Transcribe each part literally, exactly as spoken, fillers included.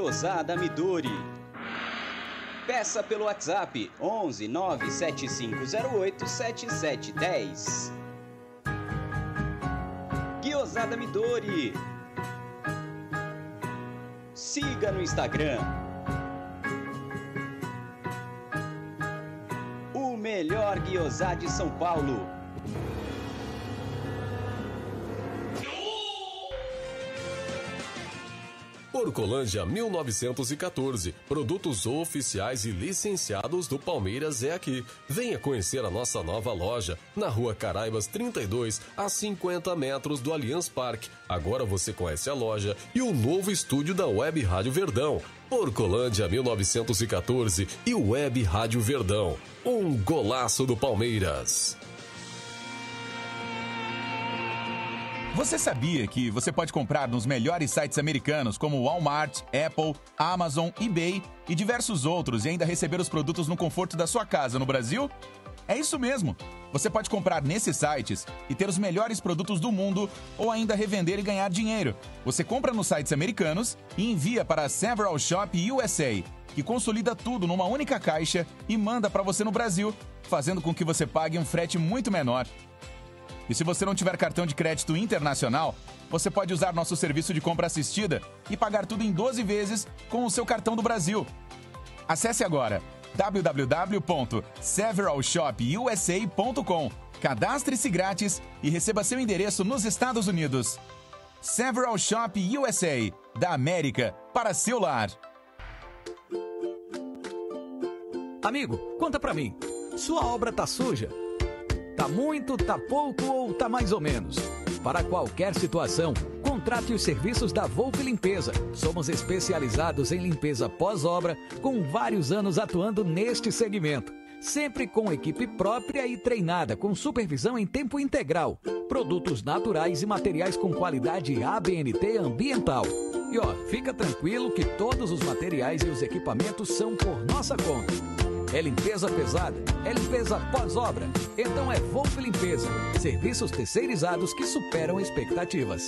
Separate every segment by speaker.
Speaker 1: Guiosada Midori. Peça pelo WhatsApp onze nove sete cinco zero oito sete sete um zero. Guiosada Midori. Siga no Instagram. O melhor guiosá de São Paulo.
Speaker 2: Horcolândia mil novecentos e quatorze. Produtos oficiais e licenciados do Palmeiras é aqui. Venha conhecer a nossa nova loja na Rua Caraibas trinta e dois, a cinquenta metros do Allianz Parque. Agora você conhece a loja e o novo estúdio da Web Rádio Verdão. Horcolândia mil novecentos e quatorze e Web Rádio Verdão. Um golaço do Palmeiras.
Speaker 3: Você sabia que você pode comprar nos melhores sites americanos como Walmart, Apple, Amazon, eBay e diversos outros e ainda receber os produtos no conforto da sua casa no Brasil? É isso mesmo! Você pode comprar nesses sites e ter os melhores produtos do mundo ou ainda revender e ganhar dinheiro. Você compra nos sites americanos e envia para a Several Shop U S A, que consolida tudo numa única caixa e manda para você no Brasil, fazendo com que você pague um frete muito menor. E se você não tiver cartão de crédito internacional, você pode usar nosso serviço de compra assistida e pagar tudo em doze vezes com o seu cartão do Brasil. Acesse agora w w w ponto several shop u s a ponto com, cadastre-se grátis e receba seu endereço nos Estados Unidos. Several Shop U S A, da América para seu lar.
Speaker 4: Amigo, conta pra mim, sua obra tá suja? Tá muito, tá pouco ou tá mais ou menos? Para qualquer situação, contrate os serviços da Volpe Limpeza. Somos especializados em limpeza pós-obra, com vários anos atuando neste segmento. Sempre com equipe própria e treinada, com supervisão em tempo integral. Produtos naturais e materiais com qualidade A B N T ambiental. E ó, fica tranquilo que todos os materiais e os equipamentos são por nossa conta. É limpeza pesada? É limpeza pós-obra? Então é Volpe Limpeza. Serviços terceirizados que superam expectativas.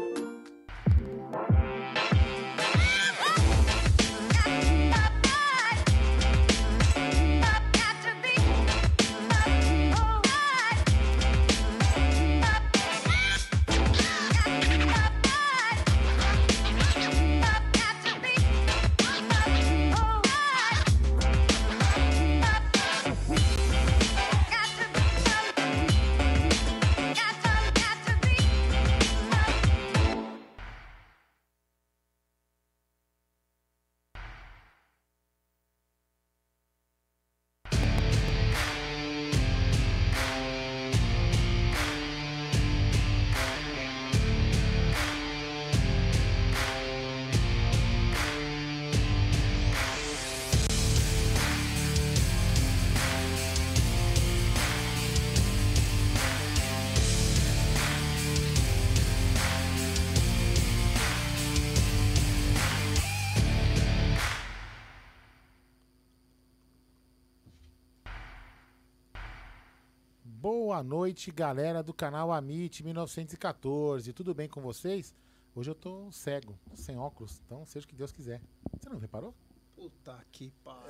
Speaker 5: Boa noite, galera do canal Amit mil novecentos e quatorze. Tudo bem com vocês? Hoje eu tô cego, sem óculos, então seja o que Deus quiser. Você não reparou?
Speaker 6: Puta que pariu.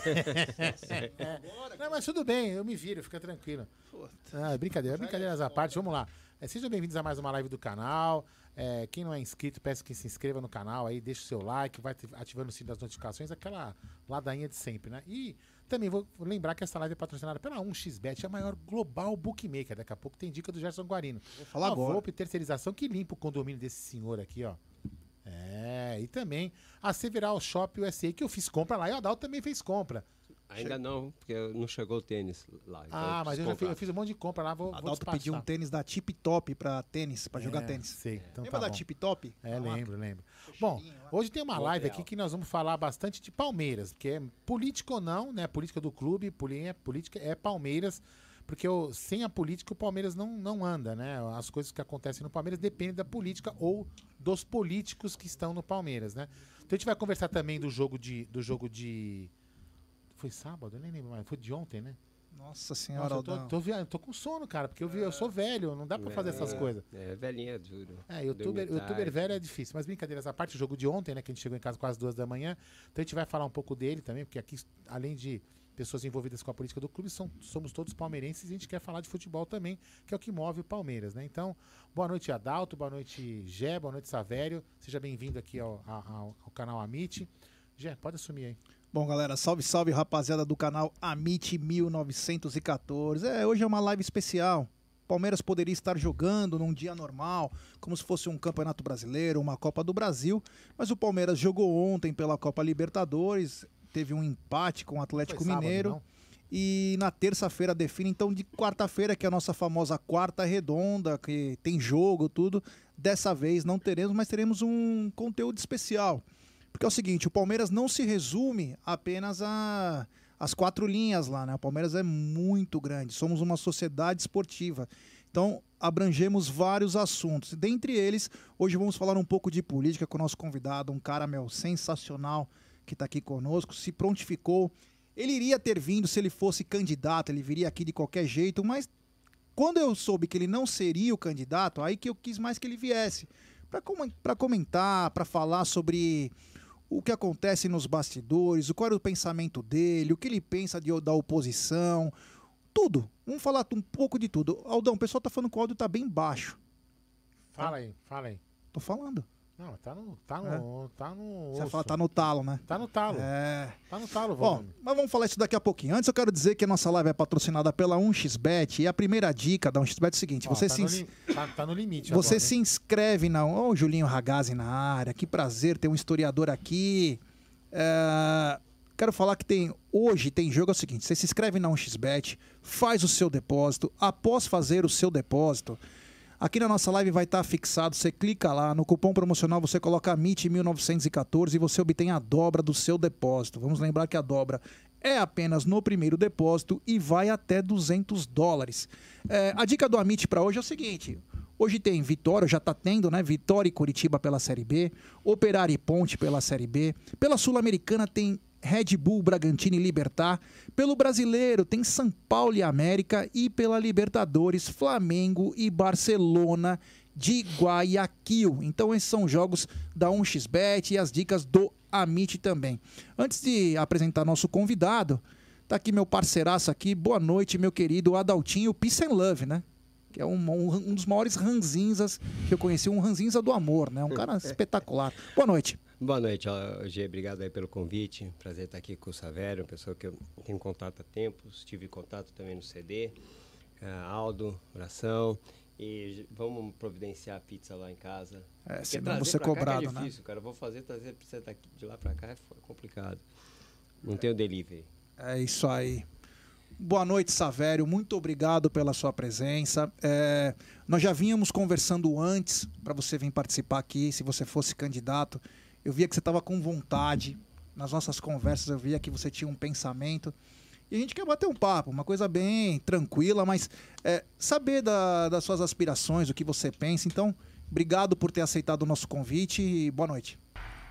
Speaker 5: É. É. Não, mas tudo bem, eu me viro, fica tranquilo. Ah, brincadeira, brincadeiras à parte, vamos lá. É, sejam bem-vindos a mais uma live do canal. É, quem não é inscrito, peço que se inscreva no canal aí, deixe o seu like, vai ativando o sino das notificações, aquela ladainha de sempre, né? E também vou lembrar que essa live é patrocinada pela um x bet, a maior global bookmaker. Daqui a pouco tem dica do Gerson Guarino.
Speaker 6: Vou falar a agora.
Speaker 5: Volpe Terceirização que limpa o condomínio desse senhor aqui, ó. É, e também a Several Shop U S A, que eu fiz compra lá. E o Adalto também fez compra.
Speaker 7: Ainda che... não, porque não chegou o tênis lá. Então
Speaker 5: ah, eu mas eu, já fiz, eu fiz um monte de compra lá. Vou,
Speaker 6: Adalto vou pediu um tênis da Tip Top pra tênis, pra é, jogar tênis.
Speaker 5: Sei, é. Então
Speaker 6: Lembra
Speaker 5: tá
Speaker 6: da
Speaker 5: bom.
Speaker 6: Tip Top?
Speaker 5: É, ah, lembro, lembro. Bom, hoje tem uma live aqui que nós vamos falar bastante de Palmeiras, porque é política ou não, né? Política do clube, política é Palmeiras, porque eu, sem a política o Palmeiras não, não anda, né? As coisas que acontecem no Palmeiras dependem da política ou dos políticos que estão no Palmeiras, né? Então a gente vai conversar também do jogo de... Do jogo de... Foi sábado? Eu nem lembro mais. Foi de ontem, né?
Speaker 6: Nossa senhora,
Speaker 5: Nossa, eu tô,
Speaker 6: Aldão.
Speaker 5: tô, via- tô com sono, cara, porque eu, vi, eu sou velho, não dá pra fazer essas coisas.
Speaker 7: É, velhinha é duro.
Speaker 5: É, youtuber,
Speaker 7: Dormir
Speaker 5: youtuber
Speaker 7: tarde.
Speaker 5: velho é difícil. Mas brincadeiras à parte, o jogo de ontem, né? Que a gente chegou em casa quase duas da manhã. Então a gente vai falar um pouco dele também, porque aqui, além de pessoas envolvidas com a política do clube, são, somos todos palmeirenses e a gente quer falar de futebol também, que é o que move o Palmeiras, né? Então, boa noite, Adalto, boa noite, Gé, boa noite, Savério. Seja bem-vindo aqui ao, ao, ao canal Amit. Gé, pode assumir aí.
Speaker 6: Bom, galera, salve, salve, rapaziada do canal Amit mil novecentos e quatorze. É, hoje é uma live especial. Palmeiras poderia estar jogando num dia normal, como se fosse um Campeonato Brasileiro, uma Copa do Brasil, mas o Palmeiras jogou ontem pela Copa Libertadores, teve um empate com o Atlético
Speaker 5: Foi sábado,
Speaker 6: Mineiro.
Speaker 5: não?
Speaker 6: E na terça-feira define, então de quarta-feira, que é a nossa famosa quarta redonda, que tem jogo, tudo. Dessa vez não teremos, mas teremos um conteúdo especial. Porque é o seguinte, o Palmeiras não se resume apenas a as quatro linhas lá, né? O Palmeiras é muito grande, somos uma sociedade esportiva. Então, abrangemos vários assuntos. Dentre eles, hoje vamos falar um pouco de política com o nosso convidado, um cara, meu, sensacional, que está aqui conosco, se prontificou. Ele iria ter vindo se ele fosse candidato, ele viria aqui de qualquer jeito, mas quando eu soube que ele não seria o candidato, aí que eu quis mais que ele viesse, para comentar, para falar sobre o que acontece nos bastidores, qual era o pensamento dele, o que ele pensa de, da oposição, tudo. Vamos falar um pouco de tudo. Aldão, o pessoal tá falando que o áudio tá bem baixo.
Speaker 5: Fala aí, fala aí.
Speaker 6: Tô falando.
Speaker 5: Não, tá no. Tá no. Tá no.
Speaker 6: Você
Speaker 5: osso.
Speaker 6: fala, tá no talo, né?
Speaker 5: Tá no talo.
Speaker 6: É.
Speaker 5: Tá no talo,
Speaker 6: Bom,
Speaker 5: volume.
Speaker 6: mas vamos falar isso daqui a pouquinho. Antes eu quero dizer que a nossa live é patrocinada pela um x bet e a primeira dica da um x bet é o seguinte,
Speaker 5: Ó,
Speaker 6: você
Speaker 5: tá,
Speaker 6: se
Speaker 5: no
Speaker 6: ins-
Speaker 5: li- tá, tá no limite.
Speaker 6: Você
Speaker 5: agora,
Speaker 6: se
Speaker 5: hein?
Speaker 6: inscreve na... Ó, o Julinho Ragazzi na área. Que prazer ter um historiador aqui. É, Quero falar que tem hoje tem jogo é o seguinte. Você se inscreve na um x bet, faz o seu depósito. Após fazer o seu depósito, aqui na nossa live vai estar fixado. Você clica lá, no cupom promocional você coloca Amit mil novecentos e quatorze e você obtém a dobra do seu depósito. Vamos lembrar que a dobra é apenas no primeiro depósito e vai até duzentos dólares. É, a dica do Amit para hoje é o seguinte. Hoje tem Vitória, já está tendo, né? Vitória e Curitiba pela Série B, Operário e Ponte pela Série B. Pela Sul-Americana tem Red Bull, Bragantino e Libertad. Pelo Brasileiro tem São Paulo e América. E pela Libertadores, Flamengo e Barcelona de Guayaquil. Então esses são jogos da um x bet e as dicas do Amit também. Antes de apresentar nosso convidado, tá aqui meu parceiraço aqui. Boa noite, meu querido Adaltinho Peace and Love, né? Que é um, um, um dos maiores ranzinzas que eu conheci, um ranzinza do amor, né? Um cara espetacular. Boa noite.
Speaker 7: Boa noite, ó, Gê. Obrigado aí pelo convite. Prazer estar aqui com o Savério, uma pessoa que eu tenho contato há tempos. Tive contato também no C D. Uh, Aldo, oração. E vamos providenciar a pizza lá em casa.
Speaker 6: É,
Speaker 7: Porque
Speaker 6: senão
Speaker 7: trazer
Speaker 6: você
Speaker 7: pra cá
Speaker 6: cobrado,
Speaker 7: que é
Speaker 6: né?
Speaker 7: difícil, cara. Eu vou fazer, trazer pizza daqui, de lá pra cá é complicado. Não tem o delivery.
Speaker 6: É isso aí. Boa noite, Savério. Muito obrigado pela sua presença. É, nós já vínhamos conversando antes para você vir participar aqui, se você fosse candidato. Eu via que você estava com vontade. Nas nossas conversas eu via que você tinha um pensamento. E a gente quer bater um papo, uma coisa bem tranquila, mas é, saber da, das suas aspirações, o que você pensa. Então, obrigado por ter aceitado o nosso convite e boa noite.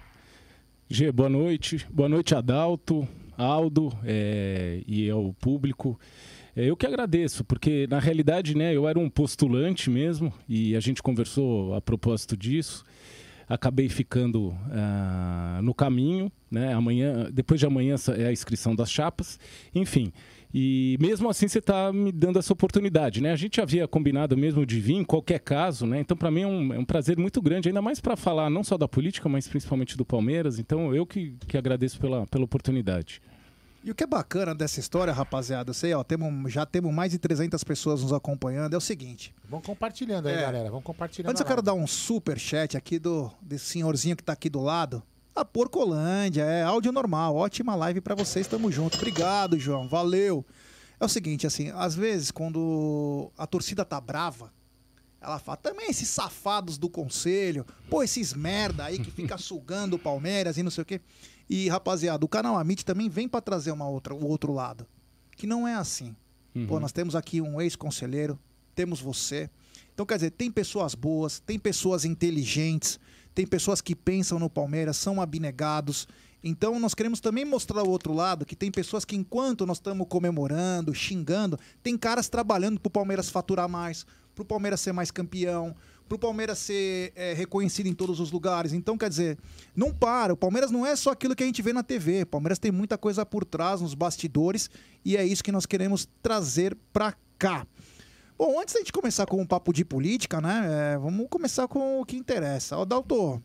Speaker 8: Gê, boa noite. Boa noite, Adalto, Aldo é, e ao público. É, eu que agradeço, porque na realidade, né, eu era um postulante mesmo e a gente conversou a propósito disso. Acabei ficando uh, no caminho, né? Amanhã, depois de amanhã é a inscrição das chapas, enfim. E mesmo assim você está me dando essa oportunidade, né? A gente havia combinado mesmo de vir em qualquer caso, né? Então para mim é um, é um prazer muito grande, ainda mais para falar não só da política, mas principalmente do Palmeiras. Então eu que, que agradeço pela, pela oportunidade.
Speaker 6: E o que é bacana dessa história, rapaziada, eu sei, ó, temos, já temos mais de trezentas pessoas nos acompanhando, é o seguinte.
Speaker 5: Vão compartilhando aí,
Speaker 6: É.
Speaker 5: galera. Vão compartilhando.
Speaker 6: Antes eu
Speaker 5: a
Speaker 6: quero
Speaker 5: live.
Speaker 6: dar um super chat aqui do desse senhorzinho que tá aqui do lado. A Porcolândia, é áudio normal, ótima live pra vocês, tamo junto. Obrigado, João, valeu. É o seguinte, assim, às vezes quando a torcida tá brava, ela fala, também esses safados do conselho, pô, esses merda aí que fica sugando o Palmeiras e não sei o quê. E, rapaziada, o canal Amit também vem pra trazer uma outra, o outro lado, que não é assim.
Speaker 8: Uhum.
Speaker 6: Pô, nós temos aqui um ex-conselheiro, temos você. Então, quer dizer, tem pessoas boas, tem pessoas inteligentes, tem pessoas que pensam no Palmeiras, são abnegados. Então nós queremos também mostrar o outro lado, que tem pessoas que enquanto nós estamos comemorando, xingando, tem caras trabalhando pro Palmeiras faturar mais, pro Palmeiras ser mais campeão, pro Palmeiras ser é, reconhecido em todos os lugares. Então, quer dizer, não para. O Palmeiras não é só aquilo que a gente vê na T V. O Palmeiras tem muita coisa por trás, nos bastidores, e é isso que nós queremos trazer pra cá. Bom, antes da gente começar com um papo de política, né? É, vamos começar com o que interessa. Ó, Dalton,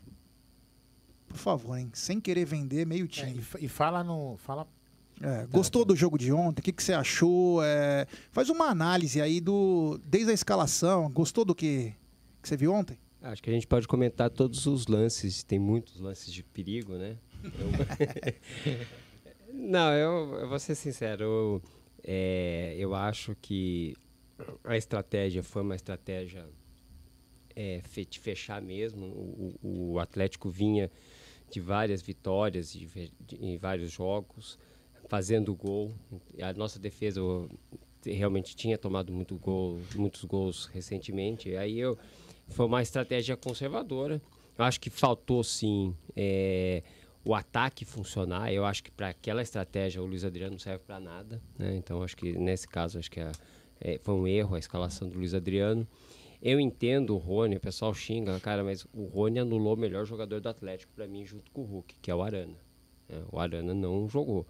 Speaker 6: por favor, hein? Sem querer vender meio time.
Speaker 5: É, e, e fala no... Fala...
Speaker 6: É, gostou do jogo de ontem? O que, que você achou? É, faz uma análise aí do desde a escalação. Gostou do que, que você viu ontem?
Speaker 7: Acho que a gente pode comentar todos os lances. Tem muitos lances de perigo, né? Eu... Não, eu, eu vou ser sincero. Eu, é, eu acho que a estratégia foi uma estratégia é, de fechar mesmo. O, o Atlético vinha de várias vitórias de, de, em vários jogos, fazendo gol. A nossa defesa realmente tinha tomado muito gol, muitos gols recentemente. Aí eu, foi uma estratégia conservadora. Eu acho que faltou, sim, é, o ataque funcionar. Eu acho que para aquela estratégia o Luiz Adriano não serve para nada, né? Então, acho que nesse caso acho que a, é, foi um erro a escalação do Luiz Adriano. Eu entendo o Rony, o pessoal xinga, cara, mas o Rony anulou o melhor jogador do Atlético para mim, junto com o Hulk, que é o Arana. É, o Arana não jogou.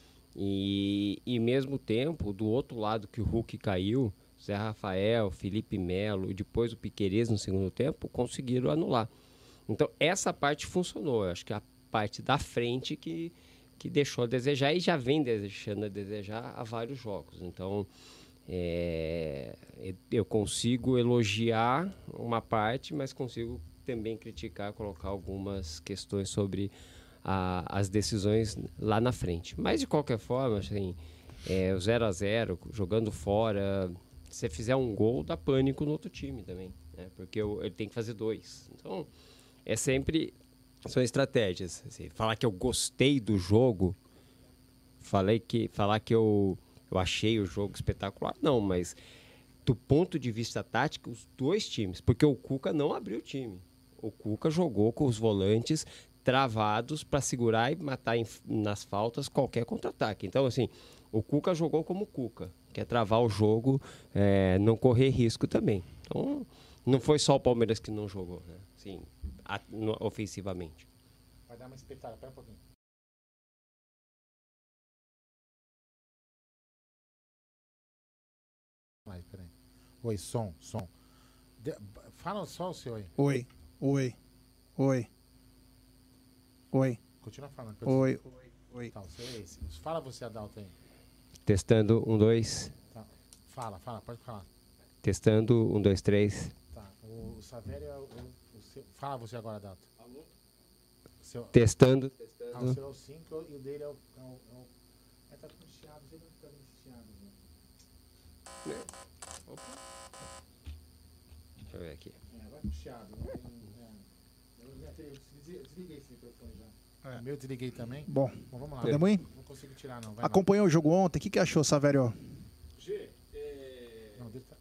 Speaker 7: E, e mesmo tempo, do outro lado que o Hulk caiu, Zé Rafael, Felipe Melo e depois o Piquerez no segundo tempo, conseguiram anular. Então, essa parte funcionou. Eu acho que a parte da frente que, que deixou a desejar e já vem deixando a desejar há vários jogos. Então, é, eu consigo elogiar uma parte, mas consigo também criticar, colocar algumas questões sobre a, as decisões lá na frente. Mas, de qualquer forma, assim, é, o zero a zero, jogando fora, se você fizer um gol, dá pânico no outro time também, né? Porque eu, ele tem que fazer dois. Então, é sempre... São estratégias. Assim, falar que eu gostei do jogo, falei que, falar que eu, eu achei o jogo espetacular, não, mas do ponto de vista tático, os dois times, porque o Cuca não abriu o time. O Cuca jogou com os volantes travados para segurar e matar em, nas faltas qualquer contra-ataque. Então, assim, o Cuca jogou como Cuca, que é travar o jogo, é, não correr risco também. Então, não foi só o Palmeiras que não jogou, né? Sim, a, no, ofensivamente.
Speaker 5: Vai dar uma espetada, pera um pouquinho. Vai, peraí. Oi, som, som. De, fala só o seu aí.
Speaker 6: Oi, oi, oi, oi.
Speaker 5: Continua falando.
Speaker 6: Oi, oi, oi.
Speaker 5: Tá, o seu é esse. Fala você, Adalto, aí.
Speaker 7: Testando, um, dois.
Speaker 5: Tá. Fala, fala, pode falar.
Speaker 7: Testando, um, dois, três.
Speaker 5: Tá, o, o Savério é o, o seu... Fala você agora, Adalto. Alô? Seu...
Speaker 7: Testando, testando.
Speaker 5: Ah, o seu é o cinco e o dele é o... É o, é o... É, tá com chiado, você não tá com chiado, né?
Speaker 7: Opa. Deixa eu ver aqui.
Speaker 5: É, vai com chiado. Não tem, é... eu, eu desliguei esse microfone já. É. O meu desliguei também.
Speaker 6: Bom,
Speaker 5: Bom vamos lá.
Speaker 6: podemos ir?
Speaker 5: Não consigo tirar, não. Vai
Speaker 6: Acompanhou
Speaker 5: não.
Speaker 6: o jogo ontem, o que, que achou, Savério?
Speaker 8: G, é...
Speaker 5: Não, dele tá...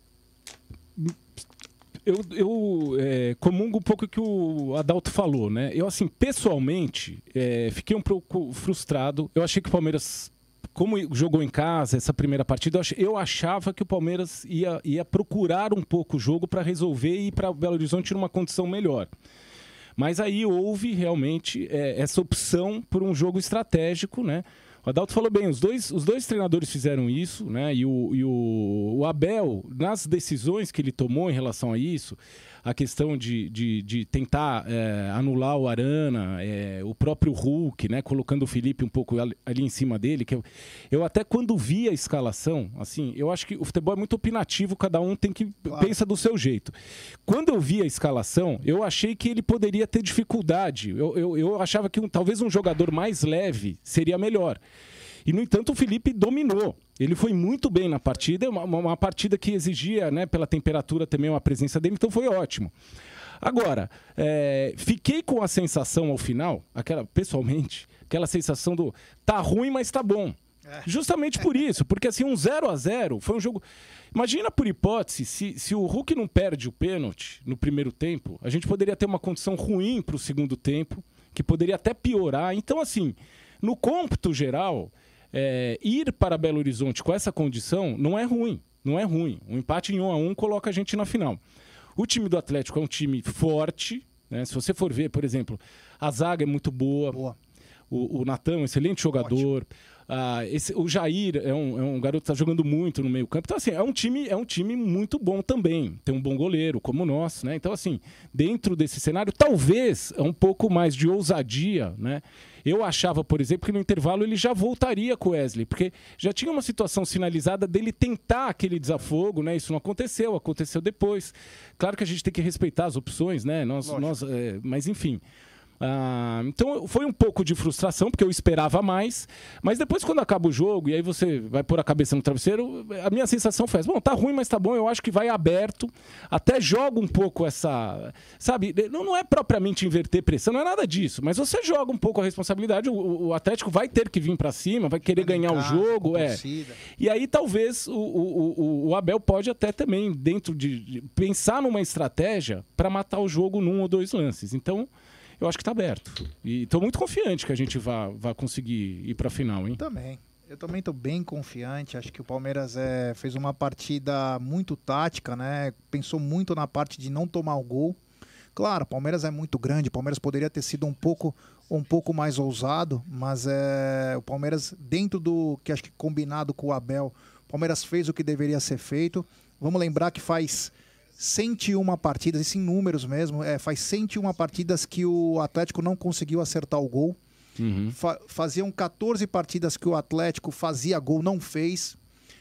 Speaker 8: Eu, eu é, comungo um pouco o que o Adalto falou, né? Eu, assim, pessoalmente, é, fiquei um pouco frustrado. Eu achei que o Palmeiras, como jogou em casa essa primeira partida, eu, ach, eu achava que o Palmeiras ia, ia procurar um pouco o jogo para resolver e ir para Belo Horizonte numa condição melhor. Mas aí houve realmente é, essa opção por um jogo estratégico, né? O Adalto falou bem, os dois, os dois treinadores fizeram isso, né? E, o, e o, o Abel, nas decisões que ele tomou em relação a isso, a questão de, de, de tentar é, anular o Arana, é, o próprio Hulk, né? Colocando o Felipe um pouco ali, ali em cima dele. Que eu, eu até quando vi a escalação, assim, eu acho que o futebol é muito opinativo, cada um tem que claro. pensa do seu jeito. Quando eu vi a escalação, eu achei que ele poderia ter dificuldade. Eu, eu, eu achava que um, talvez um jogador mais leve seria melhor. E, no entanto, o Felipe dominou. Ele foi muito bem na partida, uma, uma partida que exigia, né, pela temperatura também, uma presença dele, então foi ótimo. Agora, é, fiquei com a sensação ao final, aquela, pessoalmente, aquela sensação do tá ruim, mas tá bom. É. Justamente por isso, porque assim, um zero a zero foi um jogo... Imagina, por hipótese, se, se o Hulk não perde o pênalti no primeiro tempo, a gente poderia ter uma condição ruim para o segundo tempo, que poderia até piorar. Então, assim, no cômputo geral, é, ir para Belo Horizonte com essa condição não é ruim, não é ruim. Um empate em um a um coloca a gente na final. O time do Atlético é um time forte, né? Se você for ver, por exemplo, a zaga é muito boa, boa. o, o Natan é um excelente jogador. Ah, esse, o Jair é um, é um garoto que está jogando muito no meio campo. Então, assim, é um, time, é um time muito bom também. Tem um bom goleiro, como o nosso, né? Então, assim, dentro desse cenário, talvez é um pouco mais de ousadia, né? Eu achava, por exemplo, que no intervalo ele já voltaria com o Wesley, porque já tinha uma situação sinalizada dele tentar aquele desafogo, né? Isso não aconteceu, aconteceu depois. Claro que a gente tem que respeitar as opções, né? Nós, nós, é, mas, enfim... Ah, então foi um pouco de frustração, porque eu esperava mais, mas depois quando acaba o jogo e aí você vai pôr a cabeça no travesseiro, a minha sensação foi essa, bom, tá ruim, mas tá bom, eu acho que vai aberto, até joga um pouco essa, sabe, não, não é propriamente inverter pressão, não é nada disso, mas você joga um pouco a responsabilidade, o, o Atlético vai ter que vir pra cima, vai querer ganhar o jogo, é, e aí talvez o, o, o, o Abel pode até também, dentro de, de pensar numa estratégia para matar o jogo num ou dois lances, então eu acho que está aberto. E estou muito confiante que a gente vá, vá conseguir ir para a final, hein?
Speaker 6: Também. Eu também estou bem confiante. Acho que o Palmeiras é, fez uma partida muito tática, né? Pensou muito na parte de não tomar o gol. Claro, o Palmeiras é muito grande. O Palmeiras poderia ter sido um pouco, um pouco mais ousado, mas é, o Palmeiras, dentro do que acho que combinado com o Abel, o Palmeiras fez o que deveria ser feito. Vamos lembrar que faz cento e uma partidas, isso em números mesmo, é, faz cento e uma partidas que o Atlético não conseguiu acertar o gol. Uhum. Fa- faziam quatorze partidas que o Atlético fazia gol, não fez.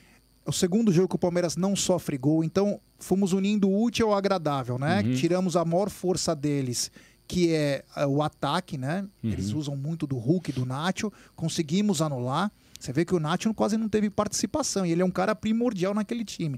Speaker 6: O segundo jogo que o Palmeiras não sofre gol, então fomos unindo o útil ao agradável, né? Uhum. Tiramos a maior força deles, que é o ataque, né? Uhum. Eles usam muito do Hulk, do Nacho, conseguimos anular. Você vê que o Nacho quase não teve participação, e ele é um cara primordial naquele time.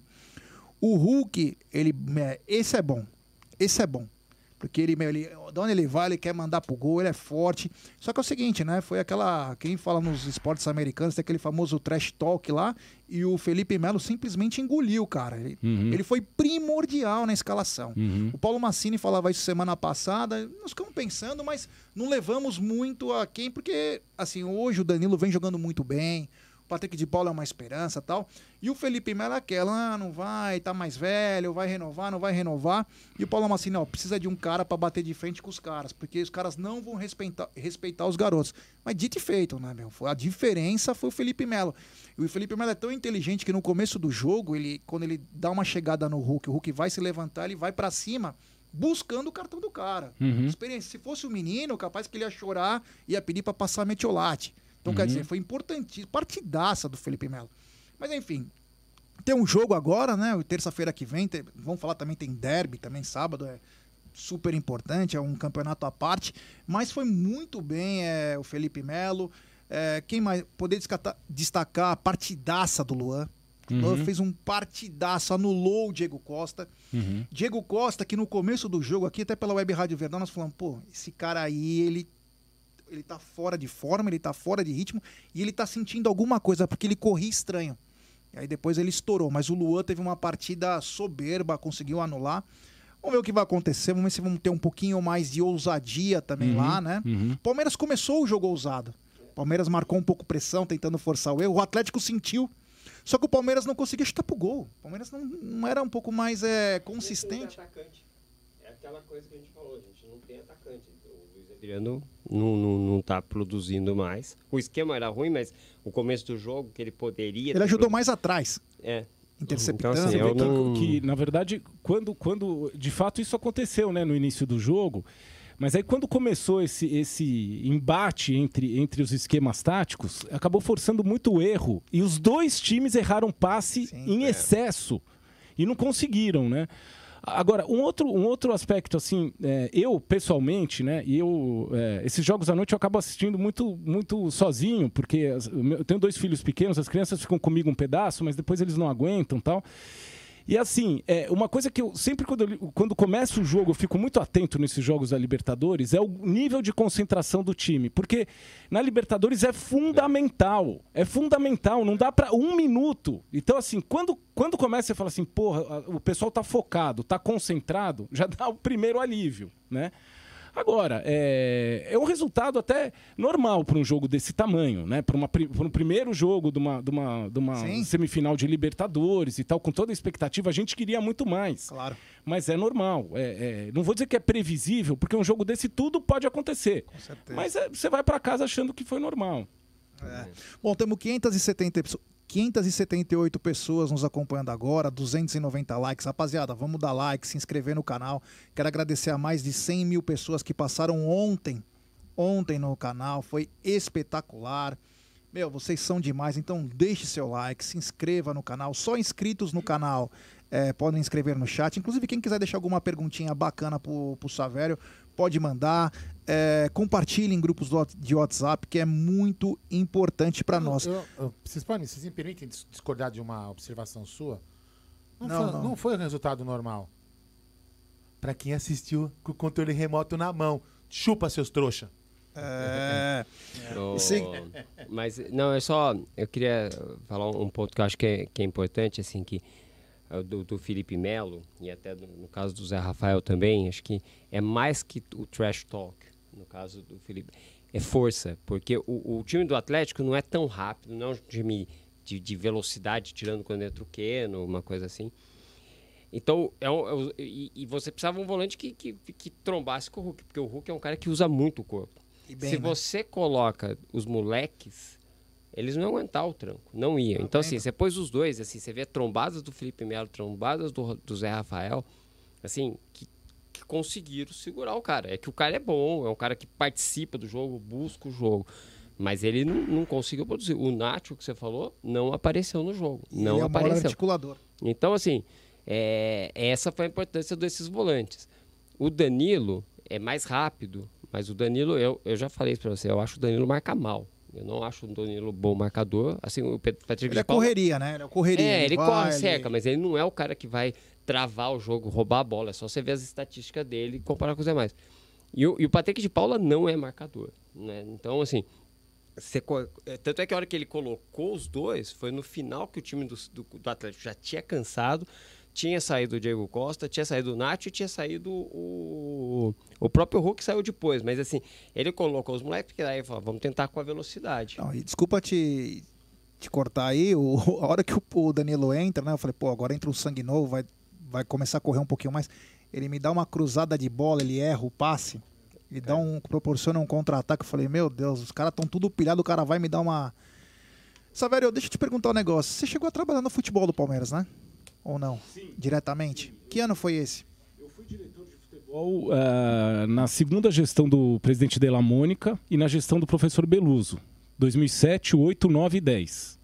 Speaker 6: O Hulk, ele, esse é bom, esse é bom, porque ele, ele, de onde ele vai, ele quer mandar pro gol, ele é forte, só que é o seguinte, né, foi aquela, quem fala nos esportes americanos, tem aquele famoso trash talk lá, e o Felipe Melo simplesmente engoliu, cara, ele, uhum. ele foi primordial na escalação. Uhum. O Paulo Massini falava isso semana passada, nós ficamos pensando, mas não levamos muito a quem, porque, assim, hoje o Danilo vem jogando muito bem, o Patrick de Paula é uma esperança e tal. E o Felipe Melo é aquela, ah, não vai, tá mais velho, vai renovar, não vai renovar. E o Paulo Massini, ó, precisa de um cara pra bater de frente com os caras, porque os caras não vão respeitar, respeitar os garotos. Mas dito e feito, né, meu? A diferença foi o Felipe Melo. E o Felipe Melo é tão inteligente que no começo do jogo, ele, quando ele dá uma chegada no Hulk, o Hulk vai se levantar, ele vai pra cima, buscando o cartão do cara. Uhum. Experiência. Se fosse o um menino, capaz que ele ia chorar, ia pedir pra passar metiolate. Então, uhum. quer dizer, foi importantíssimo, partidaça do Felipe Melo. Mas, enfim, tem um jogo agora, né? Terça-feira que vem, tem, vamos falar também, tem derby, também sábado, é super importante, é um campeonato à parte. Mas foi muito bem é, o Felipe Melo. É, quem mais? Poder descatar, destacar a partidaça do Luan. O Luan uhum. fez um partidaço, anulou o Diego Costa. Uhum. Diego Costa, que no começo do jogo, aqui até pela Web Rádio Verdão, nós falamos, pô, esse cara aí, ele... ele tá fora de forma, ele tá fora de ritmo e ele tá sentindo alguma coisa, porque ele corria estranho. E aí depois ele estourou, mas o Luan teve uma partida soberba, conseguiu anular. Vamos ver o que vai acontecer, vamos ver se vamos ter um pouquinho mais de ousadia também uhum, lá, né? Uhum. Palmeiras começou o jogo ousado. Palmeiras marcou um pouco pressão, tentando forçar o erro. O Atlético sentiu, só que o Palmeiras não conseguia chutar pro gol. O Palmeiras não, não era um pouco mais é, consistente.
Speaker 7: É aquela coisa que a gente falou, a gente não tem atacante. O Adriano não, não, não tá produzindo mais. O esquema era ruim, mas o começo do jogo que ele poderia...
Speaker 6: Ele ajudou mais atrás.
Speaker 7: É.
Speaker 6: Interceptando.
Speaker 7: Então, assim, eu não...
Speaker 8: que, que, na verdade, quando, quando... De fato, isso aconteceu, né, no início do jogo. Mas aí, quando começou esse, esse embate entre, entre os esquemas táticos, acabou forçando muito o erro. E os dois times erraram passe Sim, em é. excesso. E não conseguiram, né? Agora, um outro, um outro aspecto, assim, é, eu, pessoalmente, né, e eu, é, esses jogos à noite eu acabo assistindo muito, muito sozinho, porque as, eu tenho dois filhos pequenos, as crianças ficam comigo um pedaço, mas depois eles não aguentam e tal. E assim, é, uma coisa que eu sempre, quando, eu, quando começa o jogo, eu fico muito atento nesses jogos da Libertadores, é o nível de concentração do time. Porque na Libertadores é fundamental. É fundamental, não dá para um minuto. Então, assim, quando, quando começa, você fala assim, porra, o pessoal tá focado, tá concentrado, já dá o primeiro alívio, né? Agora, é, é um resultado até normal para um jogo desse tamanho, né? Para um primeiro jogo de uma, de uma, de uma semifinal de Libertadores e tal, com toda a expectativa, a gente queria muito mais.
Speaker 6: Claro.
Speaker 8: Mas é normal. É, é, não vou dizer que é previsível, porque um jogo desse tudo pode acontecer.
Speaker 6: Com certeza.
Speaker 8: Mas é, você vai para casa achando que foi normal.
Speaker 6: É. Bom, temos quinhentas e setenta, quinhentas e setenta e oito pessoas nos acompanhando agora, duzentos e noventa likes. Rapaziada, vamos dar like, se inscrever no canal. Quero agradecer a mais de cem mil pessoas que passaram ontem, ontem no canal. Foi espetacular. Meu, vocês são demais, então deixe seu like, se inscreva no canal. Só inscritos no canal é, podem inscrever no chat. Inclusive, quem quiser deixar alguma perguntinha bacana pro, pro Savério, pode mandar. É, compartilhe em grupos do, de WhatsApp, que é muito importante para nós.
Speaker 5: Eu, eu, vocês, podem, vocês me permitem discordar de uma observação sua? Não,
Speaker 6: não,
Speaker 5: foi,
Speaker 6: não.
Speaker 5: não foi o resultado normal. Para quem assistiu com o controle remoto na mão, chupa seus trouxa.
Speaker 6: É.
Speaker 7: Oh, mas não, é só, eu queria falar um ponto que eu acho que é, que é importante, assim, que do, do Felipe Melo e até no, no caso do Zé Rafael também, acho que é mais que o trash talk. No caso do Felipe, é força, porque o, o time do Atlético não é tão rápido, não é um time de, de velocidade, tirando quando entra o Keno, uma coisa assim. Então, é um, é um, e, e você precisava de um volante que, que, que trombasse com o Hulk, porque o Hulk é um cara que usa muito o corpo. E bem, Se né? você coloca os moleques, eles não iam aguentar o tranco, não iam. Ah, então, bem, assim, você pôs os dois, assim, você vê trombadas do Felipe Melo, trombadas do, do Zé Rafael, assim, que conseguiram segurar o cara. É que o cara é bom, é um cara que participa do jogo, busca o jogo. Mas ele não, não conseguiu produzir. O Nacho, que você falou, não apareceu no jogo. Não
Speaker 6: ele é
Speaker 7: apareceu.
Speaker 6: Um articulador.
Speaker 7: Então, assim, é, essa foi a importância desses volantes. O Danilo é mais rápido, mas o Danilo, eu, eu já falei isso pra você, eu acho o Danilo marca mal. Eu não acho o Danilo bom marcador. Assim, o Patrick
Speaker 6: ele é Paula, correria, né? Ele é correria.
Speaker 7: É, ele, ele
Speaker 6: vai,
Speaker 7: corre, cerca,
Speaker 6: ele...
Speaker 7: mas ele não é o cara que vai travar o jogo, roubar a bola. É só você ver as estatísticas dele e comparar com os demais. E o, e o Patrick de Paula não é marcador, né? Então, assim, você, tanto é que a hora que ele colocou os dois, foi no final que o time do, do, do Atlético já tinha cansado, tinha saído o Diego Costa, tinha saído o Nacho e tinha saído o, o próprio Hulk, saiu depois. Mas, assim, ele colocou os moleques, porque daí falou, vamos tentar com a velocidade.
Speaker 6: Não, e desculpa te, te cortar aí, o, a hora que o, o Danilo entra, né? Eu falei, pô, agora entra um sangue novo, vai... vai começar a correr um pouquinho mais, ele me dá uma cruzada de bola, ele erra o passe, ele dá um, proporciona um contra-ataque. Eu falei, meu Deus, os caras estão tudo pilhados, o cara vai me dar uma... Savério, deixa eu te perguntar um negócio, você chegou a trabalhar no futebol do Palmeiras, né? Ou não? Sim. Diretamente? Sim. Que ano foi esse?
Speaker 8: Eu fui diretor de futebol uh, na segunda gestão do presidente Della Mônica e na gestão do professor Beluso, dois mil e sete, oito, nove e dez.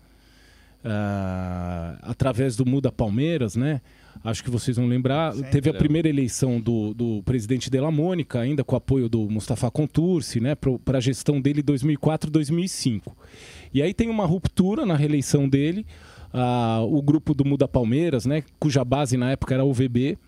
Speaker 8: Uh, através do Muda Palmeiras, né? Acho que vocês vão lembrar, Sempre teve a não. primeira eleição do, do presidente Della Mônica, ainda com o apoio do Mustafa Contursi, né, para a gestão dele em dois mil e quatro, dois mil e cinco. E aí tem uma ruptura na reeleição dele, uh, o grupo do Muda Palmeiras, né, cuja base na época era o U V B,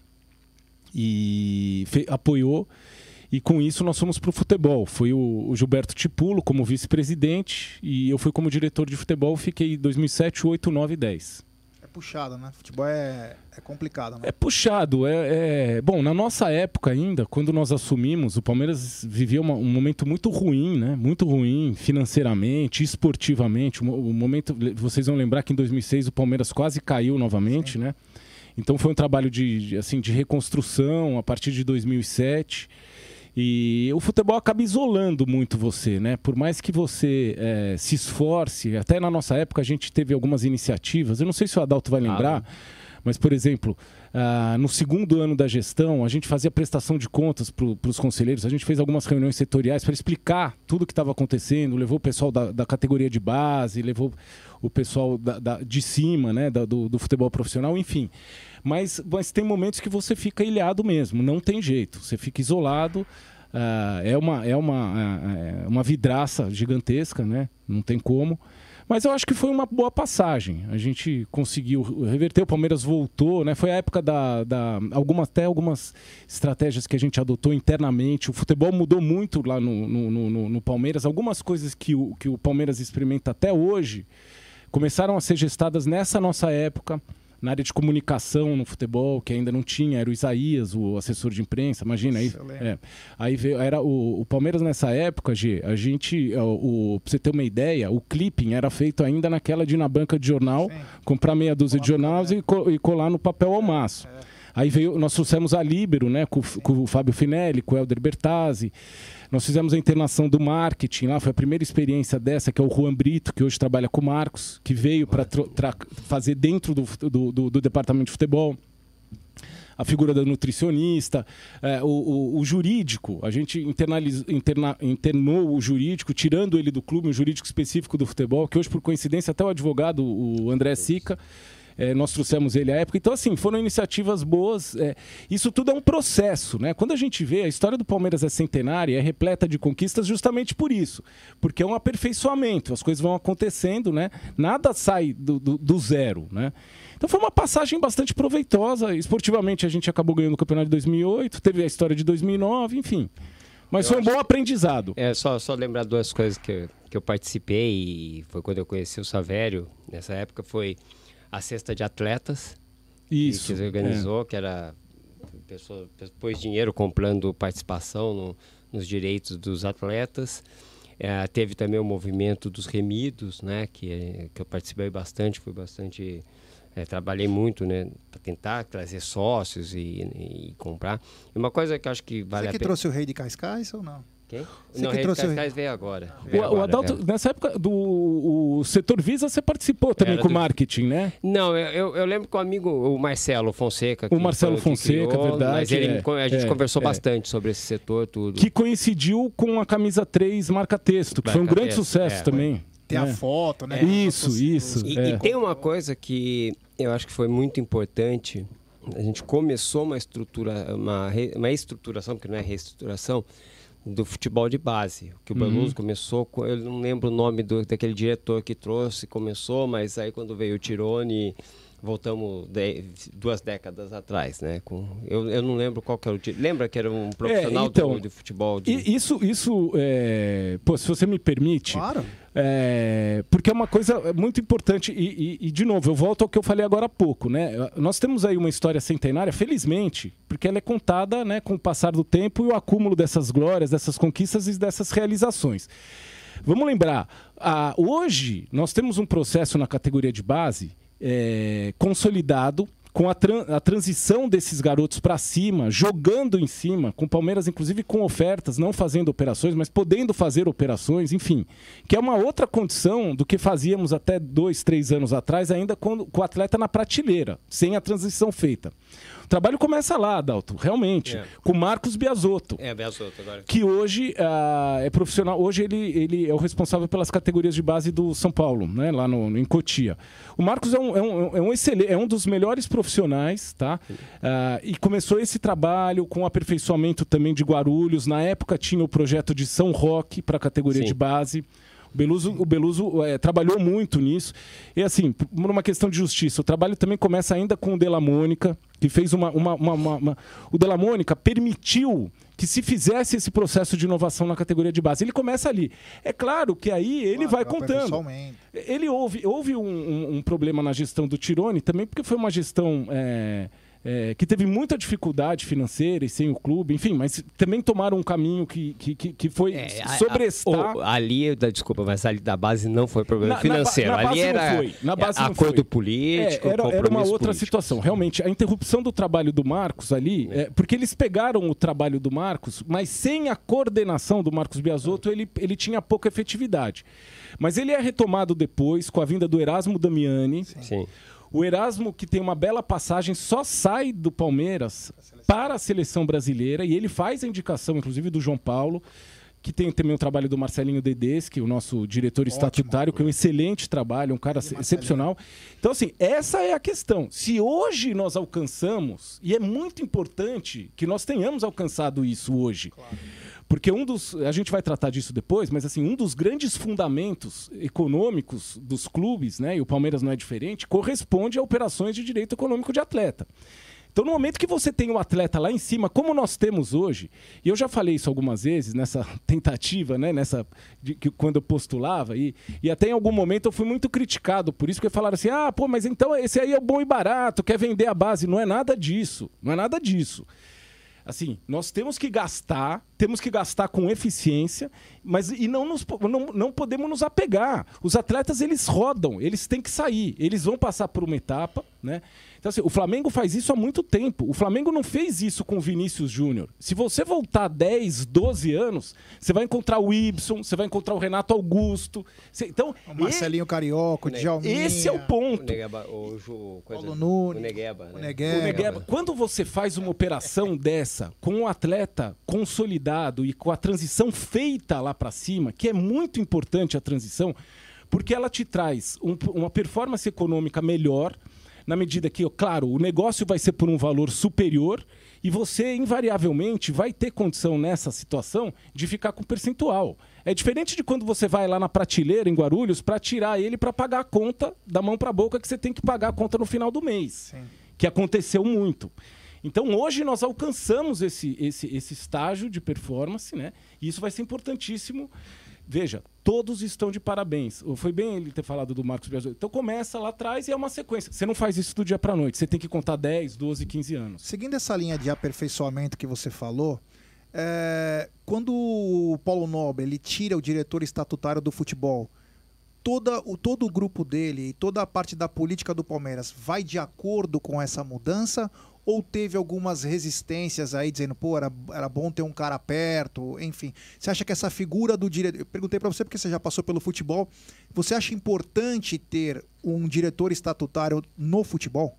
Speaker 8: e fe, apoiou, e com isso nós fomos para o futebol. Foi o, o Gilberto Tipulo como vice-presidente, e eu fui como diretor de futebol, fiquei em dois mil e sete, oito, nove e dez.
Speaker 6: Puxado, né? Futebol é, é complicado, né?
Speaker 8: É puxado. É, é... Bom, na nossa época ainda, quando nós assumimos, o Palmeiras vivia uma, um momento muito ruim, né? Muito ruim financeiramente, esportivamente. O, o momento, vocês vão lembrar que em dois mil e seis o Palmeiras quase caiu novamente, Sim. né? Então foi um trabalho de, assim, de reconstrução a partir de dois mil e sete. E o futebol acaba isolando muito você, né? Por mais que você é, se esforce, até na nossa época a gente teve algumas iniciativas, eu não sei se o Adalto vai lembrar, ah, mas, por exemplo, ah, no segundo ano da gestão, a gente fazia prestação de contas para os conselheiros, a gente fez algumas reuniões setoriais para explicar tudo o que estava acontecendo, levou o pessoal da, da categoria de base, levou o pessoal da, da, de cima, né, da, do, do futebol profissional, enfim. Mas, mas tem momentos que você fica ilhado mesmo, não tem jeito, você fica isolado, uh, é, uma, é uma, uh, é uma vidraça gigantesca, né? Não tem como. Mas eu acho que foi uma boa passagem, a gente conseguiu reverter, o Palmeiras voltou, né? Foi a época da, da algumas, até algumas estratégias que a gente adotou internamente, o futebol mudou muito lá no, no, no, no Palmeiras, algumas coisas que o, que o Palmeiras experimenta até hoje começaram a ser gestadas nessa nossa época. na área de comunicação no futebol, que ainda não tinha, era o Isaías, o assessor de imprensa, imagina aí. É. Aí veio, era o, o Palmeiras nessa época, G, a gente, o, o, pra você ter uma ideia, o clipping era feito ainda naquela de ir na banca de jornal, Sim. comprar meia dúzia de jornais e, co, e colar no papel ao maço. É. Aí veio, nós trouxemos a Líbero, né, com, com o Fábio Finelli, com o Helder Bertazzi. Nós fizemos a internação do marketing lá, foi a primeira experiência dessa, que é o Juan Brito, que hoje trabalha com o Marcos, que veio para fazer dentro do, do, do, do departamento de futebol. A figura da nutricionista, é, o, o, o jurídico, a gente interna, internou o jurídico, tirando ele do clube, um jurídico específico do futebol, que hoje, por coincidência, até o advogado, o André Sica, É, nós trouxemos ele à época. Então, assim, foram iniciativas boas. É, isso tudo é um processo, né? Quando a gente vê, a história do Palmeiras é centenária, é repleta de conquistas justamente por isso. Porque é um aperfeiçoamento, as coisas vão acontecendo, né? Nada sai do, do, do zero, né? Então foi uma passagem bastante proveitosa. Esportivamente, a gente acabou ganhando o campeonato de dois mil e oito, teve a história de dois mil e nove, enfim. Mas eu foi um bom aprendizado.
Speaker 7: É, só, só lembrar duas coisas que eu, que eu participei, e foi quando eu conheci o Savério. Nessa época foi a cesta de atletas.
Speaker 8: Isso.
Speaker 7: Que você organizou, é. que era pessoa, pôs dinheiro comprando participação no, nos direitos dos atletas. É, teve também o movimento dos remidos, né, que, que eu participei bastante, fui bastante... É, trabalhei muito, né, para tentar trazer sócios e, e comprar. E uma coisa que eu acho que vale
Speaker 6: Você
Speaker 7: a
Speaker 6: que
Speaker 7: pena...
Speaker 6: trouxe o Rei de Cascais ou não?
Speaker 7: Quem?
Speaker 6: Você
Speaker 7: não,
Speaker 6: que
Speaker 7: o Rei
Speaker 6: trouxe
Speaker 7: de Cascais
Speaker 6: o...
Speaker 7: veio agora.
Speaker 8: Veio o,
Speaker 7: agora
Speaker 8: o Adalto,
Speaker 7: é.
Speaker 8: nessa época do o setor Visa, você participou também
Speaker 7: Era
Speaker 8: com o
Speaker 7: do...
Speaker 8: marketing, né?
Speaker 7: Não, eu, eu, eu lembro que o amigo, o Marcelo Fonseca...
Speaker 8: O Marcelo Fonseca, criou, verdade.
Speaker 7: Mas ele,
Speaker 8: é,
Speaker 7: a gente
Speaker 8: é,
Speaker 7: conversou
Speaker 8: é.
Speaker 7: bastante sobre esse setor, tudo.
Speaker 8: Que coincidiu com a camisa três marca texto, que
Speaker 7: marca
Speaker 8: foi um grande
Speaker 7: texto,
Speaker 8: sucesso
Speaker 7: é.
Speaker 8: também.
Speaker 6: Tem
Speaker 8: é.
Speaker 6: a foto, né?
Speaker 8: É. Isso, isso.
Speaker 7: E,
Speaker 8: é.
Speaker 7: e tem uma coisa que eu acho que foi muito importante. A gente começou uma estrutura, uma, re, uma estruturação, porque não é reestruturação, do futebol de base. Que o Beluso uhum. começou, com, eu não lembro o nome do, daquele diretor que trouxe, começou, mas aí quando veio o Tirone, voltamos de, duas décadas atrás, né? Com, eu, eu não lembro qual que era o diretor. Lembra que era um profissional é, então, do, do futebol? De...
Speaker 8: Isso, isso é... Pô, se você me permite...
Speaker 6: Claro.
Speaker 8: É, porque é uma coisa muito importante e, e, e, de novo, eu volto ao que eu falei agora há pouco, né? Nós temos aí uma história centenária, felizmente, porque ela é contada, né, com o passar do tempo e o acúmulo dessas glórias, dessas conquistas e dessas realizações. Vamos lembrar, a, hoje nós temos um processo na categoria de base é, consolidado, com a, tran a transição desses garotos para cima, jogando em cima, com o Palmeiras, inclusive, com ofertas, não fazendo operações, mas podendo fazer operações, enfim, que é uma outra condição do que fazíamos até dois, três anos atrás, ainda com, com o atleta na prateleira, sem a transição feita. O trabalho começa lá, Adalto, realmente, é. com o Marcos Biasotto,
Speaker 7: é, Biasotto agora.
Speaker 8: que hoje uh, é profissional, hoje ele, ele é o responsável pelas categorias de base do São Paulo, né, lá no, no, em Cotia. O Marcos é um, é um, é um excelente, é um dos melhores profissionais, tá? Uh, e começou esse trabalho com aperfeiçoamento também de Guarulhos. Na época tinha o projeto de São Roque para a categoria Sim. de base. O Beluso, o Beluso é, trabalhou muito nisso. E assim, por uma questão de justiça, o trabalho também começa ainda com o De La Mônica, que fez uma... uma, uma, uma, uma... O De La Mônica permitiu que se fizesse esse processo de inovação na categoria de base. Ele começa ali. É claro que aí ele claro, vai contando. Ele houve, houve um, um, um problema na gestão do Tirone, também porque foi uma gestão... É, É, que teve muita dificuldade financeira e sem o clube, enfim, mas também tomaram um caminho que, que, que foi é, sobrestar...
Speaker 7: A, a, ali, desculpa, mas ali da base não foi problema na, financeiro,
Speaker 8: na, na
Speaker 7: ali era
Speaker 8: não foi. Na base
Speaker 7: acordo
Speaker 8: não foi.
Speaker 7: político,
Speaker 8: é, era, era uma outra
Speaker 7: político.
Speaker 8: situação, realmente, a interrupção do trabalho do Marcos ali, é. É, porque eles pegaram o trabalho do Marcos, mas sem a coordenação do Marcos Biasotto, ele, ele tinha pouca efetividade. Mas ele é retomado depois, com a vinda do Erasmo Damiani.
Speaker 7: Sim. Sim.
Speaker 8: O Erasmo, que tem uma bela passagem, só sai do Palmeiras para a seleção brasileira e ele faz a indicação, inclusive, do João Paulo, que tem também o trabalho do Marcelinho Dedeschi, o nosso diretor Ótimo. estatutário, que é um excelente trabalho, um cara e excepcional. Então, assim, essa é a questão. Se hoje nós alcançamos, e é muito importante que nós tenhamos alcançado isso hoje, claro. Porque um dos, a gente vai tratar disso depois, mas assim, um dos grandes fundamentos econômicos dos clubes, né, e o Palmeiras não é diferente, corresponde a operações de direito econômico de atleta. Então, no momento que você tem um atleta lá em cima, como nós temos hoje, e eu já falei isso algumas vezes, nessa tentativa, né, nessa, de, que, quando eu postulava, e, e até em algum momento eu fui muito criticado por isso, porque falaram assim, ah, pô, mas então esse aí é bom e barato, quer vender a base. Não é nada disso, não é nada disso. Assim, nós temos que gastar, temos que gastar com eficiência, mas e não, nos, não, não podemos nos apegar. Os atletas, eles rodam, eles têm que sair, eles vão passar por uma etapa, né? Então, assim, o Flamengo faz isso há muito tempo. O Flamengo não fez isso com o Vinícius Júnior. Se você voltar dez, doze anos, você vai encontrar o Ibson, você vai encontrar o Renato Augusto. Você, então,
Speaker 6: o Marcelinho e... Carioca, o Djalminha.
Speaker 8: Esse é o ponto.
Speaker 7: O Negeba, o Ju, coisa,
Speaker 6: Paulo Nunes,
Speaker 7: o Negueba, né?
Speaker 6: o Negueba.
Speaker 8: O Negueba. Quando você faz uma operação dessa, com um atleta consolidado e com a transição feita lá para cima, que é muito importante a transição, porque ela te traz um, uma performance econômica melhor, na medida que, claro, o negócio vai ser por um valor superior e você, invariavelmente, vai ter condição nessa situação de ficar com percentual. É diferente de quando você vai lá na prateleira, em Guarulhos, para tirar ele para pagar a conta da mão para a boca, que você tem que pagar a conta no final do mês. Sim. Que aconteceu muito. Então, hoje, nós alcançamos esse, esse, esse estágio de performance, né? E isso vai ser importantíssimo. Veja, todos estão de parabéns. Foi bem ele ter falado do Marcos Biasoli. Então começa lá atrás e é uma sequência. Você não faz isso do dia para a noite. Você tem que contar dez, doze, quinze anos.
Speaker 6: Seguindo essa linha de aperfeiçoamento que você falou, é, quando o Paulo Nobre ele tira o diretor estatutário do futebol, toda, o, todo o grupo dele e toda a parte da política do Palmeiras vai de acordo com essa mudança? Ou teve algumas resistências aí, dizendo, pô, era, era bom ter um cara perto, enfim. Você acha que essa figura do diretor... Eu perguntei para você porque você já passou pelo futebol. Você acha importante ter um diretor estatutário no futebol?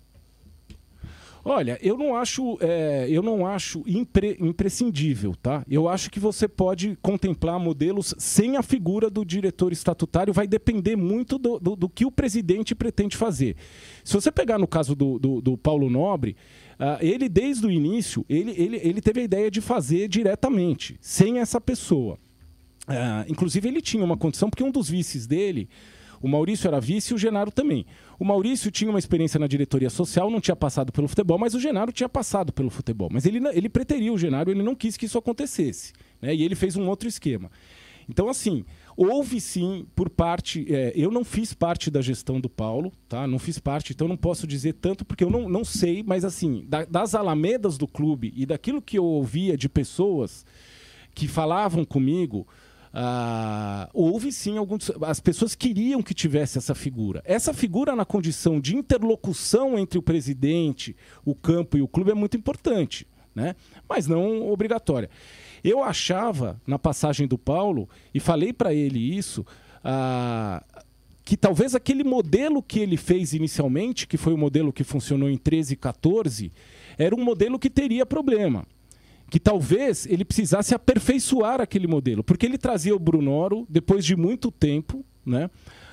Speaker 8: Olha, eu não acho, é, eu não acho impre, imprescindível, tá? Eu acho que você pode contemplar modelos sem a figura do diretor estatutário, vai depender muito do, do, do que o presidente pretende fazer. Se você pegar no caso do, do, do Paulo Nobre, uh, ele desde o início, ele, ele, ele teve a ideia de fazer diretamente, sem essa pessoa. Uh, inclusive ele tinha uma condição, porque um dos vices dele... O Maurício era vice e o Genaro também. O Maurício tinha uma experiência na diretoria social, não tinha passado pelo futebol, mas o Genaro tinha passado pelo futebol. Mas ele, ele preteria o Genaro, ele não quis que isso acontecesse, né? E ele fez um outro esquema. Então, assim, houve sim, por parte... É, eu não fiz parte da gestão do Paulo, tá? Não fiz parte, então não posso dizer tanto, porque eu não, não sei, mas assim, da, das alamedas do clube e daquilo que eu ouvia de pessoas que falavam comigo... Ah, houve sim alguns. As pessoas queriam que tivesse essa figura. Essa figura na condição de interlocução entre o presidente, o campo e o clube é muito importante, né? Mas não obrigatória. Eu achava, na passagem do Paulo, e falei para ele isso, ah, que talvez aquele modelo que ele fez inicialmente, que foi o modelo que funcionou em treze e quatorze, era um modelo que teria problema. Que talvez ele precisasse aperfeiçoar aquele modelo, porque ele trazia o Brunoro depois de muito tempo, né?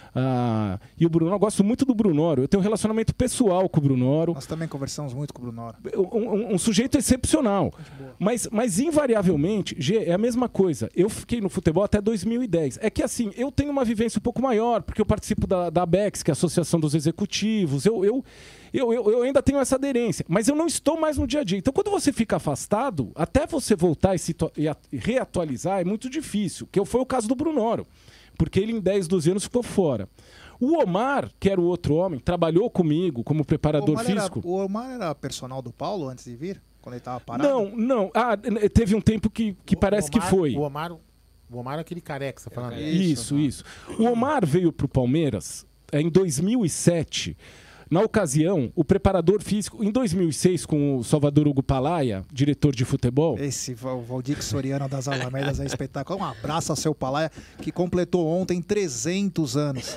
Speaker 8: Ah, e o Brunoro, eu gosto muito do Brunoro, eu tenho um relacionamento pessoal com o Brunoro.
Speaker 6: Nós também conversamos muito com o Brunoro.
Speaker 8: Um, um, um sujeito excepcional, mas, mas invariavelmente, Gê, é a mesma coisa. Eu fiquei no futebol até dois mil e dez. É que assim, eu tenho uma vivência um pouco maior, porque eu participo da, da ABEX, que é a Associação dos Executivos, eu... eu Eu, eu, eu ainda tenho essa aderência, mas eu não estou mais no dia a dia. Então, quando você fica afastado, até você voltar e, se e reatualizar é muito difícil, que foi o caso do Brunoro, porque ele em dez, doze anos ficou fora. O Omar, que era o outro homem, trabalhou comigo como preparador
Speaker 6: o
Speaker 8: físico.
Speaker 6: Era, o Omar era personal do Paulo antes de vir? Quando ele estava parado?
Speaker 8: Não, não. Ah, teve um tempo que, que
Speaker 5: o,
Speaker 8: parece
Speaker 5: o Omar,
Speaker 8: que foi.
Speaker 5: O Omar, o Omar é aquele careca, você tá falando?
Speaker 8: Isso, isso. O Omar veio para o Palmeiras em dois mil e sete. Na ocasião, o preparador físico, em dois mil e seis, com o Salvador Hugo Palaia, diretor de futebol...
Speaker 6: Esse Valdir Soriano das Alamedas é espetacular. Um abraço ao seu Palaia, que completou ontem trezentos anos.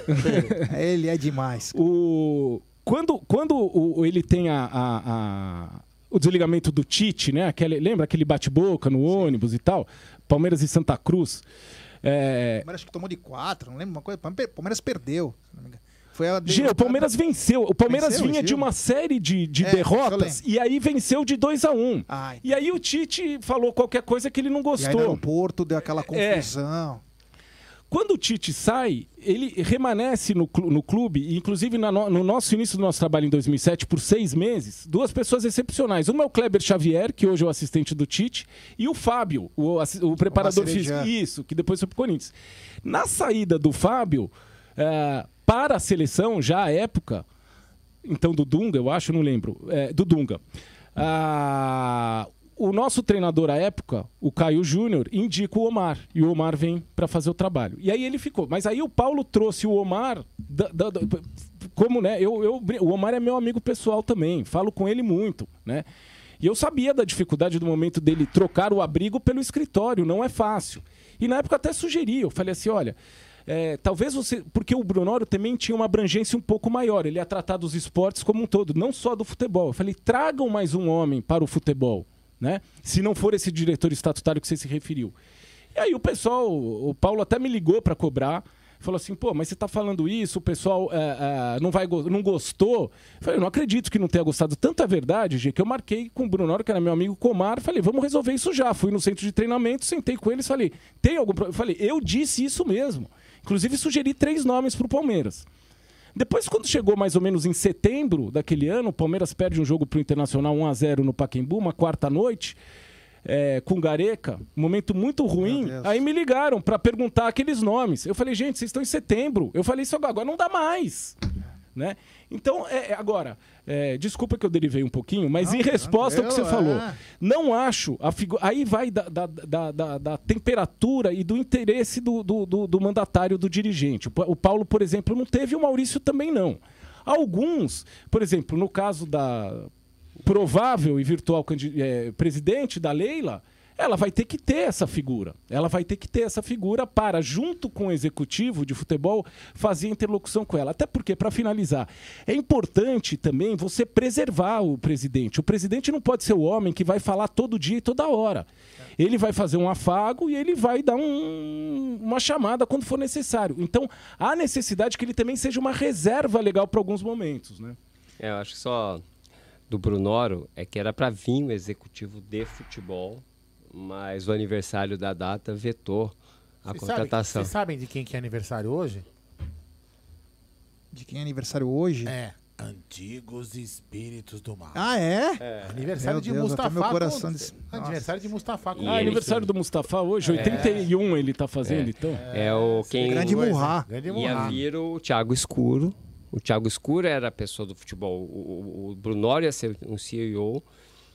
Speaker 6: Ele é demais.
Speaker 8: O... Quando, quando o, ele tem a, a, a, o desligamento do Tite, né? Aquele, lembra aquele bate-boca no ônibus e tal? Palmeiras e Santa Cruz. É...
Speaker 6: O Palmeiras que tomou de quatro, não lembro uma coisa. O Palmeiras perdeu, se não me engano. Foi a
Speaker 8: Gê, o Palmeiras venceu. O Palmeiras venceu, vinha venceu. de uma série de, de é, derrotas e aí venceu de dois a um. Ai. E aí o Tite falou qualquer coisa que ele não gostou.
Speaker 6: E aí no aeroporto deu aquela confusão. É.
Speaker 8: Quando o Tite sai, ele remanesce no, clu- no clube, inclusive na no, no nosso início do nosso trabalho em dois mil e sete, por seis meses, duas pessoas excepcionais. Uma é o Kleber Xavier, que hoje é o assistente do Tite, e o Fábio, o, assi- o preparador físico, isso, que depois foi pro Corinthians. Na saída do Fábio, eh, para a seleção, já à época, então do Dunga, eu acho, não lembro, é, do Dunga, ah, o nosso treinador à época, o Caio Júnior, indica o Omar. E o Omar vem para fazer o trabalho. E aí ele ficou. Mas aí o Paulo trouxe o Omar... Da, da, da, como, né? Eu, eu, o Omar é meu amigo pessoal também. Falo com ele muito, né? E eu sabia da dificuldade do momento dele trocar o abrigo pelo escritório. Não é fácil. E na época até sugeri. Eu falei assim, olha... É, talvez você... Porque o Brunório também tinha uma abrangência um pouco maior. Ele ia tratar dos esportes como um todo. Não só do futebol. Eu falei, tragam mais um homem para o futebol. Né? Se não for esse diretor estatutário que você se referiu. E aí o pessoal, o Paulo até me ligou para cobrar, falou assim, pô, mas você está falando isso, o pessoal é, é, não, vai, não gostou. Eu falei, eu não acredito que não tenha gostado. Tanto é verdade, G, que eu marquei com o Brunório, que era meu amigo Comar, falei, vamos resolver isso já. Fui no centro de treinamento, sentei com eles, falei, tem algum problema? Eu falei, eu disse isso mesmo. Inclusive sugeri três nomes para o Palmeiras. Depois, quando chegou mais ou menos em setembro daquele ano, o Palmeiras perde um jogo para o Internacional um a zero no Pacaembu, uma quarta noite, é, com Gareca, um momento muito ruim. Aí me ligaram para perguntar aqueles nomes. Eu falei, gente, vocês estão em setembro. Eu falei, isso agora não dá mais. Né? Então, é, agora, é, desculpa que eu derivei um pouquinho, mas não, em resposta ao que você é. falou, não acho, a figu... aí vai da, da, da, da, da temperatura e do interesse do, do, do, do mandatário, do dirigente. O Paulo, por exemplo, não teve, o Maurício também não. Alguns, por exemplo, no caso da provável e virtual é, presidente da Leila, ela vai ter que ter essa figura. Ela vai ter que ter essa figura para, junto com o executivo de futebol, fazer interlocução com ela. Até porque, para finalizar, é importante também você preservar o presidente. O presidente não pode ser o homem que vai falar todo dia e toda hora. Ele vai fazer um afago e ele vai dar um, uma chamada quando for necessário. Então, há necessidade que ele também seja uma reserva legal para alguns momentos, né?
Speaker 7: É, eu acho que só do Brunório é que era para vir o executivo de futebol, mas o aniversário da data vetou a
Speaker 5: Cês
Speaker 7: contratação.
Speaker 5: Vocês sabem de quem que é aniversário hoje?
Speaker 6: De quem é aniversário hoje?
Speaker 5: É. Antigos Espíritos do Mal.
Speaker 6: Ah, é?
Speaker 5: é. Aniversário
Speaker 6: meu
Speaker 5: de
Speaker 6: Deus,
Speaker 5: Mustafa.
Speaker 6: Meu coração
Speaker 5: com...
Speaker 6: de...
Speaker 5: Aniversário de Mustafa.
Speaker 8: Ah, aniversário do Mustafa hoje, oitenta e um ele tá fazendo,
Speaker 7: é.
Speaker 8: então.
Speaker 7: É, é o quem...
Speaker 6: Grande Murrá.
Speaker 7: Ia vir o Thiago Escuro. O Thiago Escuro era a pessoa do futebol. O, o, o Brunório ia ser um C E O.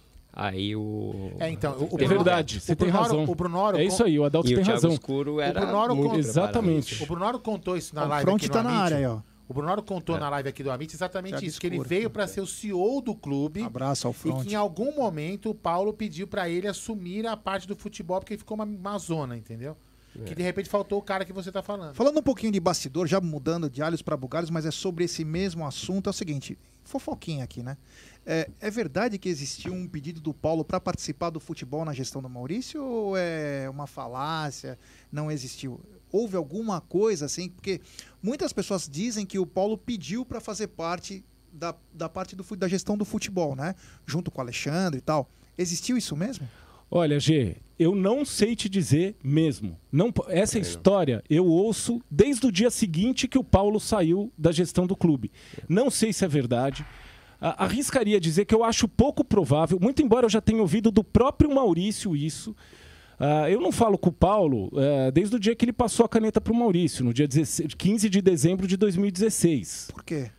Speaker 7: Aí o...
Speaker 5: É, então, o, o
Speaker 8: é verdade, você tem razão.
Speaker 5: O Brunório,
Speaker 8: é isso aí, o Adalto
Speaker 7: e
Speaker 8: tem
Speaker 7: o
Speaker 8: razão.
Speaker 7: O Escuro era
Speaker 5: o
Speaker 7: muito
Speaker 5: con...
Speaker 8: Exatamente.
Speaker 5: O Brunório contou isso na
Speaker 6: o
Speaker 5: live
Speaker 6: front
Speaker 5: aqui
Speaker 6: tá
Speaker 5: no
Speaker 6: na
Speaker 5: Amit.
Speaker 6: área aí, ó.
Speaker 5: O Brunório contou é. na live aqui do Amit exatamente
Speaker 6: Thiago
Speaker 5: isso, que ele
Speaker 6: Escuro.
Speaker 5: veio para ser o C E O do clube.
Speaker 6: Abraço ao front.
Speaker 5: E que em algum momento o Paulo pediu para ele assumir a parte do futebol, porque ficou uma, uma zona, entendeu? É. Que de repente faltou o cara que você tá falando.
Speaker 6: Falando um pouquinho de bastidor, já mudando de alhos para bugalhos, mas é sobre esse mesmo assunto. É o seguinte, fofoquinha aqui, né? É, é verdade que existiu um pedido do Paulo para participar do futebol na gestão do Maurício ou é uma falácia? Não existiu? Houve alguma coisa assim? Porque muitas pessoas dizem que o Paulo pediu para fazer parte da, da parte do, da gestão do futebol, né? Junto com o Alexandre e tal. Existiu isso mesmo?
Speaker 8: Olha, Gê, eu não sei te dizer mesmo. Não, essa história eu ouço desde o dia seguinte que o Paulo saiu da gestão do clube. Não sei se é verdade. Arriscaria dizer que eu acho pouco provável, muito embora eu já tenha ouvido do próprio Maurício isso. Uh, eu não falo com o Paulo uh, desde o dia que ele passou a caneta para o Maurício, no dia quinze de dezembro de dois mil e dezesseis.
Speaker 6: Por quê?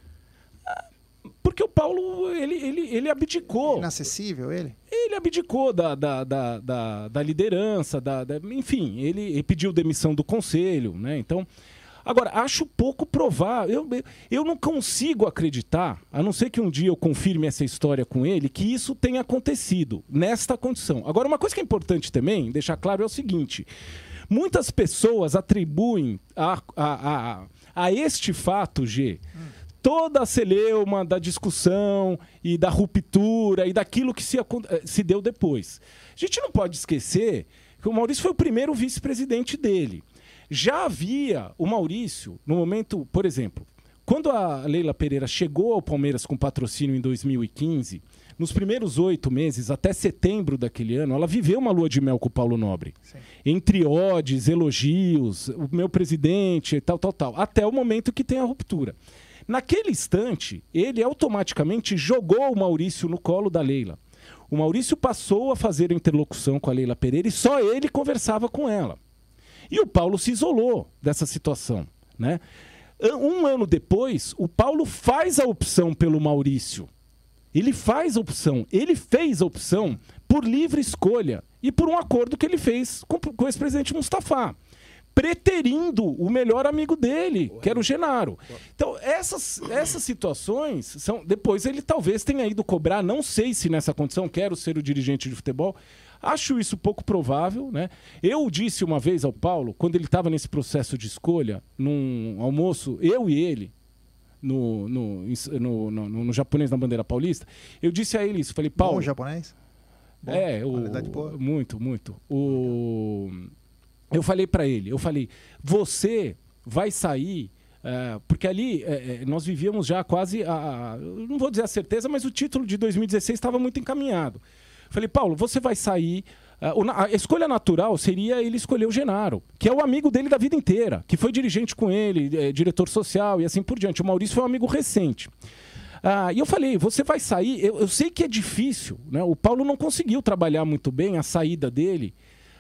Speaker 8: Uh, porque o Paulo, ele, ele, ele abdicou.
Speaker 6: Inacessível, ele?
Speaker 8: Ele abdicou da, da, da, da, da liderança, da, da, enfim, ele, ele pediu demissão do conselho, né? Então... Agora, acho pouco provável, eu, eu não consigo acreditar, a não ser que um dia eu confirme essa história com ele, que isso tenha acontecido nesta condição. Agora, uma coisa que é importante também, deixar claro, é o seguinte, muitas pessoas atribuem a, a, a, a este fato, G, toda a celeuma da discussão e da ruptura e daquilo que se, se deu depois. A gente não pode esquecer que o Maurício foi o primeiro vice-presidente dele. Já havia o Maurício, no momento, por exemplo, quando a Leila Pereira chegou ao Palmeiras com patrocínio em dois mil e quinze, nos primeiros oito meses, até setembro daquele ano, ela viveu uma lua de mel com o Paulo Nobre. Sim. Entre odes, elogios, o meu presidente, tal, tal, tal. Até o momento que tem a ruptura. Naquele instante, ele automaticamente jogou o Maurício no colo da Leila. O Maurício passou a fazer a interlocução com a Leila Pereira e só ele conversava com ela. E o Paulo se isolou dessa situação, né? Um ano depois, o Paulo faz a opção pelo Maurício. Ele faz a opção, ele fez a opção por livre escolha e por um acordo que ele fez com, com o ex-presidente Mustafa, preterindo o melhor amigo dele, que era o Genaro. Então, essas, essas situações são... Depois ele talvez tenha ido cobrar, não sei se nessa condição, quero ser o dirigente de futebol, acho isso pouco provável, né? Eu disse uma vez ao Paulo, quando ele estava nesse processo de escolha, num almoço, eu e ele, no, no, no, no, no, no japonês na bandeira paulista, eu disse a ele isso, falei, Paulo...
Speaker 6: Bom japonês? Bom,
Speaker 8: é, o, muito, muito. O, eu falei para ele, eu falei, você vai sair... Uh, porque ali uh, nós vivíamos já quase, a, a, não vou dizer a certeza, mas o título de dois mil e dezesseis estava muito encaminhado. Falei, Paulo, você vai sair... Uh, a escolha natural seria ele escolher o Genaro, que é o amigo dele da vida inteira, que foi dirigente com ele, é, diretor social e assim por diante. O Maurício foi um amigo recente. Uh, e eu falei, você vai sair... Eu, eu sei que é difícil, né? O Paulo não conseguiu trabalhar muito bem a saída dele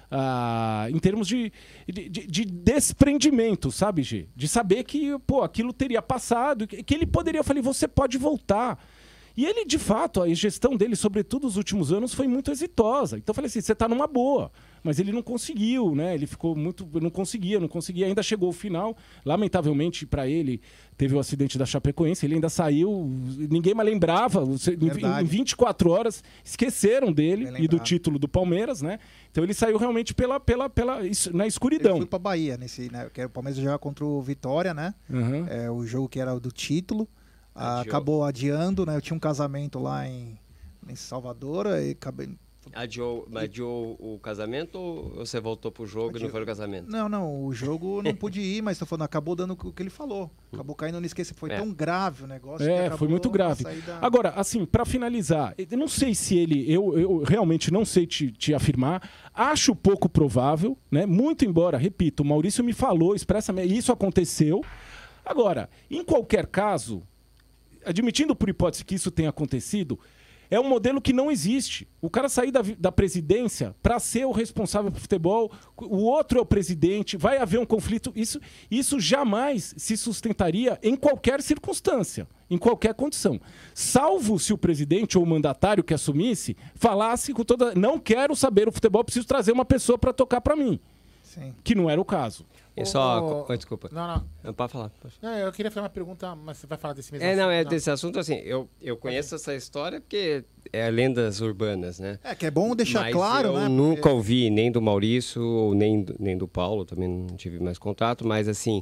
Speaker 8: uh, em termos de, de, de, de desprendimento, sabe, Gê? De saber que pô, aquilo teria passado, que, que ele poderia... Eu falei, você pode voltar. E ele, de fato, a gestão dele, sobretudo nos últimos anos, foi muito exitosa. Então eu falei assim, você está numa boa. Mas ele não conseguiu, né? Ele ficou muito... Não conseguia, não conseguia. Ainda chegou ao final. Lamentavelmente, para ele, teve o acidente da Chapecoense. Ele ainda saiu... Ninguém mais lembrava. Verdade. Em vinte e quatro horas, esqueceram dele e do título do Palmeiras, né? Então ele saiu realmente pela, pela, pela, na escuridão.
Speaker 6: Ele foi para Bahia, nesse, né? Que o Palmeiras jogava contra o Vitória, né? Uhum. É, o jogo que era o do título. Ah, acabou adiando, né? Eu tinha um casamento lá em, em Salvador e acabei...
Speaker 7: Adiou, mas adiou o casamento ou você voltou pro jogo Adiou. e não foi no casamento?
Speaker 6: Não, não, o jogo não pude ir, mas tô falando, acabou dando o que ele falou. Acabou caindo no esqueci. Foi é. tão grave o negócio.
Speaker 8: É, foi muito grave. Da... Agora, assim, para finalizar, eu não sei se ele, eu, eu realmente não sei te, te afirmar, acho pouco provável, né? Muito embora, repito, o Maurício me falou expressamente, isso aconteceu. Agora, em qualquer caso, admitindo por hipótese que isso tenha acontecido, é um modelo que não existe. O cara sair da, da presidência para ser o responsável por futebol, o outro é o presidente, vai haver um conflito. Isso, isso jamais se sustentaria em qualquer circunstância, em qualquer condição. Salvo se o presidente ou o mandatário que assumisse falasse com toda... Não quero saber o futebol, preciso trazer uma pessoa para tocar para mim. Sim. Que não era o caso.
Speaker 7: É só... Oh, desculpa.
Speaker 5: Não, não.
Speaker 7: Não, pode falar. Pode.
Speaker 5: Não, eu queria fazer uma pergunta, mas você vai falar desse mesmo
Speaker 7: é,
Speaker 5: assunto?
Speaker 7: Não, é não. desse assunto, assim, eu, eu conheço essa história porque é lendas urbanas, né?
Speaker 6: É, que é bom deixar
Speaker 7: mas
Speaker 6: claro,
Speaker 7: eu
Speaker 6: né?
Speaker 7: eu nunca porque... ouvi nem do Maurício, nem do, nem do Paulo, também não tive mais contato, mas, assim,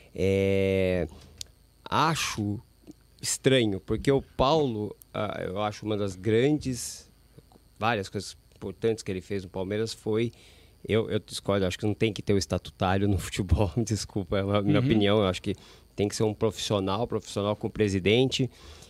Speaker 7: é... acho estranho, porque o Paulo, uh, eu acho uma das grandes, várias coisas importantes que ele fez no Palmeiras foi... Eu, eu discordo, acho que não tem que ter o estatutário no futebol, desculpa, é a minha uhum. opinião, eu acho que tem que ser um profissional, profissional com o presidente,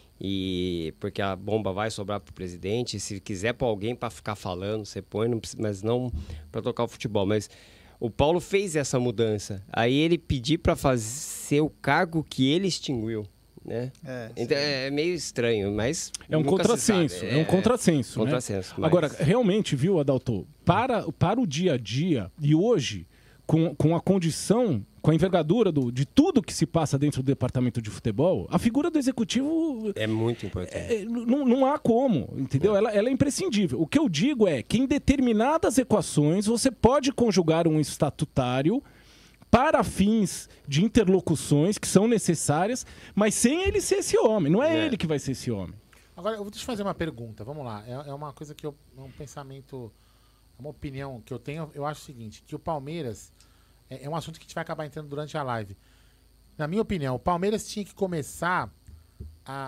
Speaker 7: e porque a bomba vai sobrar para o presidente, se quiser para alguém para ficar falando, você põe, não precisa, mas não para tocar o futebol. Mas o Paulo fez essa mudança, aí ele pediu para fazer o cargo que ele extinguiu. Né? É, então é meio estranho, mas
Speaker 8: é um contrassenso, é, é um contrassenso, né? contrassenso mas... Agora, realmente, viu, Adalto, para, para o dia a dia e hoje, com, com a condição, com a envergadura do, de tudo que se passa dentro do departamento de futebol, a figura do executivo
Speaker 7: é muito importante.
Speaker 8: É, não, não há como, entendeu? É. Ela, ela é imprescindível. O que eu digo é que em determinadas equações você pode conjugar um estatutário para fins de interlocuções que são necessárias, mas sem ele ser esse homem. Não é, é. ele que vai ser esse homem.
Speaker 5: Agora, eu vou te fazer uma pergunta. Vamos lá. É, é uma coisa que eu... É um pensamento... Uma opinião que eu tenho. Eu acho o seguinte, que o Palmeiras... É, é um assunto que a gente vai acabar entrando durante a live. Na minha opinião, o Palmeiras tinha que começar a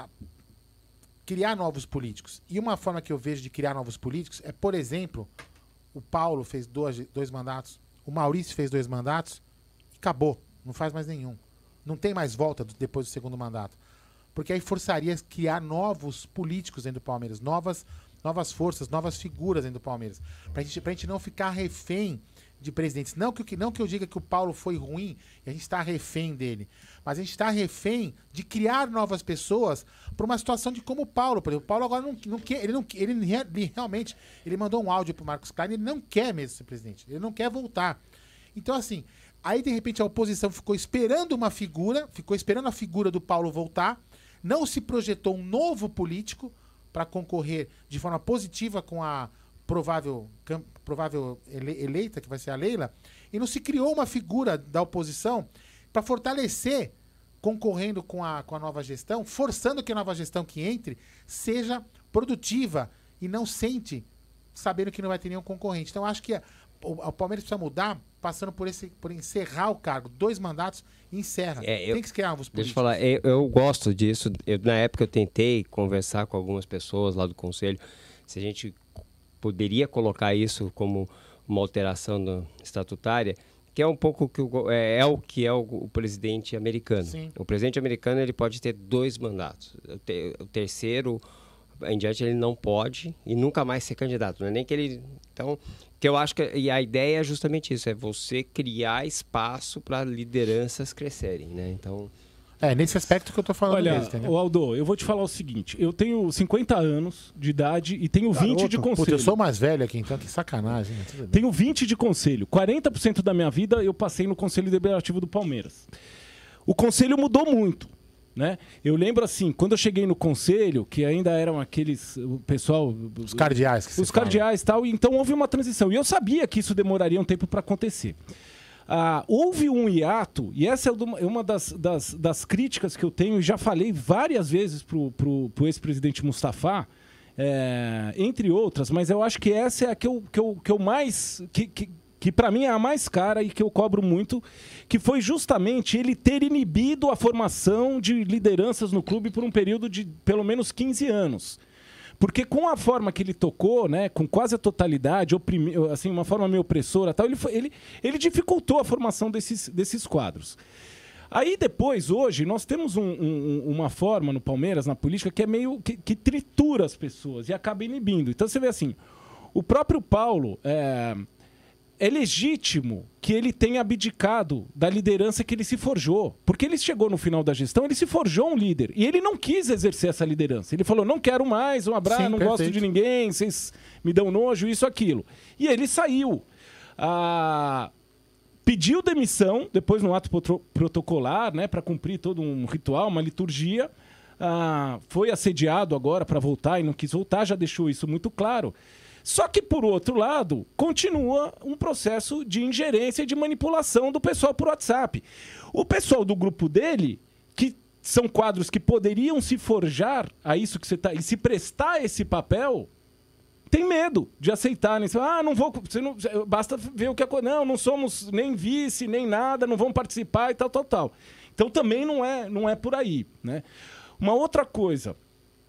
Speaker 5: criar novos políticos. E uma forma que eu vejo de criar novos políticos é, por exemplo, o Paulo fez dois, dois mandatos, o Maurício fez dois mandatos, acabou, não faz mais nenhum. Não tem mais volta do, depois do segundo mandato. porque aí forçaria a criar novos políticos dentro do Palmeiras, novas, novas forças, novas figuras dentro do Palmeiras, pra gente, pra gente não ficar refém de presidentes. Não que, não que eu diga que o Paulo foi ruim e a gente está refém dele, mas a gente está refém de criar novas pessoas para uma situação de como o Paulo. Por exemplo, o Paulo agora não, não quer, ele, não, ele, ele realmente, ele mandou um áudio pro Marcos Klein, ele não quer mesmo ser presidente, ele não quer voltar. Então assim, aí de repente a oposição ficou esperando uma figura, ficou esperando a figura do Paulo voltar, não se projetou um novo político para concorrer de forma positiva com a provável, provável ele, eleita, que vai ser a Leila, e não se criou uma figura da oposição para fortalecer, concorrendo com a, com a nova gestão, forçando que a nova gestão que entre seja produtiva e não sente, sabendo que não vai ter nenhum concorrente. Então, acho que a, o, o Palmeiras precisa mudar, passando por, esse, por encerrar o cargo. Dois mandatos e encerra.
Speaker 7: É, eu,
Speaker 5: Tem que criar novos políticos.
Speaker 7: Deixa eu falar, eu, eu gosto disso. Eu, na época eu tentei conversar com algumas pessoas lá do Conselho, se a gente poderia colocar isso como uma alteração no, estatutária, que é um pouco que o, é, é o que é o, o presidente americano.
Speaker 5: Sim.
Speaker 7: O presidente americano ele pode ter dois mandatos. O, te, o terceiro em diante ele não pode e nunca mais ser candidato. Não é nem que ele... Então, que eu acho que e a ideia é justamente isso, é você criar espaço para lideranças crescerem, né? Então...
Speaker 5: É, nesse aspecto que eu tô falando.
Speaker 8: Olha,
Speaker 5: mesmo, entendeu?
Speaker 8: o Aldo, eu vou te falar o seguinte, eu tenho cinquenta anos de idade e tenho vinte
Speaker 5: Garoto,
Speaker 8: de conselho.
Speaker 5: Puta, eu sou mais velho aqui, então que sacanagem. Né? Tudo bem.
Speaker 8: Tenho vinte de conselho. quarenta por cento da minha vida eu passei no Conselho Deliberativo do Palmeiras. O conselho mudou muito, né? Eu lembro assim, quando eu cheguei no conselho, que ainda eram aqueles, o pessoal...
Speaker 5: Os cardeais. Que
Speaker 8: os cardeais e tal, então houve uma transição. E eu sabia que isso demoraria um tempo para acontecer. Ah, houve um hiato, e essa é uma das, das, das críticas que eu tenho, e já falei várias vezes para o ex-presidente Mustafa, é, entre outras, mas eu acho que essa é a que eu, que eu, que eu mais... Que, que, que para mim é a mais cara e que eu cobro muito, que foi justamente ele ter inibido a formação de lideranças no clube por um período de pelo menos quinze anos. Porque com a forma que ele tocou, né, com quase a totalidade, oprimi, assim, uma forma meio opressora, tal, ele, foi, ele, ele dificultou a formação desses, desses quadros. Aí depois, hoje, nós temos um, um, uma forma no Palmeiras, na política, que é meio que, que tritura as pessoas e acaba inibindo. Então você vê assim, o próprio Paulo... É, é legítimo que ele tenha abdicado da liderança que ele se forjou. Porque ele chegou no final da gestão, ele se forjou um líder. E ele não quis exercer essa liderança. Ele falou, não quero mais, um abraço,
Speaker 5: Sim,
Speaker 8: não
Speaker 5: perfeito.
Speaker 8: gosto de ninguém, vocês me dão nojo, isso, aquilo. E ele saiu. Ah, pediu demissão, depois no ato protocolar, né, para cumprir todo um ritual, uma liturgia. Ah, foi assediado agora para voltar e não quis voltar, já deixou isso muito claro. Só que, por outro lado, continua um processo de ingerência e de manipulação do pessoal por WhatsApp. O pessoal do grupo dele, que são quadros que poderiam se forjar a isso que você está... e se prestar a esse papel, tem medo de aceitar. Né? Ah, não vou... Você não, basta ver o que acontece. Não, não somos nem vice, nem nada, não vamos participar e tal, tal, tal. Então, também não é, não é por aí. Né? Uma outra coisa.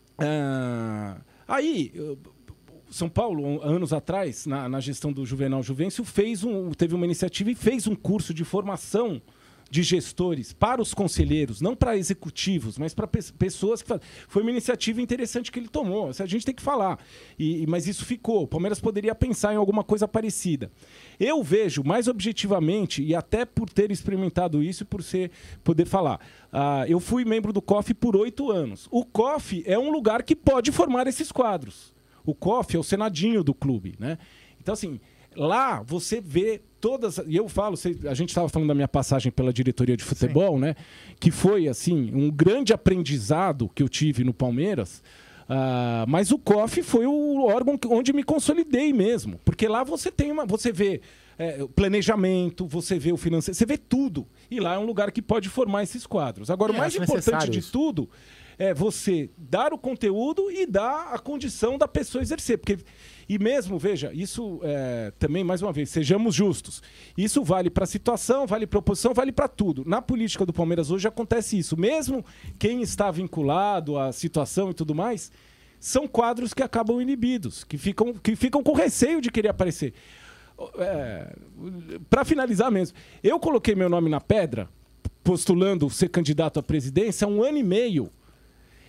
Speaker 8: Ah, aí... São Paulo, anos atrás, na, na gestão do Juvenal Juvencio, fez um, teve uma iniciativa e fez um curso de formação de gestores para os conselheiros, não para executivos, mas para pe pessoas que fazem. Foi uma iniciativa interessante que ele tomou, a gente tem que falar. E, mas isso ficou. O Palmeiras poderia pensar em alguma coisa parecida. Eu vejo, mais objetivamente, e até por ter experimentado isso e por ser, poder falar, uh, eu fui membro do C O F por oito anos. O C O F é um lugar que pode formar esses quadros. O C O F é o senadinho do clube, né? Então, assim, lá você vê todas... E eu falo, a gente estava falando da minha passagem pela diretoria de futebol, Sim. né? Que foi, assim, um grande aprendizado que eu tive no Palmeiras. Uh, mas o C O F foi o órgão onde me consolidei mesmo. Porque lá você tem uma... Você vê é, planejamento, você vê o financeiro, você vê tudo. E lá é um lugar que pode formar esses quadros. Agora, é, o mais importante de tudo... é você dar o conteúdo e dar a condição da pessoa exercer. Porque, e mesmo, veja, isso é, também, mais uma vez, sejamos justos. Isso vale para a situação, vale para a oposição, vale para tudo. Na política do Palmeiras hoje acontece isso. Mesmo quem está vinculado à situação e tudo mais, são quadros que acabam inibidos, que ficam, que ficam com receio de querer aparecer. É, para finalizar mesmo, eu coloquei meu nome na pedra, postulando ser candidato à presidência há um ano e meio,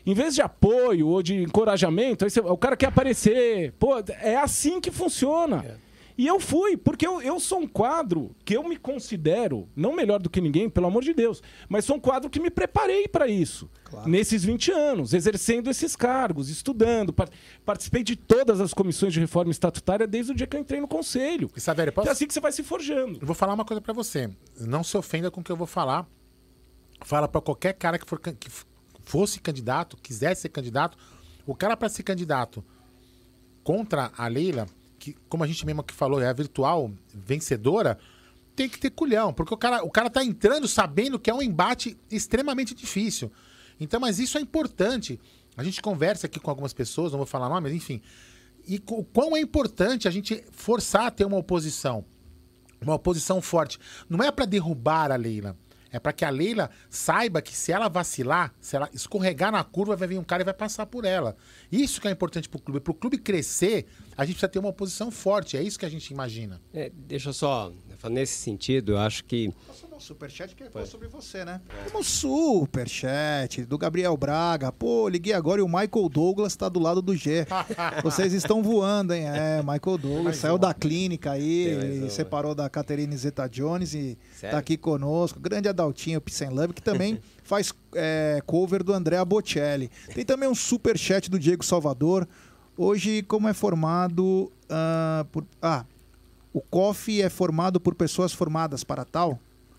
Speaker 8: Em vez de apoio ou de encorajamento, aí você, o cara quer aparecer. Pô, é assim que funciona. É. E eu fui, porque eu, eu sou um quadro que eu me considero, não melhor do que ninguém, pelo amor de Deus, mas sou um quadro que me preparei para isso. Claro. Nesses vinte anos, exercendo esses cargos, estudando, par- participei de todas as comissões de reforma estatutária desde o dia que eu entrei no conselho.
Speaker 5: E Savério, posso...
Speaker 8: É assim que você vai se forjando.
Speaker 5: Eu vou falar uma coisa para você. Não se ofenda com o que eu vou falar. Fala para qualquer cara que, for, que fosse candidato, quisesse ser candidato. O cara para ser candidato contra a Leila, que, como a gente mesmo que falou, é a virtual vencedora, tem que ter culhão, porque o cara, o cara tá entrando sabendo que é um embate extremamente difícil. Então, mas isso é importante. A gente conversa aqui com algumas pessoas, não vou falar nomes, enfim. E o quão é importante a gente forçar a ter uma oposição. Uma oposição forte. Não é para derrubar a Leila. É para que a Leila saiba que se ela vacilar, se ela escorregar na curva, vai vir um cara e vai passar por ela. Isso que é importante para o clube. Para o clube crescer, a gente precisa ter uma oposição forte. É isso que a gente imagina.
Speaker 7: É, deixa eu só, nesse sentido, eu acho que...
Speaker 6: Passou no superchat que foi sobre você, né? Como superchat do Gabriel Braga. Pô, liguei agora e o Michael Douglas tá do lado do G. Vocês estão voando, hein? É, Michael Douglas saiu da clínica aí, e separou da Catherine Zeta-Jones e Sério? Tá aqui conosco. Grande Adaltinho Pissen Love, que também faz é, cover do Andrea Bocelli. Tem também um superchat do Diego Salvador. Hoje, como é formado... Uh, por, ah, o C O F é formado por pessoas formadas para tal?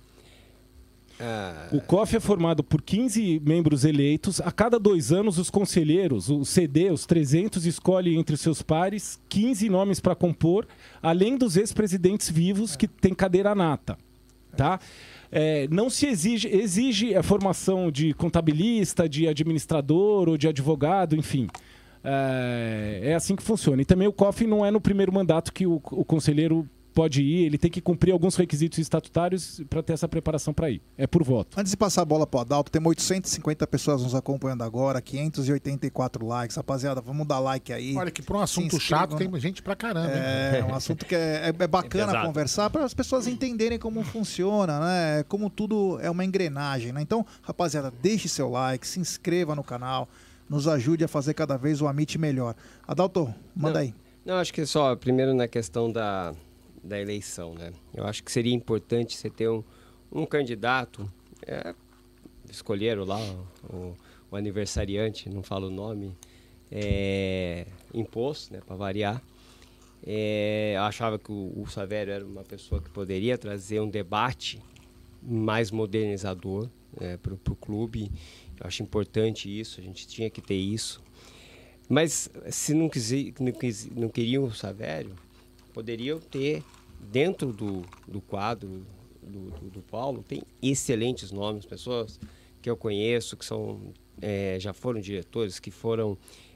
Speaker 8: Ah. O C O F é formado por quinze membros eleitos. A cada dois anos, os conselheiros, o C D, os trezentos, escolhem entre seus pares quinze nomes para compor, além dos ex-presidentes vivos que têm cadeira nata. Tá? É, não se exige, exige a formação de contabilista, de administrador ou de advogado, enfim. É, é assim que funciona. E também o C O F não é no primeiro mandato que o, o conselheiro pode ir, ele tem que cumprir alguns requisitos estatutários para ter essa preparação para ir. É por voto.
Speaker 6: Antes de passar a bola para o Adalto, temos oitocentas e cinquenta pessoas nos acompanhando agora, quinhentos e oitenta e quatro likes. Rapaziada, vamos dar like aí.
Speaker 5: Olha que para um assunto chato tem gente pra caramba.
Speaker 6: É, hein? Um assunto que é, é bacana é conversar para as pessoas entenderem como funciona, né? Como tudo é uma engrenagem, né? Então, rapaziada, deixe seu like, se inscreva no canal, nos ajude a fazer cada vez o Amit melhor. Adalto, manda
Speaker 7: não,
Speaker 6: aí.
Speaker 7: Não, acho que só, primeiro na questão da... da eleição, né? Eu acho que seria importante você ter um, um candidato, é, escolheram lá o, o, o aniversariante, não falo o nome, é, imposto, né, para variar. É, eu achava que o, o Savério era uma pessoa que poderia trazer um debate mais modernizador é, para o clube. Eu acho importante isso, a gente tinha que ter isso. Mas se não, quis, não, quis, não queriam o Savério, poderiam ter, dentro do, do quadro do, do, do Paulo, tem excelentes nomes, pessoas que eu conheço, que são, é, já foram diretores, que foram,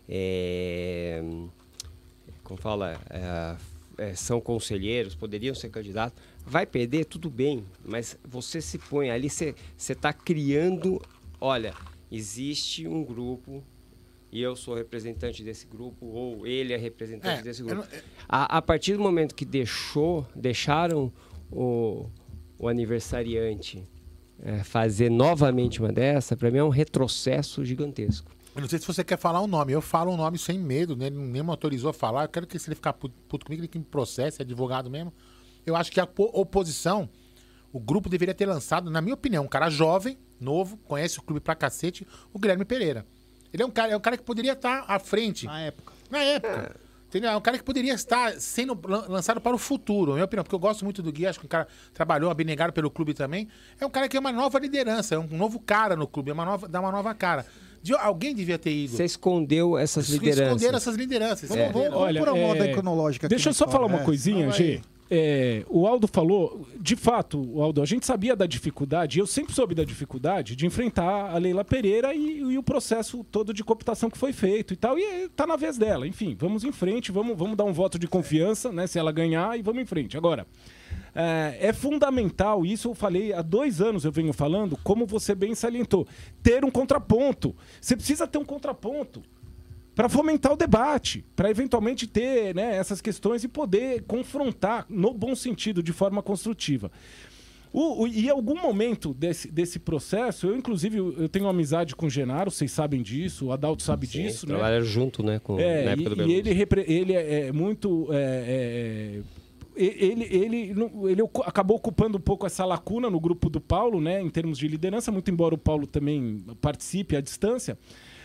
Speaker 7: é, como fala, é, é, são conselheiros, poderiam ser candidatos. Vai perder, tudo bem, mas você se põe ali, você está criando, olha, existe um grupo... e eu sou representante desse grupo, ou ele é representante é, desse grupo. Não, é... a, a partir do momento que deixou, deixaram o, o aniversariante é, fazer novamente uma dessa, para mim é um retrocesso gigantesco.
Speaker 5: Eu não sei se você quer falar um nome, eu falo um nome sem medo, né? Ele nem me autorizou a falar, eu quero que se ele ficar puto, puto comigo, ele que me processe, é advogado mesmo. Eu acho que a oposição, o grupo deveria ter lançado, na minha opinião, um cara jovem, novo, conhece o clube pra cacete, o Guilherme Pereira. Ele é um cara, é um cara que poderia estar à frente.
Speaker 6: Na época.
Speaker 5: Na época. Entendeu? É um cara que poderia estar sendo lançado para o futuro, na minha opinião, porque eu gosto muito do Gui, acho que um cara trabalhou, abnegado pelo clube também. É um cara que é uma nova liderança, é um novo cara no clube, é uma nova, dá uma nova cara. De, alguém devia ter ido.
Speaker 7: Você escondeu essas lideranças.
Speaker 5: Esconderam essas lideranças.
Speaker 6: Vamos, é. vamos, vamos
Speaker 8: Olha,
Speaker 6: por uma
Speaker 8: é...
Speaker 6: ordem cronológica.
Speaker 8: Deixa eu só falar uma é. coisinha, Gê. É, o Aldo falou, de fato, Aldo, a gente sabia da dificuldade, eu sempre soube da dificuldade de enfrentar a Leila Pereira e, e o processo todo de cooptação que foi feito e tal, e tá na vez dela. Enfim, vamos em frente, vamos, vamos dar um voto de confiança, né, se ela ganhar, e vamos em frente. Agora, é, é fundamental, isso eu falei há dois anos, eu venho falando, como você bem salientou, ter um contraponto. Você precisa ter um contraponto para fomentar o debate, para eventualmente ter, né, essas questões e poder confrontar, no bom sentido, de forma construtiva. O, o, e em algum momento desse, desse processo, eu inclusive eu tenho uma amizade com o Genaro, vocês sabem disso, o Adalto sabe
Speaker 7: Sim,
Speaker 8: disso, né?
Speaker 7: Trabalha junto, né, com,
Speaker 8: É,
Speaker 7: na época
Speaker 8: e,
Speaker 7: do
Speaker 8: e
Speaker 7: Beluso.
Speaker 8: ele, repre- ele é, é muito... é, é, ele, ele, não- ele ocu- acabou ocupando um pouco essa lacuna no grupo do Paulo, né, em termos de liderança, muito embora o Paulo também participe à distância.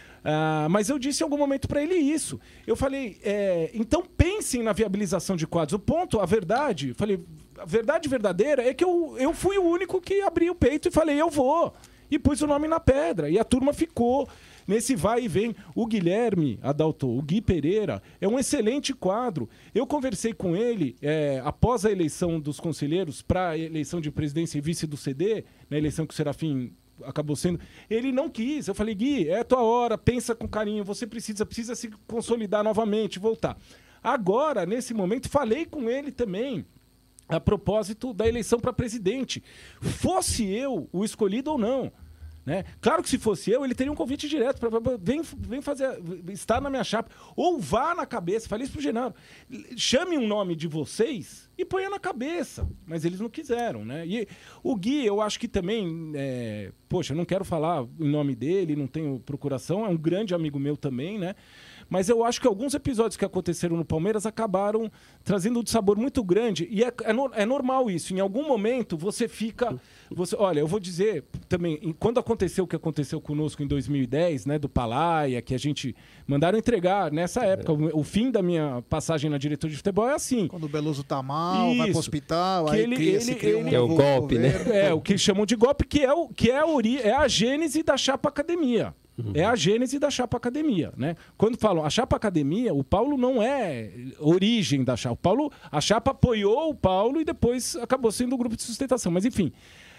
Speaker 8: Ah, mas eu disse em algum momento para ele isso. Eu falei, é, então pensem na viabilização de quadros. O ponto, a verdade, falei, a verdade verdadeira é que eu, eu fui o único que abri o peito e falei, eu vou. E pus o nome na pedra. E a turma ficou nesse vai e vem. O Guilherme Adalto, o Gui Pereira, é um excelente quadro. Eu conversei com ele é, após a eleição dos conselheiros para a eleição de presidência e vice do C D, na eleição que o Serafim acabou sendo, ele não quis. Eu falei, Gui, é a tua hora, pensa com carinho, você precisa, precisa se consolidar novamente, voltar. Agora, nesse momento, falei com ele também a propósito da eleição para presidente. Fosse eu o escolhido ou não. Né? Claro que se fosse eu, ele teria um convite direto para vem, vem fazer, estar na minha chapa, ou vá na cabeça, falei isso pro Genaro, chame um nome de vocês e ponha na cabeça, mas eles não quiseram, né? E o Gui, eu acho que também, é, poxa, eu não quero falar em nome dele, não tenho procuração, é um grande amigo meu também, né? Mas eu acho que alguns episódios que aconteceram no Palmeiras acabaram trazendo um sabor muito grande. E é, é, no, é normal isso. Em algum momento você fica... Você, olha, eu vou dizer também, em, quando aconteceu o que aconteceu conosco em dois mil e dez, né, do Palaia, que a gente mandaram entregar nessa época. O, o fim da minha passagem na diretoria de futebol é assim.
Speaker 6: Quando o Beluso tá mal, vai
Speaker 8: Isso.
Speaker 6: pro hospital,
Speaker 8: Que
Speaker 6: aí
Speaker 8: ele-
Speaker 6: cria,
Speaker 8: ele-
Speaker 6: se cria um
Speaker 8: ele-
Speaker 7: É o
Speaker 6: novo
Speaker 7: golpe, né?
Speaker 6: governo.
Speaker 8: É, o que chamam de golpe, que é, o, que é, a, ori é a gênese da Chapa Academia. É a gênese da Chapa Academia, né? Quando falam a Chapa Academia, o Paulo não é origem da Chapa. O Paulo, a Chapa apoiou o Paulo e depois acabou sendo o grupo de sustentação. Mas, enfim,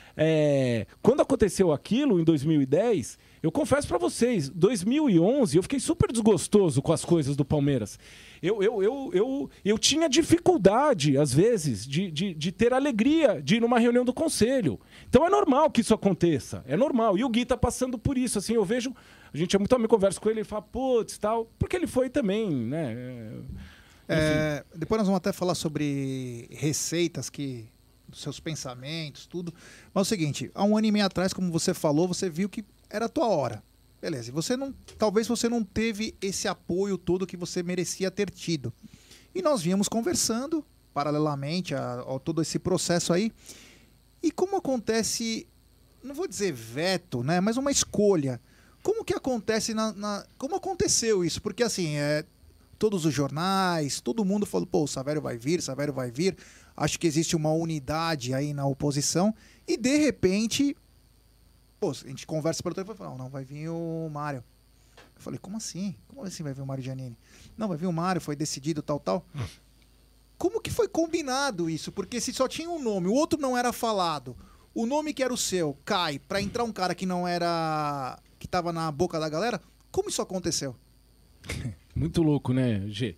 Speaker 8: é, quando aconteceu aquilo, em dois mil e dez, eu confesso pra vocês, dois mil e onze, eu fiquei super desgostoso com as coisas do Palmeiras. Eu, eu, eu, eu, eu tinha dificuldade, às vezes, de, de, de ter alegria de ir numa reunião do conselho. Então é normal que isso aconteça, é normal. E o Gui tá passando por isso, assim, eu vejo, a gente é muito amigo, converso com ele, ele fala, putz, tal, porque ele foi também, né?
Speaker 6: É, depois nós vamos até falar sobre receitas que dos seus pensamentos, tudo. Mas é o seguinte, há um ano e meio atrás, como você falou, você viu que era a tua hora. Beleza, e você não, talvez você não teve esse apoio todo que você merecia ter tido. E nós vínhamos conversando, paralelamente a, a todo esse processo aí. E como acontece, não vou dizer veto, né, mas uma escolha. Como que acontece na, na como aconteceu isso? Porque assim, é, todos os jornais, todo mundo falou, pô, o Savério vai vir, o Savério vai vir. Acho que existe uma unidade aí na oposição. E de repente, pô, a gente conversa pelo telefone e fala, não, não, vai vir o Mário. Eu falei, como assim? Como assim vai vir o Mário Giannini? Não, vai vir o Mário, foi decidido tal, tal. Como que foi combinado isso? Porque se só tinha um nome, o outro não era falado, o nome que era o seu cai pra entrar um cara que não era... que tava na boca da galera, como isso aconteceu?
Speaker 8: Muito louco, né, G?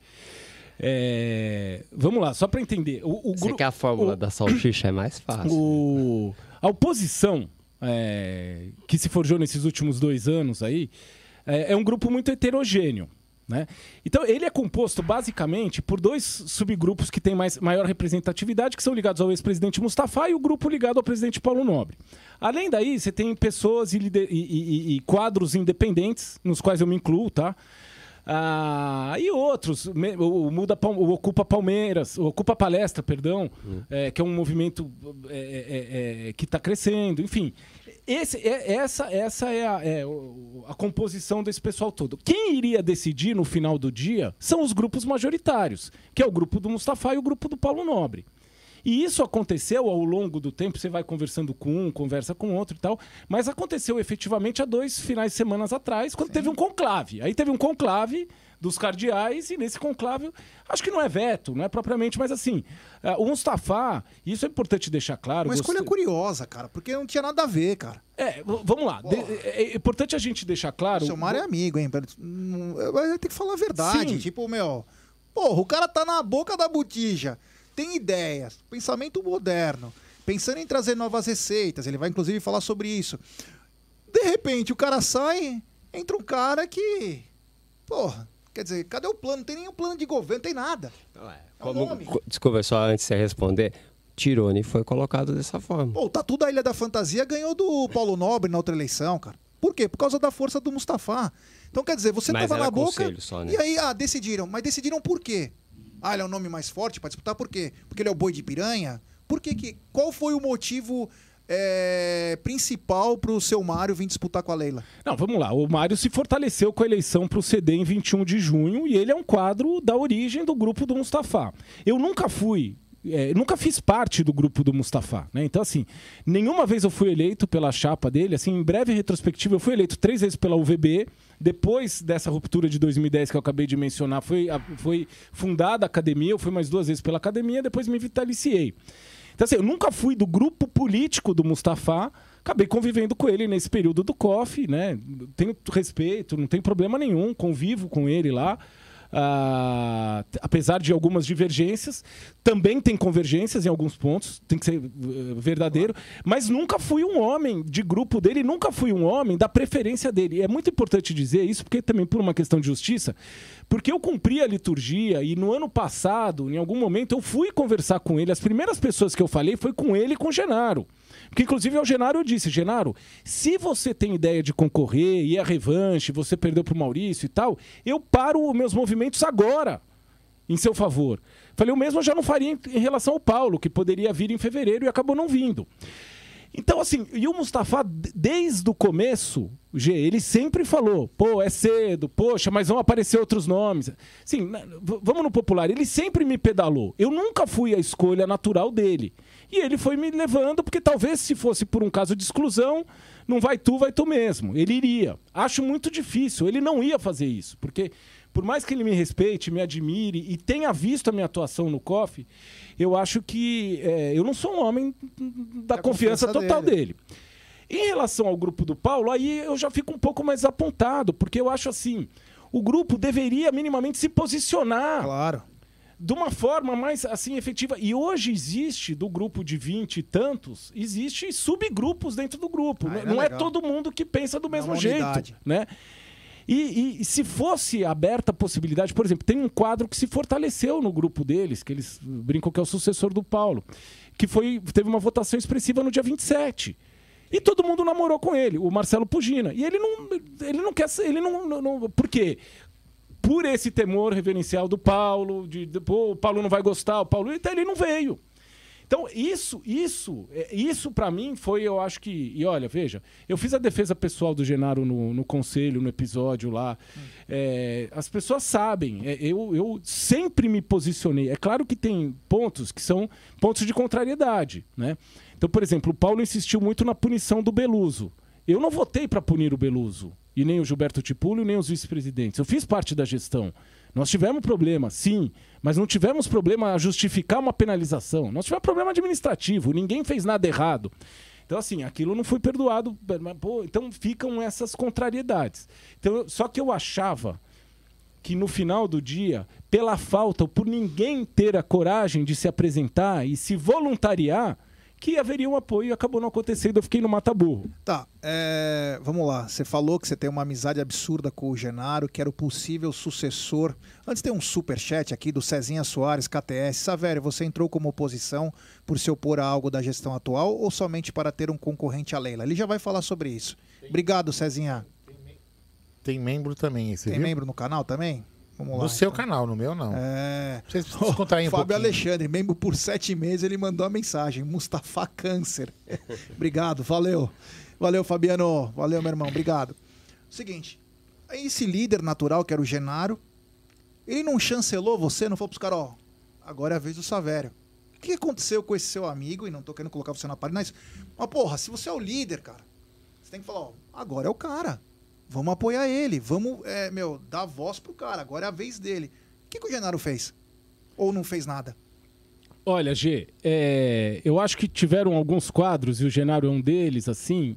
Speaker 8: É, vamos lá, só para entender. O, o
Speaker 7: Você
Speaker 8: gru-
Speaker 7: quer a fórmula
Speaker 8: o-
Speaker 7: da salsicha, é mais fácil.
Speaker 8: o- a oposição é, que se forjou nesses últimos dois anos aí é, é um grupo muito heterogêneo. Né? Então, ele é composto basicamente por dois subgrupos que têm mais, maior representatividade, que são ligados ao ex-presidente Mustafa e o grupo ligado ao presidente Paulo Nobre. Além daí, você tem pessoas e, lider- e- e- e quadros independentes, nos quais eu me incluo, tá? Ah, e outros, me- o, Muda, Pal- o Ocupa Palmeiras, o Ocupa Palestra, perdão, é, que é um movimento é, é, é, que está crescendo, enfim. Esse, é, essa essa é, a, é o- a composição desse pessoal todo. Quem iria decidir no final do dia são os grupos majoritários, que é o grupo do Mustafa e o grupo do Paulo Nobre. E isso aconteceu ao longo do tempo, você vai conversando com um, conversa com outro e tal, mas aconteceu efetivamente há dois finais de semana atrás, quando teve um conclave. Aí teve um conclave dos cardeais e nesse conclave, acho que não é veto, não é propriamente, mas assim, uh, o Mustafa, isso é importante deixar claro.
Speaker 6: Uma escolha
Speaker 8: você-
Speaker 6: curiosa, cara, porque não tinha nada a ver, cara.
Speaker 8: É, v- vamos lá. De- é, é importante a gente deixar claro.
Speaker 6: Seu Mário é amigo, hein? Hum, Vai ter que falar a verdade.
Speaker 8: Sim.
Speaker 6: Tipo, meu, porra, o cara tá na boca da botija, tem ideias, pensamento moderno, pensando em trazer novas receitas. Ele vai, inclusive, falar sobre isso. De repente, o cara sai, entra um cara que... Porra, quer dizer, cadê o plano? Não tem nenhum plano de governo, não tem nada.
Speaker 7: Não é.
Speaker 6: É um
Speaker 7: Como-
Speaker 6: nome.
Speaker 7: co- desculpa, só antes de você responder. Tirone foi colocado dessa forma.
Speaker 6: Pô, o Tatu da Ilha da Fantasia ganhou do Paulo Nobre na outra eleição, cara. Por quê? Por causa da força do Mustafa. Então, quer dizer, você
Speaker 7: Mas
Speaker 6: tava
Speaker 7: era
Speaker 6: na boca
Speaker 7: só, né?
Speaker 6: e aí, ah, decidiram. Mas decidiram por quê? Ah, ele é o nome mais forte pra disputar, por quê? Porque ele é o boi de piranha? Por que que... Qual foi o motivo é, principal pro seu Mário vir disputar com a Leila?
Speaker 8: Não, vamos lá. O Mário se fortaleceu com a eleição pro C D em vinte e um de junho e ele é um quadro da origem do grupo do Mustafa. Eu nunca fui... É, nunca fiz parte do grupo do Mustafa, né? Então, assim, nenhuma vez eu fui eleito pela chapa dele. Assim, em breve retrospectiva, eu fui eleito três vezes pela U V B. Depois dessa ruptura de dois mil e dez que eu acabei de mencionar, foi, foi fundada a academia. Eu fui mais duas vezes pela academia, depois me vitaliciei. Então, assim, eu nunca fui do grupo político do Mustafa. Acabei convivendo com ele nesse período do C O F, né? Tenho respeito, não tem problema nenhum, convivo com ele lá. Uh, apesar de algumas divergências, também tem convergências em alguns pontos, tem que ser uh, verdadeiro, mas nunca fui um homem de grupo dele, nunca fui um homem da preferência dele. E é muito importante dizer isso, porque também por uma questão de justiça, porque eu cumpri a liturgia e no ano passado, em algum momento, eu fui conversar com ele. As primeiras pessoas que eu falei foi com ele e com o Genaro. Porque, inclusive, ao Genaro eu disse, Genaro, se você tem ideia de concorrer e a revanche, você perdeu pro Maurício e tal, eu paro os meus movimentos agora, em seu favor. Falei, o mesmo eu já não faria em, em relação ao Paulo, que poderia vir em fevereiro e acabou não vindo. Então, assim, e o Mustafa, desde o começo, G, ele sempre falou, pô, é cedo, poxa, mas vão aparecer outros nomes. Sim, vamos no popular, ele sempre me pedalou. Eu nunca fui a escolha natural dele. E ele foi me levando, porque talvez se fosse por um caso de exclusão, não vai tu, vai tu mesmo. Ele iria. Acho muito difícil, ele não ia fazer isso, porque por mais que ele me respeite, me admire e tenha visto a minha atuação no C O F, eu acho que é, eu não sou um homem da, da confiança, confiança total dele. dele. Em relação ao grupo do Paulo, aí eu já fico um pouco mais apontado, porque eu acho assim, o grupo deveria minimamente se posicionar.
Speaker 6: Claro.
Speaker 8: De uma forma mais assim efetiva. E hoje existe, do grupo de vinte e tantos, existe subgrupos dentro do grupo. Ah, não é, é todo mundo que pensa do mesmo jeito. Né? E, e, e se fosse aberta a possibilidade, por exemplo, tem um quadro que se fortaleceu no grupo deles, que eles brincam que é o sucessor do Paulo, que foi, teve uma votação expressiva no dia vinte e sete. E todo mundo namorou com ele, o Marcelo Pugina. E ele não, ele não quer... Ele não, não, não, por quê? Por esse temor reverencial do Paulo, de, de pô, o Paulo não vai gostar, o Paulo, então ele não veio. Então, isso, isso, isso para mim foi, eu acho que... E olha, veja, eu fiz a defesa pessoal do Genaro no, no conselho, no episódio lá. Hum. É, as pessoas sabem, é, eu, eu sempre me posicionei. É claro que tem pontos que são pontos de contrariedade, né? Então, por exemplo, o Paulo insistiu muito na punição do Beluso. Eu não votei para punir o Beluso. E nem o Gilberto Tipulo, nem os vice-presidentes. Eu fiz parte da gestão. Nós tivemos problema, sim, mas não tivemos problema a justificar uma penalização. Nós tivemos problema administrativo, ninguém fez nada errado. Então, assim, aquilo não foi perdoado. Mas, pô, então ficam essas contrariedades. Então, só que eu achava que no final do dia, pela falta, ou por ninguém ter a coragem de se apresentar e se voluntariar, que haveria um apoio e acabou não acontecendo, eu fiquei no mata-burro.
Speaker 6: Tá, é, vamos lá. Você falou que você tem uma amizade absurda com o Genaro, que era o possível sucessor. Antes tem um superchat aqui do Cezinha Soares, K T S. Savério, você entrou como oposição por se opor a algo da gestão atual ou somente para ter um concorrente à Leila? Ele já vai falar sobre isso. Obrigado, Cezinha.
Speaker 5: Tem membro também, esse
Speaker 6: Tem
Speaker 5: viu?
Speaker 6: membro no canal também? Vamos lá,
Speaker 5: no seu
Speaker 6: então.
Speaker 5: canal, no meu não.
Speaker 6: É...
Speaker 5: Vocês precisam contar aí um
Speaker 6: Fábio
Speaker 5: pouquinho.
Speaker 6: Alexandre, membro por sete meses, ele mandou a mensagem. Mustafa Câncer. Obrigado, valeu. Valeu, Fabiano. Valeu, meu irmão. Obrigado. Seguinte, esse líder natural, que era o Genaro, ele não chancelou você, não falou pros caras, ó, agora é a vez do Savério. O que aconteceu com esse seu amigo? E não tô querendo colocar você na parede, mas, mas porra, se você é o líder, cara, você tem que falar, ó, agora é o cara. Vamos apoiar ele, vamos, é, meu, dar voz pro cara, agora é a vez dele. O que, que o Genaro fez? Ou não fez nada?
Speaker 8: Olha, G, é, eu acho que tiveram alguns quadros, e o Genaro é um deles, assim,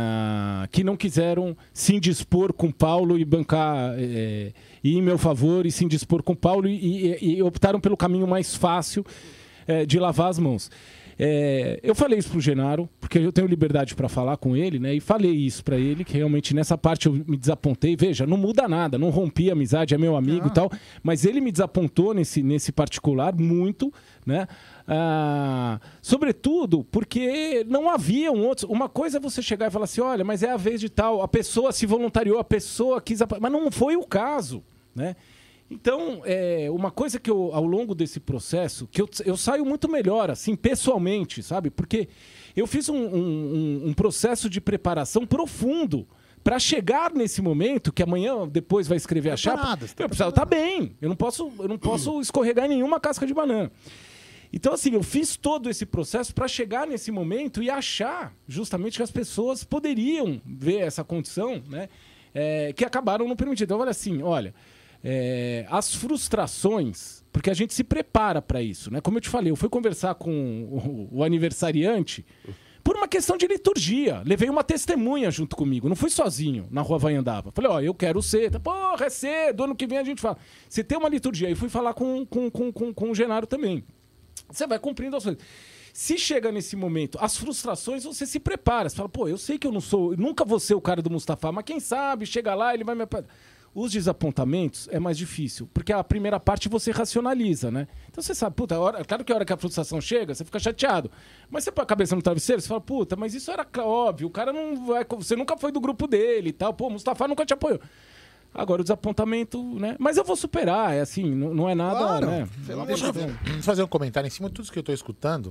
Speaker 8: é, que não quiseram se indispor com Paulo e bancar, é, e em meu favor, e se indispor com Paulo, e, e, e optaram pelo caminho mais fácil é, de lavar as mãos. É, eu falei isso pro Genaro, porque eu tenho liberdade para falar com ele, né? E falei isso para ele, que realmente nessa parte eu me desapontei. Veja, não muda nada, não rompi a amizade, é meu amigo e tal, mas ele me desapontou nesse, nesse particular muito, né? Ah, sobretudo porque não havia um outro. Uma coisa é você chegar e falar assim: olha, mas é a vez de tal, a pessoa se voluntariou, a pessoa quis. Mas não foi o caso, né? Então, é, uma coisa que eu, ao longo desse processo, que eu, eu saio muito melhor, assim, pessoalmente, sabe? Porque eu fiz um, um, um processo de preparação profundo para chegar nesse momento, que amanhã depois vai escrever a chapa. Eu preciso estar bem, eu não posso, eu não posso escorregar em nenhuma casca de banana. Então, assim, eu fiz todo esse processo para chegar nesse momento e achar justamente que as pessoas poderiam ver essa condição, né? É, que acabaram não permitindo. Então, olha assim, olha... É, as frustrações, porque a gente se prepara para isso, né? Como eu te falei, eu fui conversar com o, o aniversariante por uma questão de liturgia. Levei uma testemunha junto comigo, não fui sozinho na Rua Vai Andava. Falei, ó, eu quero ser, porra, é cedo, ano que vem a gente fala. Você tem uma liturgia, e fui falar com, com, com, com, com o Genaro também. Você vai cumprindo as coisas. Se chega nesse momento, as frustrações, você se prepara. Você fala, pô, eu sei que eu não sou, eu nunca vou ser o cara do Mustafa, mas quem sabe, chega lá, ele vai me... Os desapontamentos é mais difícil, porque a primeira parte você racionaliza, né? Então você sabe, puta, a hora, claro que a hora que a frustração chega, você fica chateado. Mas você põe a cabeça no travesseiro, você fala, puta, mas isso era óbvio, o cara não vai. Você nunca foi do grupo dele e tal, pô, o Mustafa nunca te apoiou. Agora o desapontamento, né? Mas eu vou superar, é assim, não, não é nada, claro, né?
Speaker 5: Deixa eu fazer um comentário em cima de tudo que eu tô escutando.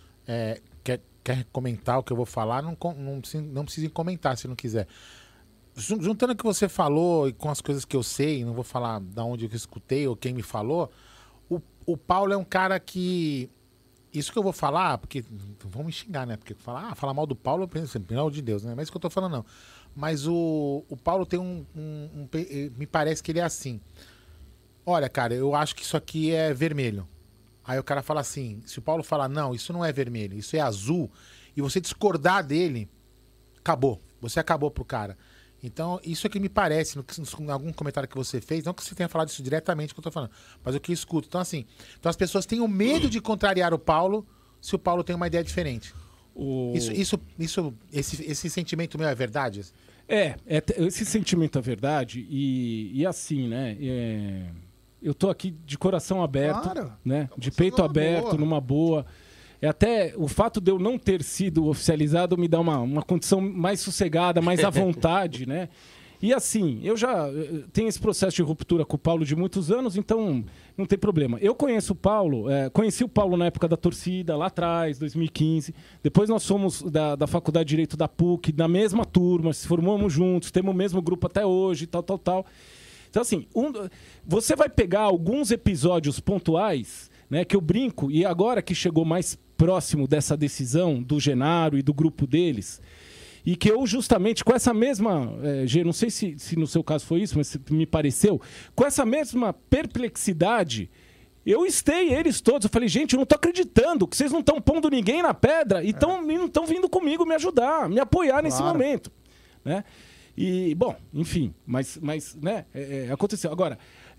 Speaker 5: É, quer, quer comentar o que eu vou falar, não, não, não precisa comentar se não quiser. Juntando o que você falou e com as coisas que eu sei, não vou falar de onde eu escutei ou quem me falou, o, o Paulo é um cara que... Isso que eu vou falar, porque... Vão me xingar, né? Porque falar, ah, falar mal do Paulo, eu penso, pelo amor de Deus, né? Mas isso que eu tô falando, não. Mas o, o Paulo tem um, um, um... Me parece que ele é assim. Olha, cara, eu acho que isso aqui é vermelho. Aí o cara fala assim, se o Paulo falar, não, isso não é vermelho, isso é azul, e você discordar dele, acabou. Você acabou pro cara. Então, isso é que me parece, no, em algum comentário que você fez, não que você tenha falado isso diretamente que eu tô falando, mas o que eu escuto. Então, assim, então as pessoas têm o medo de contrariar o Paulo se o Paulo tem uma ideia diferente. O... Isso, isso, isso, esse, esse sentimento meu é verdade?
Speaker 8: É, é esse sentimento é verdade e, e assim, né? É, eu tô aqui de coração aberto, claro, né? De peito aberto, boa. numa boa. É até o fato de eu não ter sido oficializado me dá uma, uma condição mais sossegada, mais à vontade, né? E assim, eu já tenho esse processo de ruptura com o Paulo de muitos anos, então não tem problema. Eu conheço o Paulo, é, conheci o Paulo na época da torcida, lá atrás, dois mil e quinze. Depois nós somos da, da Faculdade de Direito da P U C, na mesma turma, se formamos juntos, temos o mesmo grupo até hoje, tal, tal, tal. Então assim, um, você vai pegar alguns episódios pontuais, né, que eu brinco, e agora que chegou mais próximo dessa decisão do Genaro e do grupo deles, e que eu justamente com essa mesma, é, G, não sei se, se no seu caso foi isso, mas me pareceu, com essa mesma perplexidade, eu estei eles todos, eu falei, gente, eu não tô acreditando que vocês não estão pondo ninguém na pedra e, tão, é. e não estão vindo comigo me ajudar, me apoiar claro. nesse momento, né? E, bom, enfim, mas, mas né, é, é, aconteceu. Agora,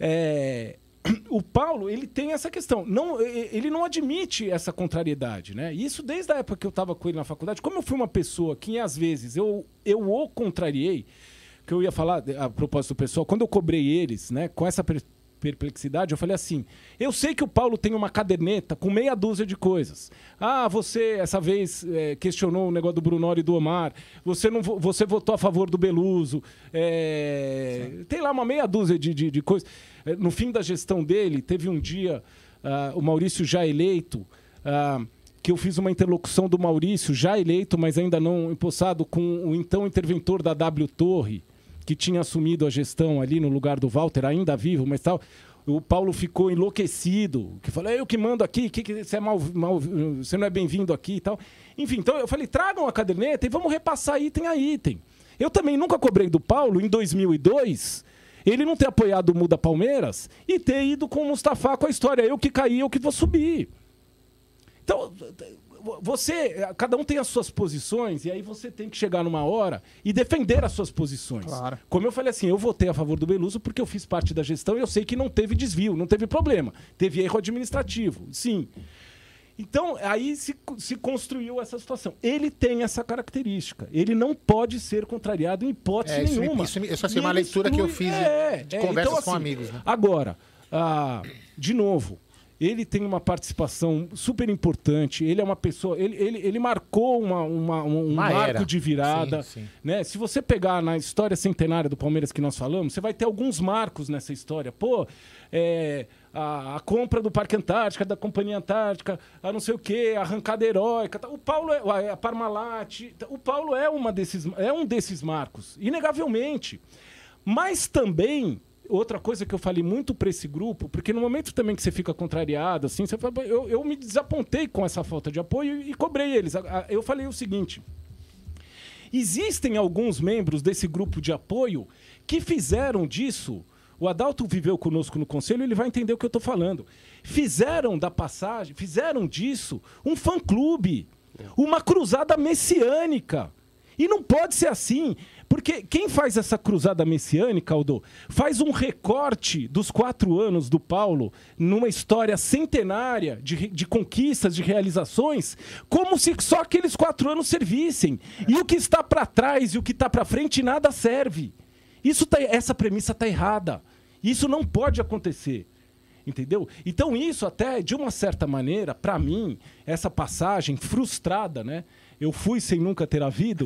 Speaker 8: é... o Paulo, ele tem essa questão. Não, ele não admite essa contrariedade, né? E isso desde a época que eu estava com ele na faculdade. Como eu fui uma pessoa que, às vezes, eu, eu o contrariei, que eu ia falar a propósito do pessoal, quando eu cobrei eles, né, com essa per perplexidade, eu falei assim, eu sei que o Paulo tem uma caderneta com meia dúzia de coisas. Ah, você, essa vez, é, questionou o negócio do Brunoro e do Omar, você, não, você votou a favor do Beluso, é, tem lá uma meia dúzia de, de, de coisas. No fim da gestão dele, teve um dia, uh, o Maurício já eleito, uh, que eu fiz uma interlocução do Maurício, já eleito, mas ainda não empossado, com o então interventor da W Torre, que tinha assumido a gestão ali no lugar do Walter, ainda vivo, mas tal. O Paulo ficou enlouquecido, que falou, eu que mando aqui, que, que você, é mal, mal, você não é bem-vindo aqui e tal. Enfim, então eu falei, tragam a caderneta e vamos repassar item a item. Eu também nunca cobrei do Paulo, em dois mil e dois, ele não ter apoiado o Muda Palmeiras e ter ido com o Mustafa com a história, eu que caí, eu que vou subir. Então, você, cada um tem as suas posições e aí você tem que chegar numa hora e defender as suas posições. Claro. Como eu falei assim, eu votei a favor do Beluso porque eu fiz parte da gestão e eu sei que não teve desvio, não teve problema. Teve erro administrativo, sim. Então, aí se, se construiu essa situação. Ele tem essa característica. Ele não pode ser contrariado em hipótese
Speaker 5: É, isso me-
Speaker 8: nenhuma.
Speaker 5: isso me- isso, assim,
Speaker 8: E
Speaker 5: uma
Speaker 8: ele
Speaker 5: leitura que eu
Speaker 8: exclui-
Speaker 5: fiz de-
Speaker 8: é,
Speaker 5: de
Speaker 8: é,
Speaker 5: conversas
Speaker 8: então,
Speaker 5: com
Speaker 8: assim,
Speaker 5: amigos, né?
Speaker 8: Agora, ah, de novo, ele tem uma participação super importante. Ele é uma pessoa. Ele, ele, ele marcou uma, uma- um
Speaker 5: Uma
Speaker 8: marco
Speaker 5: era.
Speaker 8: de virada.
Speaker 5: Sim, sim.
Speaker 8: Né? Se você pegar na história centenária do Palmeiras que nós falamos, você vai ter alguns marcos nessa história. Pô, é, a, a compra do Parque Antártica, da Companhia Antártica, a não sei o quê, a arrancada heróica. tá? O Paulo é a Parmalat. tá? O Paulo é, uma desses, é um desses marcos, inegavelmente. Mas também, outra coisa que eu falei muito para esse grupo, porque no momento também que você fica contrariado, assim, você fala, eu, eu me desapontei com essa falta de apoio e cobrei eles. A- a- Eu falei o seguinte: existem alguns membros desse grupo de apoio que fizeram disso. O Adalto viveu conosco no conselho, ele vai entender o que eu estou falando. Fizeram da passagem, fizeram disso um fã-clube, uma cruzada messiânica. E não pode ser assim, porque quem faz essa cruzada messiânica, Aldo, faz um recorte dos quatro anos do Paulo numa história centenária de, re- de conquistas, de realizações, como se só aqueles quatro anos servissem. E o que está para trás e o que está para frente nada serve. Isso tá, essa premissa está errada. Isso não pode acontecer. Entendeu? Então isso até, de uma certa maneira, para mim, essa passagem frustrada, né? Eu fui sem nunca ter havido,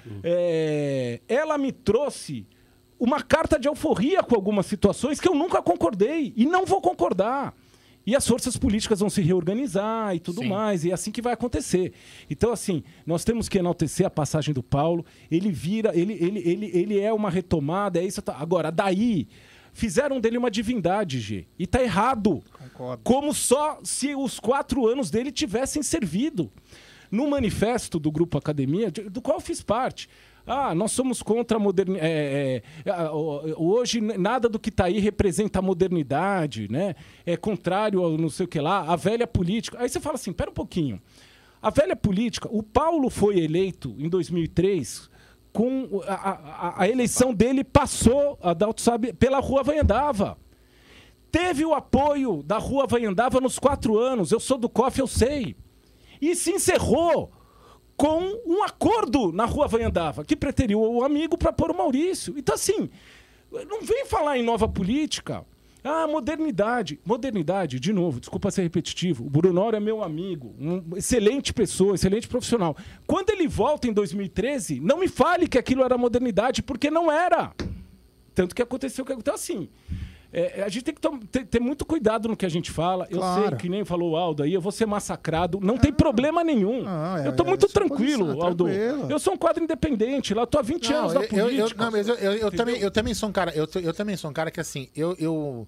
Speaker 8: é, ela me trouxe uma carta de alforria com algumas situações que eu nunca concordei e não vou concordar. E as forças políticas vão se reorganizar e tudo
Speaker 5: Sim.
Speaker 8: mais, e é assim que vai acontecer. Então, assim, nós temos que enaltecer a passagem do Paulo, ele vira, ele, ele, ele, ele é uma retomada, é isso. Tá. Agora, daí, fizeram dele uma divindade, G, e tá errado.
Speaker 6: Concordo.
Speaker 8: Como só se os quatro anos dele tivessem servido. No manifesto do Grupo Academia, de- do qual eu fiz parte, ah, nós somos contra a modernidade. Hoje, n- nada do que está aí representa a modernidade, né? É contrário ao não sei o que lá, a velha política. Aí você fala assim: pera um pouquinho. A velha política, o Paulo foi eleito em dois mil e três. Com o- a, a- a eleição dele passou, a Adalto sabe, pela Rua Vanhandava. Teve o apoio da Rua Vanhandava nos quatro anos. Eu sou do C O F, eu sei. E se encerrou com um acordo na Rua Vanhandava, que preteriu o amigo para pôr o Maurício. Então, assim, não vem falar em nova política. Ah, modernidade. Modernidade, de novo, desculpa ser repetitivo. O Brunoro é meu amigo, uma excelente pessoa, excelente profissional. Quando ele volta em dois mil e treze, não me fale que aquilo era modernidade, porque não era. Tanto que aconteceu o que aconteceu. Então, assim, é, a gente tem que tom- ter, ter muito cuidado no que a gente fala. Eu
Speaker 6: Claro.
Speaker 8: sei que nem falou o Aldo aí, eu vou ser massacrado. Não tem problema nenhum.
Speaker 6: Não, é-
Speaker 8: eu tô
Speaker 6: é
Speaker 8: muito
Speaker 6: a sua
Speaker 8: tranquilo,
Speaker 6: posição,
Speaker 8: Aldo.
Speaker 6: tranquilo.
Speaker 8: Eu sou um quadro independente, lá tô há vinte anos
Speaker 5: Não,
Speaker 8: na
Speaker 5: eu, eu, eu,
Speaker 8: política.
Speaker 5: não, mas eu, eu, eu também, eu também sou um cara, eu, eu também sou um cara que assim, eu, eu,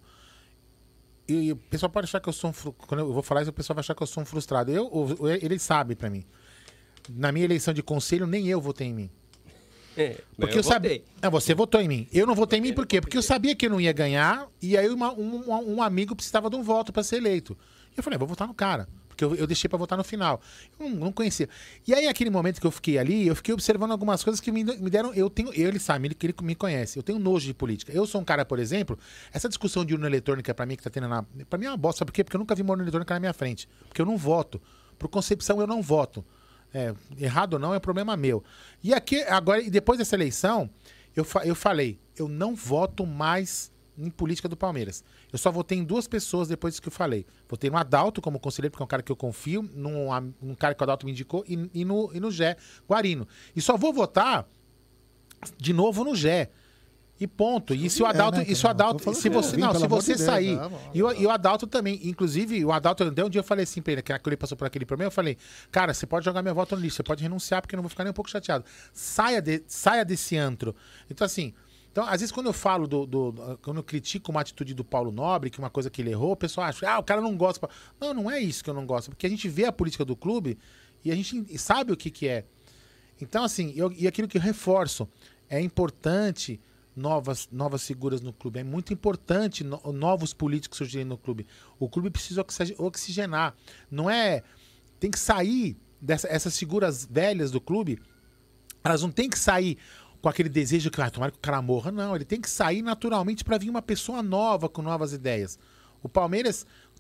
Speaker 5: eu- e o pessoal pode achar que eu sou um, fru- quando eu vou falar isso, o pessoal vai achar que eu sou um frustrado. Eu, eu- ele sabe pra mim. Na minha eleição de conselho, nem eu votei em mim.
Speaker 7: É,
Speaker 5: Porque
Speaker 7: eu
Speaker 5: eu, sabia.
Speaker 7: votei.
Speaker 5: Não, você votou em mim. Eu não votei em mim por quê? Porque eu sabia que eu não ia ganhar e aí uma- um, um amigo precisava de um voto pra ser eleito. E eu falei, vou votar no cara. Porque eu, eu deixei pra votar no final. Eu não, não conhecia. E aí, aquele momento que eu fiquei ali, eu fiquei observando algumas coisas que me, me deram. Eu tenho. Eu, ele sabe, ele, ele me conhece. Eu tenho nojo de política. Eu sou um cara, por exemplo, essa discussão de urna eletrônica pra mim que tá tendo na. Pra mim é uma bosta. Sabe por quê? Porque eu nunca vi uma urna eletrônica na minha frente. Porque eu não voto. Por concepção, eu não voto. É, errado ou não é problema meu. E aqui, agora, e depois dessa eleição, eu, fa eu falei, eu não voto mais em política do Palmeiras. Eu só votei em duas pessoas depois disso que eu falei. Votei no Adalto como conselheiro, porque é um cara que eu confio, num, am- num cara que o Adalto me indicou, e, e no, e no Gé Guarino. E só vou votar de novo no Gé. E ponto. E se o
Speaker 6: É,
Speaker 5: Adalto,
Speaker 6: né,
Speaker 5: e se o
Speaker 6: cara? Tô
Speaker 5: Adalto,
Speaker 6: falando
Speaker 5: se
Speaker 6: que
Speaker 5: você,
Speaker 6: é,
Speaker 5: não,
Speaker 6: pelo
Speaker 5: se
Speaker 6: amor
Speaker 5: você
Speaker 6: de Deus,
Speaker 5: sair,
Speaker 6: tá bom.
Speaker 5: e o, e o Adalto também, inclusive, o Adalto, até um dia eu falei assim pra ele, que ele passou por aquele problema, eu falei, cara, você pode jogar meu voto no lixo, você pode renunciar, porque eu não vou ficar nem um pouco chateado. Saia, de, saia desse antro. Então, assim, então, às vezes, quando eu falo do, do- do- quando eu critico uma atitude do Paulo Nobre, que uma coisa que ele errou, o pessoal acha, ah, o cara não gosta. Não, não é isso que eu não gosto, porque a gente vê a política do clube e a gente sabe o que que é. Então, assim, eu, e aquilo que eu reforço, é importante novas, novas figuras no clube. É muito importante no- novos políticos surgirem no clube. O clube precisa oxi- oxigenar. Não é... Tem que sair dessas figuras velhas do clube. Elas não tem que sair com aquele desejo que, ah, tomara que o cara morra. Não, ele tem que sair naturalmente para vir uma pessoa nova com novas ideias. O Palmeiras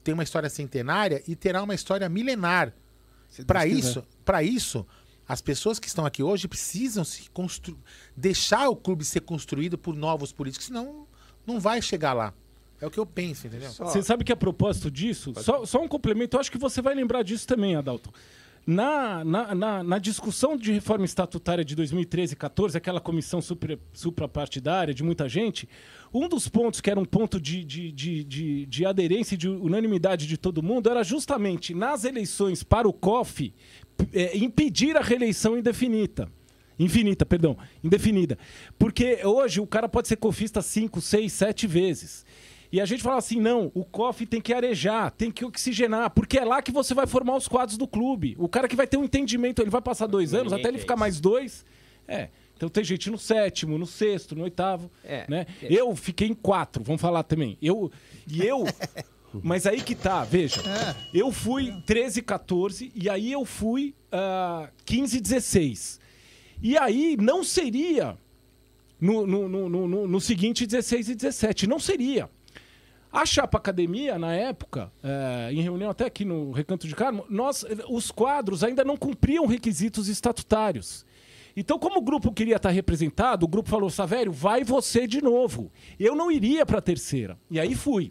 Speaker 5: tem uma história centenária e terá uma história milenar.
Speaker 6: Se Deus
Speaker 5: Para
Speaker 6: quiser.
Speaker 5: isso, para isso, as pessoas que estão aqui hoje precisam se constru... deixar o clube ser construído por novos políticos, senão não vai chegar lá. É o que eu penso, entendeu?
Speaker 8: Você sabe que a propósito disso, só, só um complemento, eu acho que você vai lembrar disso também, Adalto. Na, na, na, na discussão de reforma estatutária de dois mil e treze e quatorze, aquela comissão supra, suprapartidária de muita gente, um dos pontos que era um ponto de, de, de, de, de aderência e de unanimidade de todo mundo era justamente nas eleições para o C O F é, impedir a reeleição indefinida. Infinita, perdão, indefinida. Porque hoje o cara pode ser cofista cinco, seis, sete vezes. E a gente fala assim, não, o C O F tem que arejar, tem que oxigenar, porque é lá que você vai formar os quadros do clube. O cara que vai ter um entendimento, ele vai passar dois anos,
Speaker 7: Ninguém
Speaker 8: até ele
Speaker 7: quer
Speaker 8: ficar
Speaker 7: isso.
Speaker 8: mais dois. É, então tem gente no sétimo, no sexto, no oitavo,
Speaker 7: É,
Speaker 8: né?
Speaker 7: é.
Speaker 8: Eu fiquei em quatro, vamos falar também. Eu, e eu... Mas aí que tá, veja. Eu fui treze, quatorze, e aí eu fui uh, quinze, dezesseis. E aí não seria no, no, no, no, no seguinte dezesseis e dezessete, não seria. A Chapa Academia, na época, é, em reunião até aqui no Recanto de Carmo, nós, os quadros ainda não cumpriam requisitos estatutários. Então, como o grupo queria estar representado, o grupo falou, Savério, vai você de novo. Eu não iria para a terceira. E aí fui.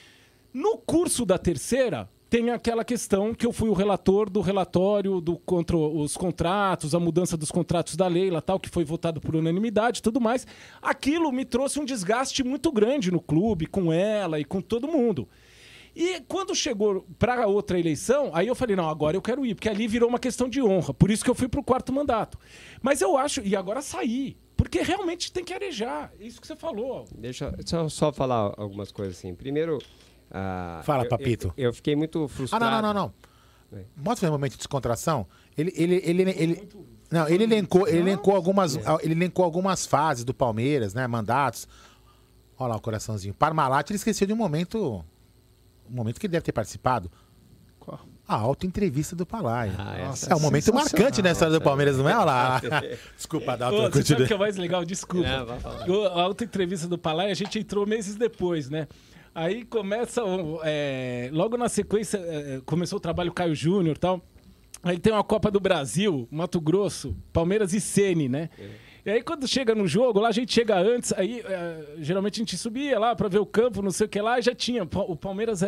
Speaker 8: No curso da terceira, tem aquela questão que eu fui o relator do relatório do, contra os contratos, a mudança dos contratos da Leila, tal, que foi votado por unanimidade e tudo mais. Aquilo me trouxe um desgaste muito grande no clube, com ela e com todo mundo. E quando chegou para outra eleição, aí eu falei, não, agora eu quero ir, porque ali virou uma questão de honra. Por isso que eu fui para o quarto mandato. Mas eu acho, e agora saí, porque realmente tem que arejar. Isso que você falou.
Speaker 7: Deixa eu só falar algumas coisas assim. Primeiro... Ah,
Speaker 5: Fala,
Speaker 7: eu-
Speaker 5: Papito.
Speaker 7: Eu, eu fiquei muito
Speaker 5: Ah,
Speaker 7: frustrado.
Speaker 5: não, não, não, não.
Speaker 7: É.
Speaker 5: Mostra um momento de descontração. Ele, ele, ele, ele, não, ele elencou, ele elencou algumas, ele elencou algumas fases do Palmeiras, né? Mandatos. Olha lá o coraçãozinho. Parmalat, ele esqueceu de um momento, um momento que ele deve ter participado.
Speaker 6: Qual?
Speaker 5: A auto-entrevista do Palaia.
Speaker 7: Ah,
Speaker 6: Nossa,
Speaker 5: É um momento
Speaker 6: sensacional.
Speaker 5: marcante na história do Palmeiras, não é? Olha lá. Desculpa,
Speaker 8: Ô,
Speaker 5: Adalto.
Speaker 8: você sabe o
Speaker 5: continua.
Speaker 8: que é mais legal? Desculpa.
Speaker 7: Não, vai falar.
Speaker 8: O- A outra entrevista do Palai, a gente entrou meses depois, né? Aí começa, o- é, logo na sequência, é, começou o trabalho Caio Júnior e tal. Aí tem uma Copa do Brasil, Mato Grosso, Palmeiras e Sene, né? E aí quando chega no jogo, lá a gente chega antes, aí é, geralmente a gente subia lá pra ver o campo, não sei o que lá, e já tinha. Pa- O Palmeiras é. é-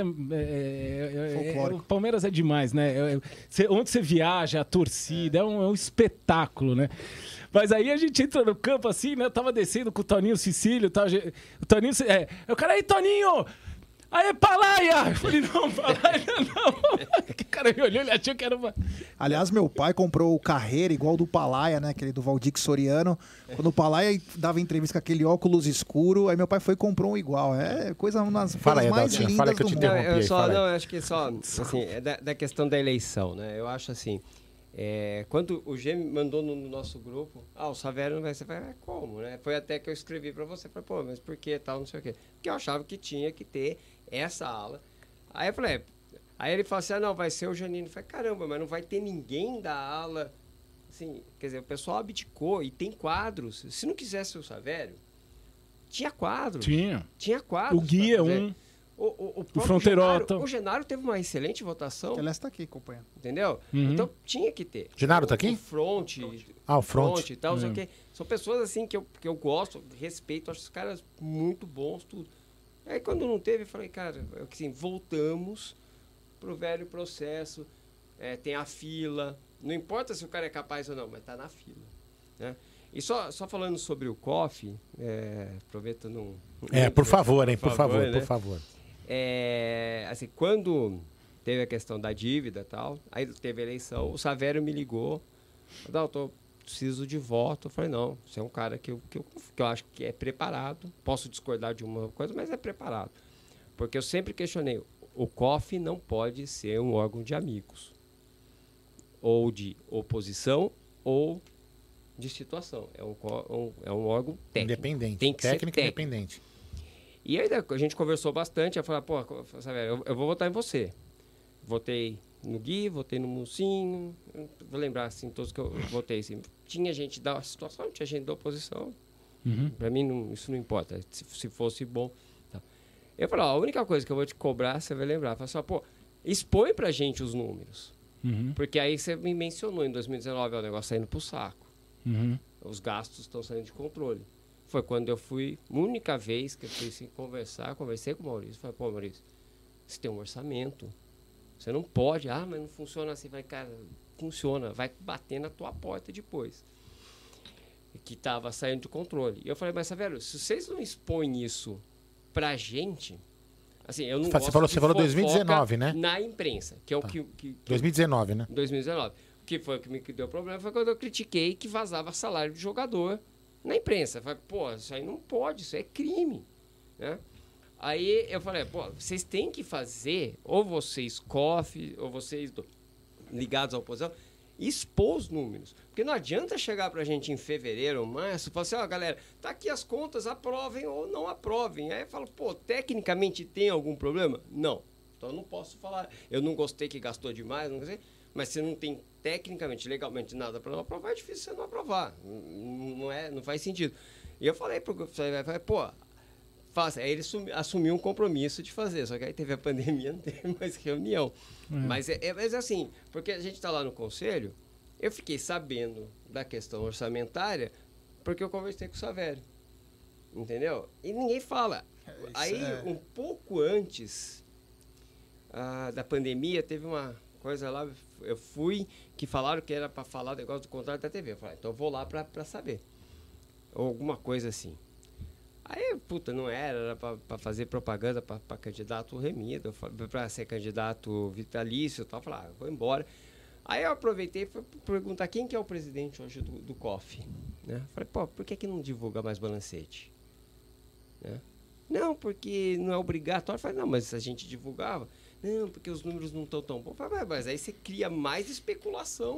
Speaker 8: é- é-
Speaker 6: Folclórico.
Speaker 8: o Palmeiras é demais, né? É- é- cê- onde você viaja, a torcida, é, um, é um espetáculo, né? Mas aí a gente entra no campo assim, né? Eu tava descendo com o Toninho Cecílio, tá? O Toninho. É, eu cara aí, Toninho! Aê, Palaia! Eu falei, não, Palaia não. O cara me olhou, ele achou que era uma.
Speaker 6: Aliás, meu pai comprou o Carreira igual do Palaia, né? Aquele do Valdir Soriano. Quando o Palaia dava entrevista com aquele óculos escuro, aí meu pai foi e comprou um igual. É coisa uma das
Speaker 5: Fala
Speaker 6: coisas
Speaker 5: aí,
Speaker 6: mais
Speaker 5: Adaltinho,
Speaker 6: lindas
Speaker 5: fala que eu
Speaker 6: do
Speaker 5: te
Speaker 6: mundo.
Speaker 7: Não,
Speaker 5: interrompi
Speaker 7: eu
Speaker 5: aí,
Speaker 7: só,
Speaker 5: fala aí.
Speaker 7: não, eu acho que só, assim, é da, da questão da eleição, né? Eu acho assim, é, quando o G me mandou no, no nosso grupo, ah, o Savério não vai ser, vai, é como, né? Foi até que eu escrevi pra você, falei, pô, mas por que tal, não sei o quê. Porque eu achava que tinha que ter essa ala. Aí eu falei, aí ele falou assim, ah, não, vai ser o Janino. Eu falei, caramba, mas não vai ter ninguém da ala, assim, quer dizer, o pessoal abdicou e tem quadros. Se não quisesse o Savério, tinha quadros.
Speaker 8: Tinha.
Speaker 7: Tinha quadros.
Speaker 8: O Gui é
Speaker 7: pra fazer.
Speaker 8: um.
Speaker 7: O, o, o próprio
Speaker 8: Fronteirota.
Speaker 7: Genaro, o Genaro teve uma excelente votação,
Speaker 6: Aliás, tá aqui, companheiro.
Speaker 7: entendeu?
Speaker 8: Uhum.
Speaker 7: Então tinha que ter.
Speaker 5: Genaro
Speaker 7: O-
Speaker 5: tá aqui?
Speaker 7: O Front,
Speaker 5: Ah, o Front.
Speaker 7: Front e tal, não sei o
Speaker 8: É.
Speaker 7: quê. São pessoas assim que eu, que eu gosto, respeito, acho os caras muito bons, tudo. Aí quando não teve, eu falei, cara, eu, assim, voltamos pro velho processo, é, tem a fila, não importa se o cara é capaz ou não, mas tá na fila, né? E só, só falando sobre o C O F, é, aproveitando um...
Speaker 5: É, por favor, hein? Por favor,
Speaker 7: né?
Speaker 5: por favor.
Speaker 7: É, assim, quando teve a questão da dívida e tal, aí teve a eleição, o Savério me ligou, Adalto, preciso de voto. Eu falei, não, você é um cara que eu, que, eu, que eu acho que é preparado, posso discordar de uma coisa, mas é preparado. Porque eu sempre questionei, o C O F não pode ser um órgão de amigos, ou de oposição, ou de situação. É um, co- um- é um órgão técnico.
Speaker 5: Independente.
Speaker 7: Tem que ser
Speaker 5: técnico
Speaker 7: técnico.
Speaker 5: independente.
Speaker 7: E aí a gente conversou bastante, eu falei, pô, sabe, eu, eu vou votar em você. Votei no Gui, votei no Mucinho, vou lembrar assim, todos que eu votei. Assim. Tinha gente da situação, tinha gente da oposição.
Speaker 8: Uhum.
Speaker 7: Para mim, não, isso não importa, se, se fosse bom. Tá. Eu falei, ó, a única coisa que eu vou te cobrar, você vai lembrar. Fala assim, ó, pô, expõe pra gente os números.
Speaker 8: Uhum.
Speaker 7: Porque aí você me mencionou em dois mil e dezenove, ó, o negócio saindo pro saco.
Speaker 8: Uhum.
Speaker 7: Os gastos estão saindo de controle. Foi quando eu fui, única vez que eu fui assim, conversar, conversei com o Maurício. Falei, pô, Maurício, você tem um orçamento. Você não pode, ah, mas não funciona assim. Vai, cara, funciona, vai bater na tua porta depois. Que tava saindo de controle. E eu falei, mas, velho, se vocês não expõem isso pra gente, assim, eu não
Speaker 5: Você
Speaker 7: gosto
Speaker 5: falou,
Speaker 7: de
Speaker 5: você falou
Speaker 7: fofoca
Speaker 5: dois mil e dezenove, né?
Speaker 7: na imprensa, que é
Speaker 5: Tá.
Speaker 7: o que... que, que
Speaker 5: dois mil e dezenove, né?
Speaker 7: dois mil e dezenove. O que foi o que me deu problema foi quando eu critiquei que vazava salário de jogador na imprensa. Eu falei, pô, isso aí não pode, isso é crime, né? Aí eu falei, pô, vocês têm que fazer, ou vocês, C O F, ou vocês do, ligados à oposição, expor os números. Porque não adianta chegar pra gente em fevereiro ou março e falar assim, ó, galera, tá aqui as contas, aprovem ou não aprovem. Aí eu falo, pô, tecnicamente tem algum problema? Não. Então eu não posso falar, eu não gostei que gastou demais, não sei, mas se não tem tecnicamente, legalmente nada para não aprovar, é difícil você não aprovar. Não, não, é, não faz sentido. E eu falei pro grupo, falei, pô, faça. Aí ele sumi, assumiu um compromisso de fazer, só que aí teve a pandemia, não teve mais reunião. É. Mas é, é mas assim, porque a gente está lá no conselho, eu fiquei sabendo da questão orçamentária porque eu conversei com o Savério. Entendeu? E ninguém fala. Isso aí, é... um pouco antes ah, da pandemia, teve uma coisa lá, eu fui, que falaram que era para falar o negócio do contrato da T V. Eu falei, então eu vou lá para saber. Ou alguma coisa assim. Aí, puta, não era, era para fazer propaganda para candidato remido, para ser candidato vitalício e tal. Eu falei, ah, vou embora. Aí eu aproveitei e fui perguntar quem que é o presidente hoje do, do C O F. Né? Falei, pô, por que, que não divulga mais balancete? Né? Não, porque não é obrigatório. Eu falei, não, mas a gente divulgava. Não, porque os números não estão tão bons. Eu falei, mas aí você cria mais especulação.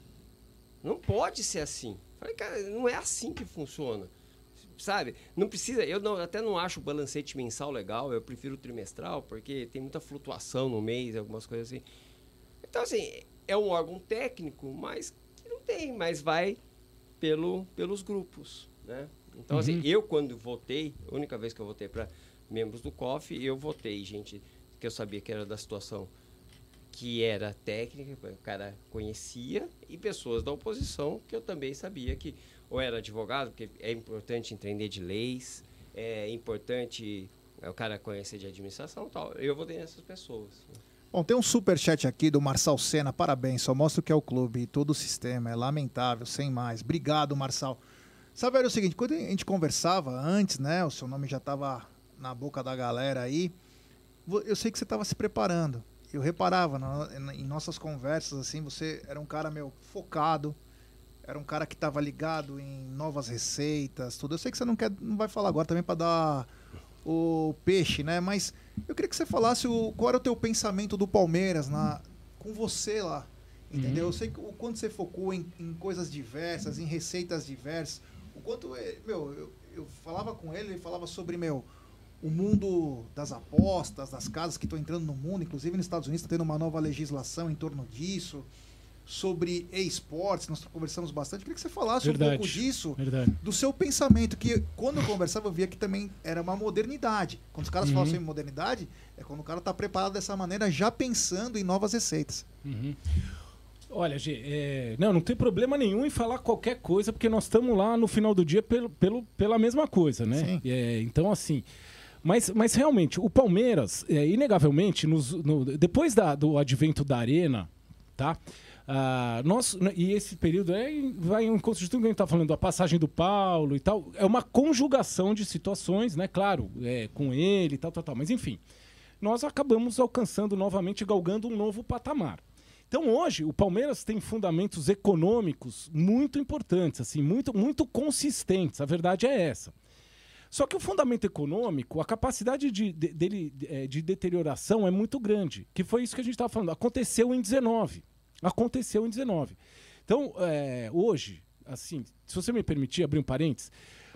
Speaker 7: Não pode ser assim. Eu falei, cara, não é assim que funciona. Sabe? Não precisa, eu não, até não acho o balancete mensal legal, eu prefiro o trimestral, porque tem muita flutuação no mês, algumas coisas assim. Então, assim, é um órgão técnico, mas que não tem, mas vai pelo, pelos grupos, né? Então, uhum. assim, eu quando votei, a única vez que eu votei para membros do C O F, eu votei, gente, que eu sabia que era da situação que era técnica, o cara conhecia, e pessoas da oposição que eu também sabia que ou era advogado, porque é importante entender de leis, é importante o cara conhecer de administração e tal. Eu votei nessas pessoas.
Speaker 6: Bom, tem um superchat aqui do Marçal Sena, parabéns, só mostra o que é o clube e todo o sistema, é lamentável, sem mais. Obrigado, Marçal. Sabe, era o seguinte, quando a gente conversava antes, né, o seu nome já estava na boca da galera aí, eu sei que você estava se preparando. Eu reparava na, em nossas conversas, assim, você era um cara, meu, focado, era um cara que estava ligado em novas receitas, tudo. Eu sei que você não quer, não vai falar agora também para dar o peixe, né? Mas eu queria que você falasse o, qual era o teu pensamento do Palmeiras na, com você lá, entendeu? Uhum. Eu sei que o quanto você focou em, em coisas diversas, em receitas diversas. O quanto, meu, eu, eu falava com ele, ele falava sobre, meu, o mundo das apostas, das casas que estão entrando no mundo, inclusive nos Estados Unidos está tendo uma nova legislação em torno disso. Sobre e-sports, nós conversamos bastante. Eu queria que você falasse Verdade. um pouco disso, Verdade. do seu pensamento, que quando eu conversava eu via que também era uma modernidade. Quando os caras uhum. falam sobre modernidade, é quando o cara está preparado dessa maneira, já pensando em novas receitas.
Speaker 8: Uhum. Olha, Gê, é... não, não tem problema nenhum em falar qualquer coisa, porque nós estamos lá no final do dia pelo, pelo, pela mesma coisa, né? É, então, assim... Mas, mas realmente, o Palmeiras, é, inegavelmente, nos, no, depois da, do advento da Arena, tá? Ah, nós, e esse período é, vai em encontro de tudo que a gente está falando, da passagem do Paulo e tal, é uma conjugação de situações, né? Claro, é, com ele e tal, tal, tal, mas enfim, nós acabamos alcançando novamente, galgando um novo patamar. Então hoje o Palmeiras tem fundamentos econômicos muito importantes, assim, muito, muito consistentes, a verdade é essa. Só que o fundamento econômico, a capacidade de, de, dele, de, de deterioração é muito grande, que foi isso que a gente estava falando, aconteceu em dezenove. Aconteceu em dezenove. Então, é, hoje, assim, se você me permitir abrir um parênteses,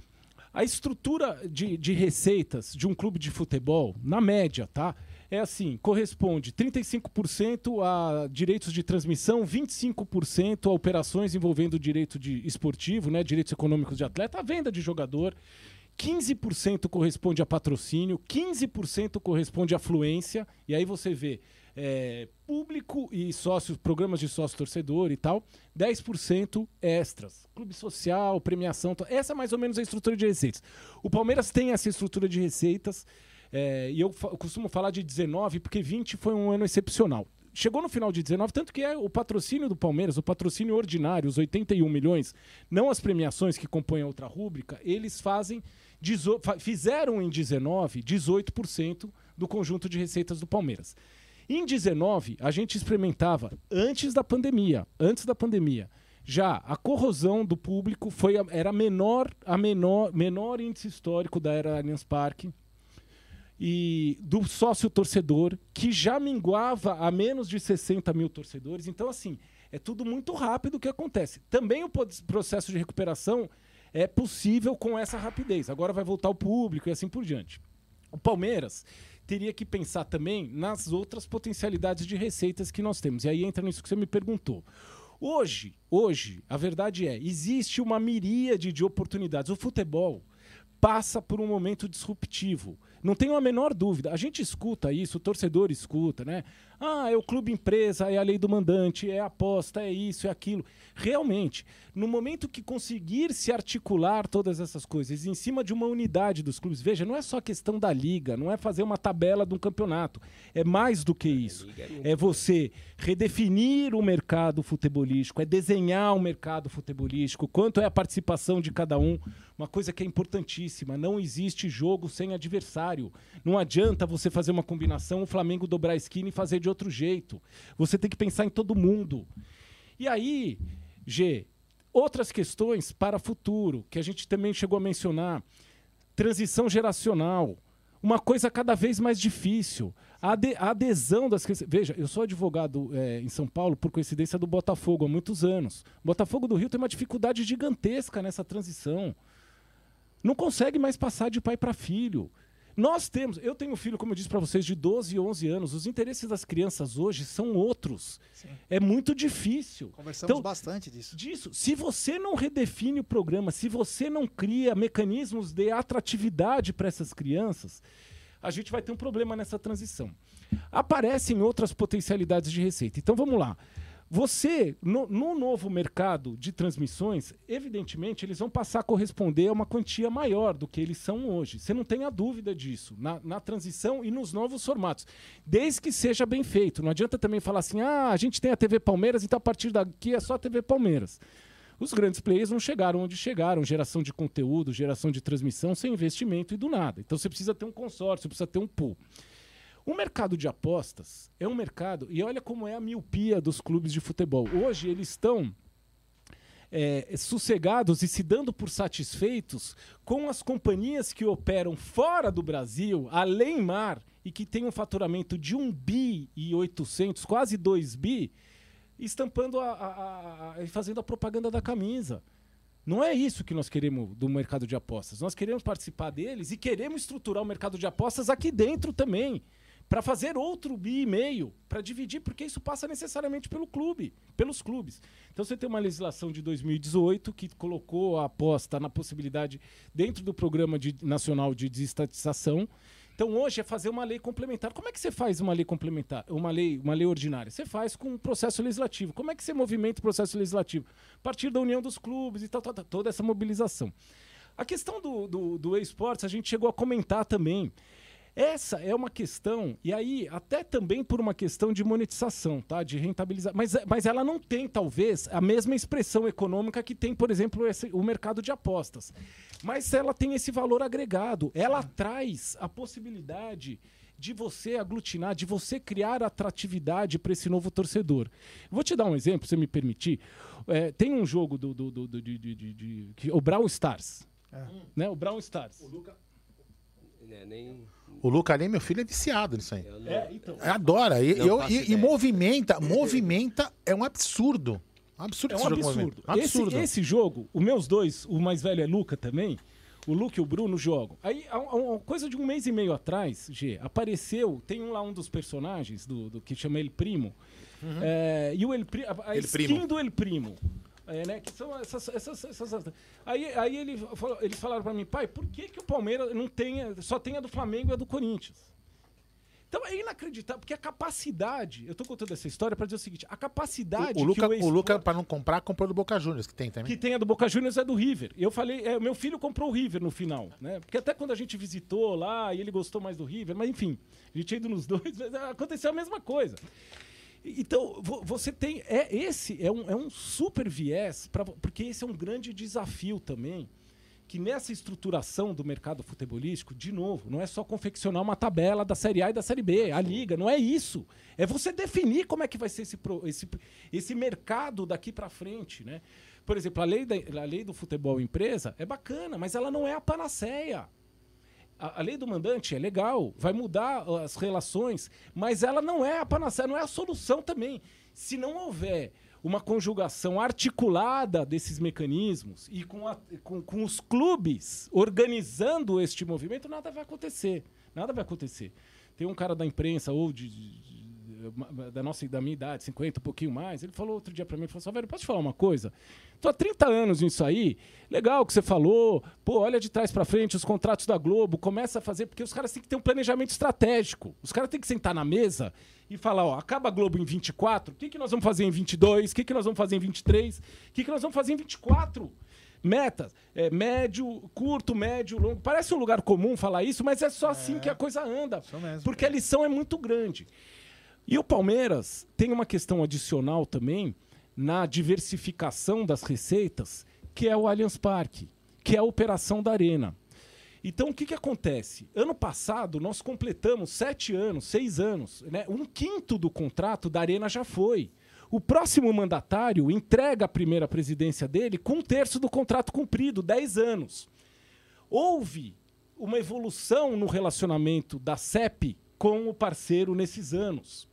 Speaker 8: a estrutura de, de receitas de um clube de futebol, na média, tá? É assim, corresponde trinta e cinco por cento a direitos de transmissão, vinte e cinco por cento a operações envolvendo direito de esportivo, né, direitos econômicos de atleta, a venda de jogador quinze por cento corresponde a patrocínio, quinze por cento corresponde a afluência, e aí você vê é, público e sócios, programas de sócio-torcedor e tal, dez por cento extras, clube social, premiação, essa é mais ou menos a estrutura de receitas. O Palmeiras tem essa estrutura de receitas, é, e eu, eu costumo falar de dezenove, porque vinte foi um ano excepcional. Chegou no final de dezenove, tanto que é o patrocínio do Palmeiras, o patrocínio ordinário, os oitenta e um milhões, não as premiações que compõem a outra rúbrica, eles fazem, fizeram em dezenove, dezoito por cento do conjunto de receitas do Palmeiras. Em dezenove, a gente experimentava, antes da pandemia, antes da pandemia, já a corrosão do público foi a, era menor, a menor, menor índice histórico da era Allianz Parque, e do sócio-torcedor, que já minguava a menos de sessenta mil torcedores. Então, assim, é tudo muito rápido o que acontece. Também o processo de recuperação é possível com essa rapidez. Agora vai voltar o público e assim por diante. O Palmeiras teria que pensar também nas outras potencialidades de receitas que nós temos. E aí entra nisso que você me perguntou. Hoje, hoje, a verdade é, existe uma miríade de oportunidades. O futebol passa por um momento disruptivo. Não tenho a menor dúvida. A gente escuta isso, o torcedor escuta, né? Ah, é o clube empresa, é a lei do mandante, é a aposta, é isso, é aquilo. Realmente, no momento que conseguir se articular todas essas coisas em cima de uma unidade dos clubes, veja, não é só questão da liga, não é fazer uma tabela de um campeonato. É mais do que isso. É você redefinir o mercado futebolístico, é desenhar o mercado futebolístico, quanto é a participação de cada um. Uma coisa que é importantíssima, não existe jogo sem adversário. Não adianta você fazer uma combinação, o Flamengo dobrar a esquina e fazer de outro jeito. Você tem que pensar em todo mundo. E aí, G, outras questões para futuro, que a gente também chegou a mencionar. Transição geracional. Uma coisa cada vez mais difícil. A, ade a adesão das crianças. Veja, eu sou advogado é, em São Paulo, por coincidência, do Botafogo há muitos anos. O Botafogo do Rio tem uma dificuldade gigantesca nessa transição. Não consegue mais passar de pai para filho. Nós temos, eu tenho um filho, como eu disse para vocês, de doze e onze anos. Os interesses das crianças hoje são outros. Sim. É muito difícil.
Speaker 6: Conversamos então, bastante disso.
Speaker 8: disso. Se você não redefine o programa, se você não cria mecanismos de atratividade para essas crianças, a gente vai ter um problema nessa transição. Aparecem outras potencialidades de receita. Então vamos lá. Você, no, no novo mercado de transmissões, evidentemente, eles vão passar a corresponder a uma quantia maior do que eles são hoje. Você não tem a dúvida disso, na, na transição e nos novos formatos. Desde que seja bem feito. Não adianta também falar assim, ah, a gente tem a T V Palmeiras, então a partir daqui é só a T V Palmeiras. Os grandes players não chegaram onde chegaram, geração de conteúdo, geração de transmissão, sem investimento e do nada. Então você precisa ter um consórcio, precisa ter um pool. O mercado de apostas é um mercado, e olha como é a miopia dos clubes de futebol. Hoje eles estão é, sossegados e se dando por satisfeitos com as companhias que operam fora do Brasil, além mar, e que tem um faturamento de um bi e oitocentos, quase dois bi, estampando a, a, a, e fazendo a propaganda da camisa. Não é isso que nós queremos do mercado de apostas. Nós queremos participar deles e queremos estruturar o mercado de apostas aqui dentro também, para fazer outro bi e meio, para dividir, porque isso passa necessariamente pelo clube, pelos clubes. Então você tem uma legislação de dois mil e dezoito que colocou a aposta na possibilidade dentro do Programa de, Nacional de Desestatização. Então hoje é fazer uma lei complementar. Como é que você faz uma lei complementar, uma lei, uma lei ordinária? Você faz com um processo legislativo. Como é que você movimenta o processo legislativo? A partir da união dos clubes e tal, tal, tal, toda essa mobilização. A questão do, do, do esportes a gente chegou a comentar também. Essa é uma questão, e aí até também por uma questão de monetização, tá? De rentabilizar. Mas, mas ela não tem, talvez, a mesma expressão econômica que tem, por exemplo, esse, o mercado de apostas. Mas ela tem esse valor agregado. Ela traz a possibilidade de você aglutinar, de você criar atratividade para esse novo torcedor. Vou te dar um exemplo, se você me permitir. É, tem um jogo do, do, do, do, de, de, de, de, de, o Brawl Stars. É. Né? O Brawl Stars. O Luca...
Speaker 5: É, nem... O Luca nem meu filho é viciado nisso aí.
Speaker 8: Não... É, então.
Speaker 5: Adora. E, eu, e, e movimenta, movimenta, é um absurdo. Um absurdo
Speaker 8: é um
Speaker 5: esse
Speaker 8: absurdo.
Speaker 5: Jogo absurdo.
Speaker 8: Esse, esse jogo, os meus dois, o mais velho é Luca também, o Luca e o Bruno jogam. Aí, a, a, a coisa de um mês e meio atrás, G, apareceu, tem um lá um dos personagens do, do que chama El Primo, uhum. é, e o El, a, a
Speaker 5: El
Speaker 8: skin
Speaker 5: Primo.
Speaker 8: do El Primo. É, né? Que são essas, essas, essas... Aí, aí ele falou, eles falaram pra mim, pai, por que, que o Palmeiras não tem, só tem a do Flamengo e a do Corinthians? Então é inacreditável, porque a capacidade... Eu tô contando essa história pra dizer o seguinte, a capacidade
Speaker 5: O, o Luca,
Speaker 8: que o,
Speaker 5: o Luca, pra não comprar, comprou do Boca Juniors, que tem também.
Speaker 8: que tem a do Boca Juniors é do River. Eu falei, é, meu filho comprou o River no final, né? Porque até quando a gente visitou lá, e ele gostou mais do River, mas enfim, a gente tinha ido nos dois, mas aconteceu a mesma coisa. Então, vo- você tem... É, esse é um, é um super viés, pra, porque esse é um grande desafio também, que nessa estruturação do mercado futebolístico, de novo, não é só confeccionar uma tabela da Série A e da Série B, a Liga, não é isso. É você definir como é que vai ser esse, pro, esse, esse mercado daqui para frente, né? Por exemplo, a lei, da, a lei do futebol empresa é bacana, mas ela não é a panaceia. A, a lei do mandante é legal, vai mudar as relações, mas ela não é a panaceia, não é a solução também. Se não houver uma conjugação articulada desses mecanismos e com, a, com, com os clubes organizando este movimento, nada vai acontecer. Nada vai acontecer. Tem um cara da imprensa, ou de, de, de, da, nossa, da minha idade, cinquenta, um pouquinho mais, ele falou outro dia pra mim, ele falou assim, velho, posso te falar uma coisa? Tô há trinta anos nisso aí, legal o que você falou, pô, olha de trás pra frente, os contratos da Globo, começa a fazer, porque os caras têm que ter um planejamento estratégico. Os caras têm que sentar na mesa e falar, ó, acaba a Globo em vinte e quatro, o que, que nós vamos fazer em vinte e dois, o que, que nós vamos fazer em vinte e três, o que, que nós vamos fazer em vinte e quatro? Metas, é, médio, curto, médio, longo. Parece um lugar comum falar isso, mas é só é, assim que a coisa anda. Porque a lição é muito grande. E o Palmeiras tem uma questão adicional também na diversificação das receitas, que é o Allianz Parque, que é a operação da Arena. Então, o que, que acontece? Ano passado, nós completamos sete anos, seis anos. Né? Um quinto do contrato da Arena já foi. O próximo mandatário entrega a primeira presidência dele com um terço do contrato cumprido, dez anos. Houve uma evolução no relacionamento da C E P com o parceiro nesses anos.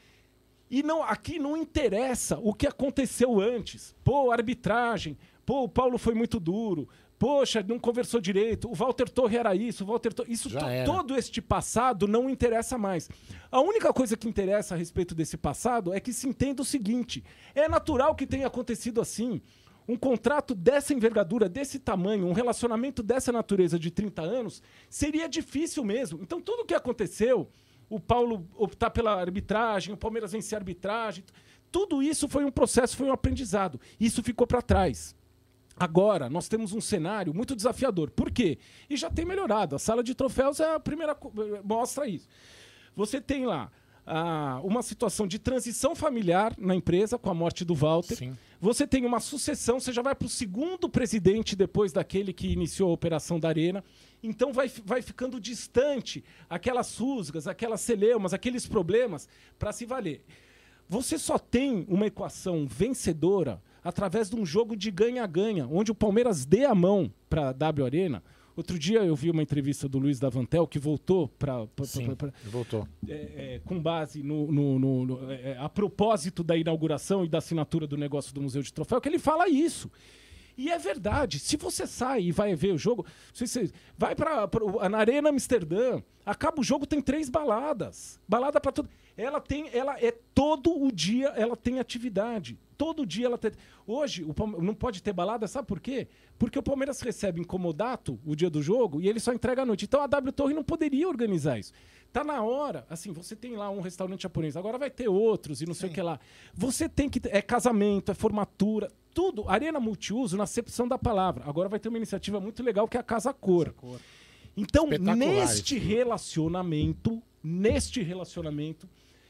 Speaker 8: E não, aqui não interessa o que aconteceu antes. Pô, arbitragem. Pô, o Paulo foi muito duro. Poxa, não conversou direito. O Walter Torre era isso. O Walter Torre... Isso to, todo este passado não interessa mais. A única coisa que interessa a respeito desse passado é que se entenda o seguinte. É natural que tenha acontecido assim. Um contrato dessa envergadura, desse tamanho, um relacionamento dessa natureza de trinta anos, seria difícil mesmo. Então, tudo o que aconteceu, o Paulo optar pela arbitragem, o Palmeiras vencer a arbitragem, tudo isso foi um processo, foi um aprendizado. Isso ficou para trás. Agora, nós temos um cenário muito desafiador. Por quê? E já tem melhorado. A sala de troféus é a primeira... mostra isso. Você tem lá ah, uma situação de transição familiar na empresa, com a morte do Walter.
Speaker 5: Sim.
Speaker 8: Você tem uma sucessão, você já vai para o segundo presidente depois daquele que iniciou a operação da Arena. Então vai, vai ficando distante aquelas rusgas, aquelas celeumas, aqueles problemas para se valer. Você só tem uma equação vencedora através de um jogo de ganha-ganha, onde o Palmeiras dê a mão para a W Arena. Outro dia eu vi uma entrevista do Luiz Davantel, que voltou para...
Speaker 5: voltou.
Speaker 8: É, é, com base no... no, no, no é, a propósito da inauguração e da assinatura do negócio do Museu de Troféu, que ele fala isso. E é verdade. Se você sai e vai ver o jogo, se você vai para na Arena Amsterdã, acaba o jogo, tem três baladas. Balada para tudo. Ela tem, ela é todo o dia, ela tem atividade. Todo dia ela tem. Hoje o Palme... não pode ter balada, sabe por quê? Porque o Palmeiras recebe incomodato o dia do jogo e ele só entrega à noite. Então a W Torre não poderia organizar isso. Tá na hora, assim, você tem lá um restaurante japonês, agora vai ter outros e não sei Sim. o que lá. Você tem que ter, é casamento, é formatura, tudo, arena multiuso na acepção da palavra. Agora vai ter uma iniciativa muito legal que é a Casa Cor. Casa Cor. Então, neste isso. relacionamento, neste relacionamento,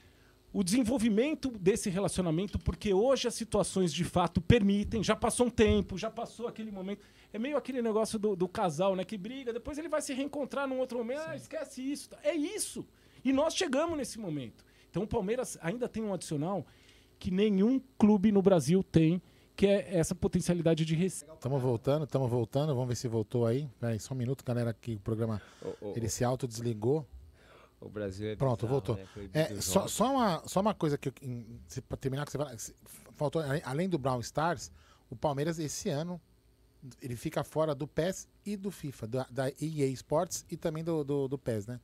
Speaker 8: o desenvolvimento desse relacionamento, porque hoje as situações de fato permitem, já passou um tempo, já passou aquele momento. É meio aquele negócio do, do casal, né? Que briga, depois ele vai se reencontrar num outro momento. Sim. Ah, esquece isso. É isso. E nós chegamos nesse momento. Então o Palmeiras ainda tem um adicional que nenhum clube no Brasil tem, que é essa potencialidade de receita.
Speaker 5: Estamos voltando, estamos voltando. Vamos ver se voltou aí. Peraí, só um minuto, galera, que o programa
Speaker 7: oh, oh,
Speaker 5: ele oh. se autodesligou.
Speaker 7: O Brasil é
Speaker 5: Pronto,
Speaker 7: bizarro,
Speaker 5: voltou.
Speaker 7: Né?
Speaker 5: É, só, só, uma, só uma coisa que para terminar que você fala, faltou, além do Brown Stars, o Palmeiras esse ano ele fica fora do P E S e do FIFA, da, da E A Sports e também do, do, do P E S, né?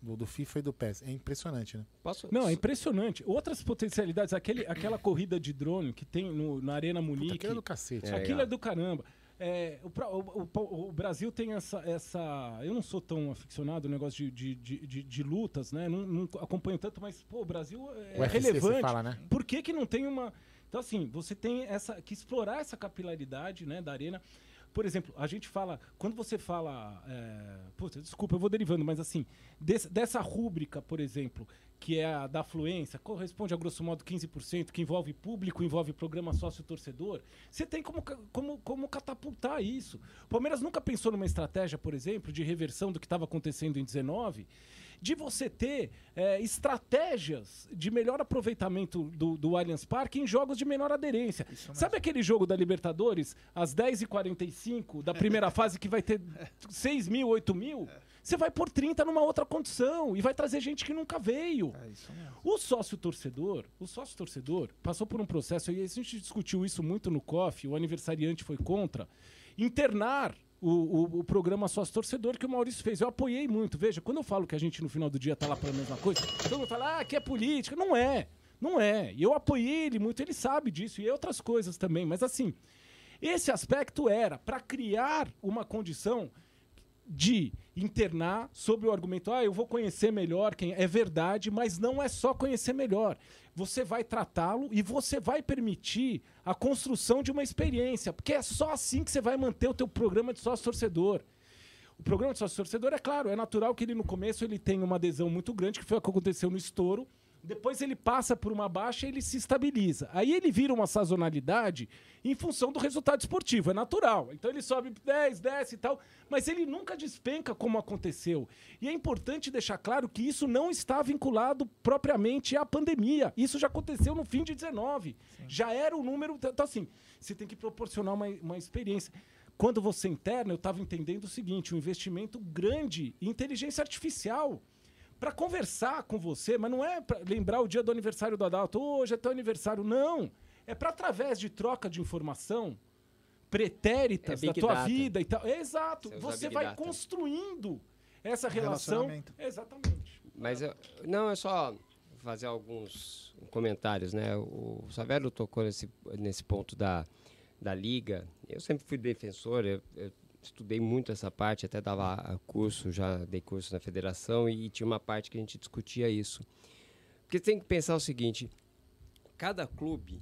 Speaker 5: do, do FIFA e do P E S. É impressionante, né?
Speaker 7: Posso?
Speaker 8: Não, é impressionante. Outras potencialidades, aquele, aquela corrida de drone que tem no, na Arena Munique.
Speaker 5: Puta, aquilo é do cacete.
Speaker 8: É, aquilo é do caramba. É, o, o, o, o Brasil tem essa, essa... Eu não sou tão aficionado no negócio de, de, de, de, de lutas, né? Não, não acompanho tanto, mas pô, o Brasil é
Speaker 5: o U F C,
Speaker 8: relevante.
Speaker 5: você fala, né?
Speaker 8: Por que que não tem uma... Então, assim, você tem essa, que explorar essa capilaridade, né, da arena. Por exemplo, a gente fala... Quando você fala... É, puta, desculpa, eu vou derivando, mas assim... Desse, dessa rúbrica, por exemplo, que é a da afluência, corresponde a grosso modo quinze por cento, que envolve público, envolve programa sócio-torcedor, você tem como, como, como catapultar isso. O Palmeiras nunca pensou numa estratégia, por exemplo, de reversão do que estava acontecendo em dezenove, de você ter é, estratégias de melhor aproveitamento do, do Allianz Parque em jogos de menor aderência. Sabe aquele jogo da Libertadores, às dez e quarenta e cinco, da primeira fase, que vai ter seis mil, oito mil? Você vai por trinta numa outra condição e vai trazer gente que nunca veio.
Speaker 6: É isso mesmo.
Speaker 8: O sócio-torcedor, o sócio-torcedor passou por um processo, e a gente discutiu isso muito no C O F, o aniversariante foi contra, internar o, o, o programa sócio-torcedor que o Maurício fez. Eu apoiei muito. Veja, quando eu falo que a gente no final do dia tá lá pela mesma coisa, todo mundo fala, ah, que é política. Não é, não é. E eu apoiei ele muito, ele sabe disso, e outras coisas também. Mas assim, esse aspecto era para criar uma condição de internar sobre o argumento, ah, eu vou conhecer melhor quem é verdade, mas não é só conhecer melhor. Você vai tratá-lo e você vai permitir a construção de uma experiência, porque é só assim que você vai manter o teu programa de sócio-torcedor. O programa de sócio-torcedor, é claro, é natural que ele no começo ele tenha uma adesão muito grande, que foi o que aconteceu no estouro. Depois ele passa por uma baixa e ele se estabiliza. Aí ele vira uma sazonalidade em função do resultado esportivo, é natural. Então ele sobe dez, desce e tal, mas ele nunca despenca como aconteceu. E é importante deixar claro que isso não está vinculado propriamente à pandemia. Isso já aconteceu no fim de dezenove. Sim. Já era o número... Então assim, você tem que proporcionar uma, uma experiência. Quando você interna, eu estava entendendo o seguinte, um investimento grande em inteligência artificial, para conversar com você, mas não é para lembrar o dia do aniversário do Adalto, hoje é teu aniversário, não. É para, através de troca de informação pretéritas é da tua data. vida e tal. É, exato. Você, você vai data. construindo essa relação. Exatamente.
Speaker 7: Mas eu, não, é só fazer alguns comentários, né? O Savério tocou nesse, nesse ponto da, da liga. Eu sempre fui defensor, eu, eu estudei muito essa parte, até dava curso, já dei curso na federação e tinha uma parte que a gente discutia isso. Porque tem que pensar o seguinte, cada clube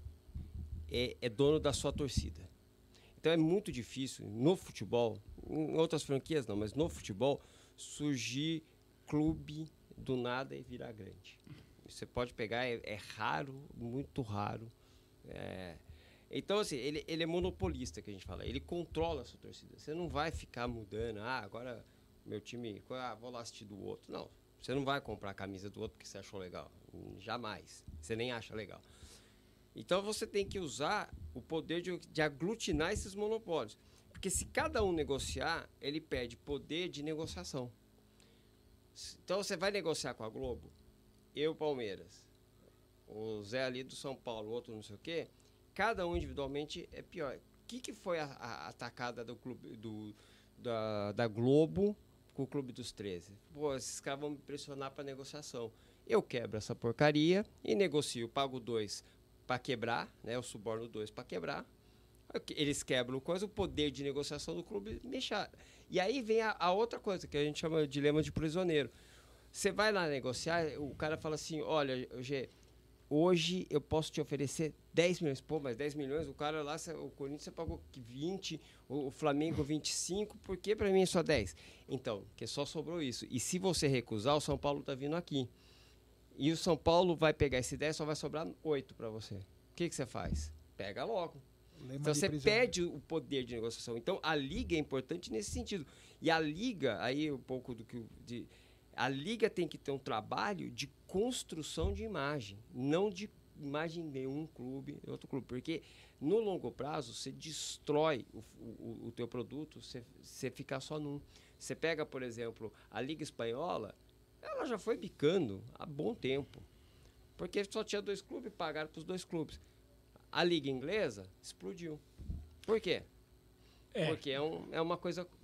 Speaker 7: é, é dono da sua torcida. Então é muito difícil no futebol, em outras franquias não, mas no futebol, surgir clube do nada e virar grande. Você pode pegar, é, é raro, muito raro. É... Então, assim, ele, ele é monopolista, que a gente fala. Ele controla a sua torcida. Você não vai ficar mudando. Ah, agora meu time... Ah, vou lá assistir do outro. Não. Você não vai comprar a camisa do outro porque você achou legal. Jamais. Você nem acha legal. Então, você tem que usar o poder de, de aglutinar esses monopólios. Porque se cada um negociar, ele perde poder de negociação. Então, você vai negociar com a Globo. Eu, Palmeiras. O Zé ali do São Paulo, o outro não sei o quê. Cada um individualmente é pior. O que, que foi a, a atacada do clube, do, da, da Globo com o Clube dos treze? Pô, esses caras vão me pressionar para negociação. Eu quebro essa porcaria e negocio, pago dois para quebrar, né? Eu suborno dois para quebrar. Eles quebram coisa, o poder de negociação do clube mexa. E aí vem a, a outra coisa, que a gente chama de dilema de prisioneiro. Você vai lá negociar, o cara fala assim, olha, G, hoje eu posso te oferecer dez milhões. Pô, mas dez milhões, o cara lá, o Corinthians você pagou vinte, o Flamengo vinte e cinco, por que pra mim é só dez? Então, porque só sobrou isso. E se você recusar, o São Paulo tá vindo aqui. E o São Paulo vai pegar esse dez, só vai sobrar oito pra você. O que que você faz? Pega logo. Lema então você perde o poder de negociação. Então a liga é importante nesse sentido. E a liga, aí um pouco do que... De, a liga tem que ter um trabalho de construção de imagem, não de imagem de um clube e outro clube, porque no longo prazo você destrói o, o, o teu produto, você, você ficar só num. Você pega, por exemplo, a Liga Espanhola, ela já foi bicando há bom tempo, porque só tinha dois clubes, pagaram para os dois clubes. A Liga Inglesa explodiu. Por quê? É. Porque é, um, é uma coisa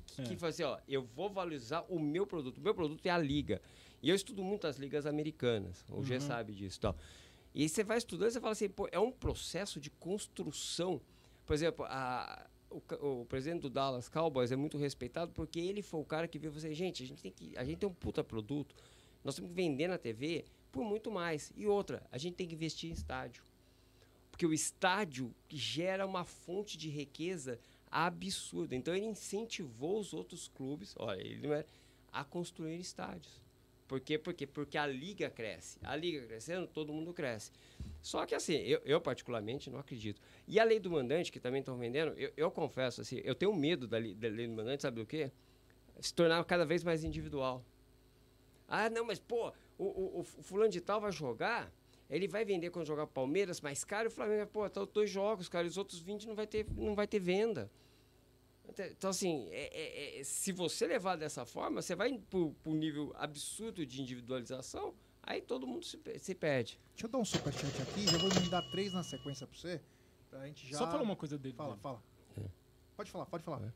Speaker 7: que,
Speaker 8: É.
Speaker 7: que fala assim, ó, eu vou valorizar o meu produto. O meu produto é a liga. E eu estudo muito as ligas americanas. O G
Speaker 8: Uhum.
Speaker 7: sabe disso. Tal. E aí você vai estudando e você fala assim, pô, é um processo de construção. Por exemplo, a, o, ca- o presidente do Dallas Cowboys é muito respeitado porque ele foi o cara que viu você, gente, a gente tem que, a gente tem um puta produto, nós temos que vender na T V por muito mais. E outra, a gente tem que investir em estádio. Porque o estádio gera uma fonte de riqueza absurda. Então ele incentivou os outros clubes, olha, ele não é, a construir estádios. Por quê? Porque, porque a liga cresce. A liga crescendo, todo mundo cresce. Só que assim, eu, eu particularmente não acredito. E a lei do mandante, que também estão vendendo, eu, eu confesso, assim, eu tenho medo da, li, da lei do mandante, sabe do quê? Se tornar cada vez mais individual. Ah, não, mas pô, o, o, o fulano de tal vai jogar, ele vai vender quando jogar Palmeiras mais caro, e o Flamengo, pô, tá dois jogos, cara, e os outros vinte não vai ter, não vai ter venda. Então, assim, é, é, é, se você levar dessa forma, você vai para um nível absurdo de individualização, aí todo mundo se, se perde.
Speaker 6: Deixa eu dar um superchat aqui, já vou emendar três na sequência pra você. Pra gente já...
Speaker 8: Só falar uma coisa dele.
Speaker 6: Fala,
Speaker 8: dele.
Speaker 6: fala.
Speaker 7: É.
Speaker 6: Pode falar, pode falar.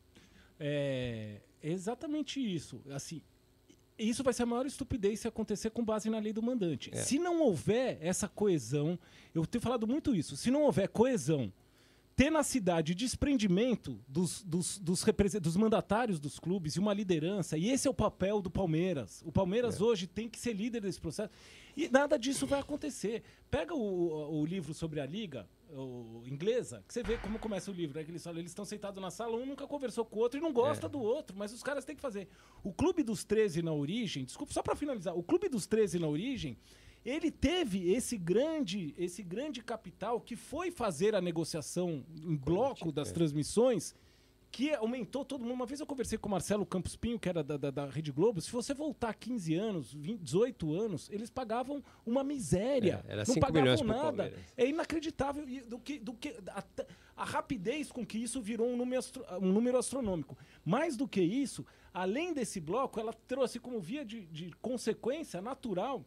Speaker 8: É exatamente isso. Assim, isso vai ser a maior estupidez se acontecer com base na lei do mandante.
Speaker 7: É.
Speaker 8: Se não houver essa coesão, eu tenho falado muito isso, se não houver coesão, tenacidade, desprendimento dos, dos, dos, represen- dos mandatários dos clubes e uma liderança, e esse é o papel do Palmeiras. O Palmeiras
Speaker 7: É.
Speaker 8: hoje tem que ser líder desse processo, e nada disso vai acontecer. Pega o, o livro sobre a Liga, o inglesa, que você vê como começa o livro, né? Que eles falam, eles estão sentados na sala, um nunca conversou com o outro e não gosta
Speaker 7: É.
Speaker 8: do outro, mas os caras têm que fazer. O Clube dos treze na origem, desculpa, só para finalizar, o Clube dos treze na origem, ele teve esse grande, esse grande capital que foi fazer a negociação em bloco das
Speaker 7: é.
Speaker 8: transmissões, que aumentou todo mundo. Uma vez eu conversei com o Marcelo Campos Pinho, que era da, da, da Rede Globo. Se você voltar quinze anos, vinte, dezoito anos, eles pagavam uma miséria.
Speaker 7: É, era
Speaker 8: não
Speaker 7: cinco
Speaker 8: pagavam
Speaker 7: milhões pro
Speaker 8: nada.
Speaker 7: Palmeiras.
Speaker 8: É inacreditável e do que, do que a, a rapidez com que isso virou um número, astro- um número astronômico. Mais do que isso, além desse bloco, ela trouxe como via de, de consequência natural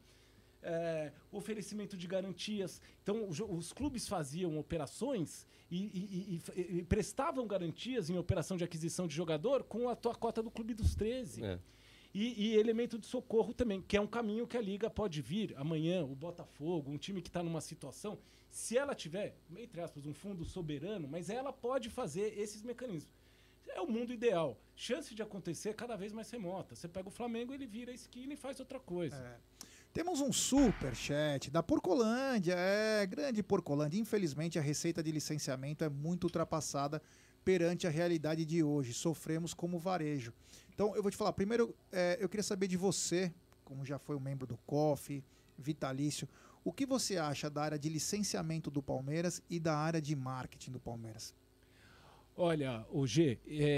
Speaker 8: é, oferecimento de garantias. Então, os, os clubes faziam operações e, e- e- e- e prestavam garantias em operação de aquisição de jogador com a tua cota do Clube dos treze.
Speaker 7: É.
Speaker 8: E, e elemento de socorro também, que é um caminho que a Liga pode vir amanhã, o Botafogo, um time que está numa situação, se ela tiver, entre aspas, um fundo soberano, mas ela pode fazer esses mecanismos. É o mundo ideal. Chance de acontecer cada vez mais remota. Você pega o Flamengo, ele vira a esquina e faz outra coisa.
Speaker 6: É. Temos um superchat da Porcolândia, é, grande Porcolândia. Infelizmente, a receita de licenciamento é muito ultrapassada perante a realidade de hoje. Sofremos como varejo. Então, eu vou te falar, primeiro, é, eu queria saber de você, como já foi um membro do C O F, vitalício, o que você acha da área de licenciamento do Palmeiras e da área de marketing do Palmeiras?
Speaker 8: Olha, o G,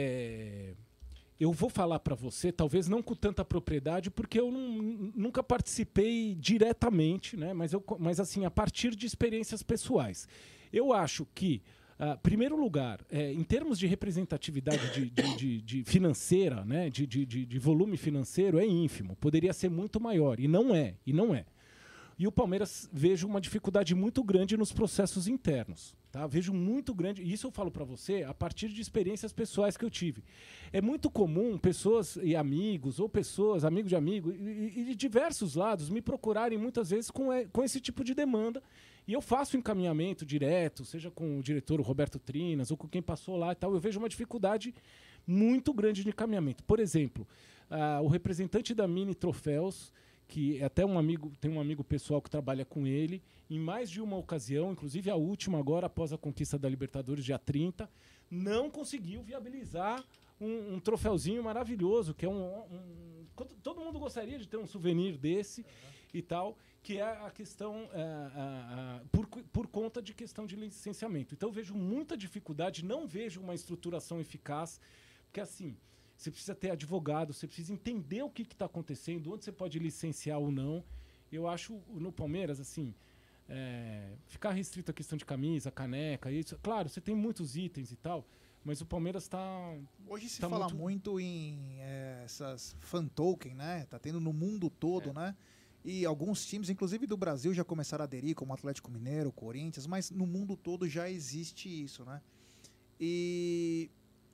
Speaker 8: é, eu vou falar para você, talvez não com tanta propriedade, porque eu não- nunca participei diretamente, né? Mas, eu, co- mas assim, a partir de experiências pessoais. Eu acho que, ah, primeiro lugar, é, em termos de representatividade de, de- de- de financeira, né? De, de- de- de volume financeiro, é ínfimo. Poderia ser muito maior, e não é, e não é. E o Palmeiras vejo uma dificuldade muito grande nos processos internos. Tá? Vejo muito grande, e isso eu falo para você a partir de experiências pessoais que eu tive. É muito comum pessoas e amigos, ou pessoas, amigos de amigos, e, e de diversos lados, me procurarem muitas vezes com, e- com esse tipo de demanda. E eu faço encaminhamento direto, seja com o diretor Roberto Trinas, ou com quem passou lá e tal. Eu vejo uma dificuldade muito grande de encaminhamento. Por exemplo, ah, o representante da Mini Troféus, que é até um amigo, tem um amigo pessoal que trabalha com ele, em mais de uma ocasião, inclusive a última agora, após a conquista da Libertadores, dia trinta, não conseguiu viabilizar um, um troféuzinho maravilhoso, que é um, um- todo mundo gostaria de ter um souvenir desse e tal, que é a questão, é, a- a- por, por conta de questão de licenciamento. Então eu vejo muita dificuldade, não vejo uma estruturação eficaz, porque assim, você precisa ter advogado, você precisa entender o que está acontecendo, onde você pode licenciar ou não. Eu acho no Palmeiras, assim, é, ficar restrito à questão de camisa, caneca, isso. Claro, você tem muitos itens e tal, mas o Palmeiras está...
Speaker 6: Hoje se
Speaker 8: Tá
Speaker 6: fala
Speaker 8: muito-
Speaker 6: muito, em é, essas fan token, né? Tá tendo no mundo todo, né? E alguns times, inclusive do Brasil, já começaram a aderir, como o Atlético Mineiro, o Corinthians, mas no mundo todo já existe isso, né? E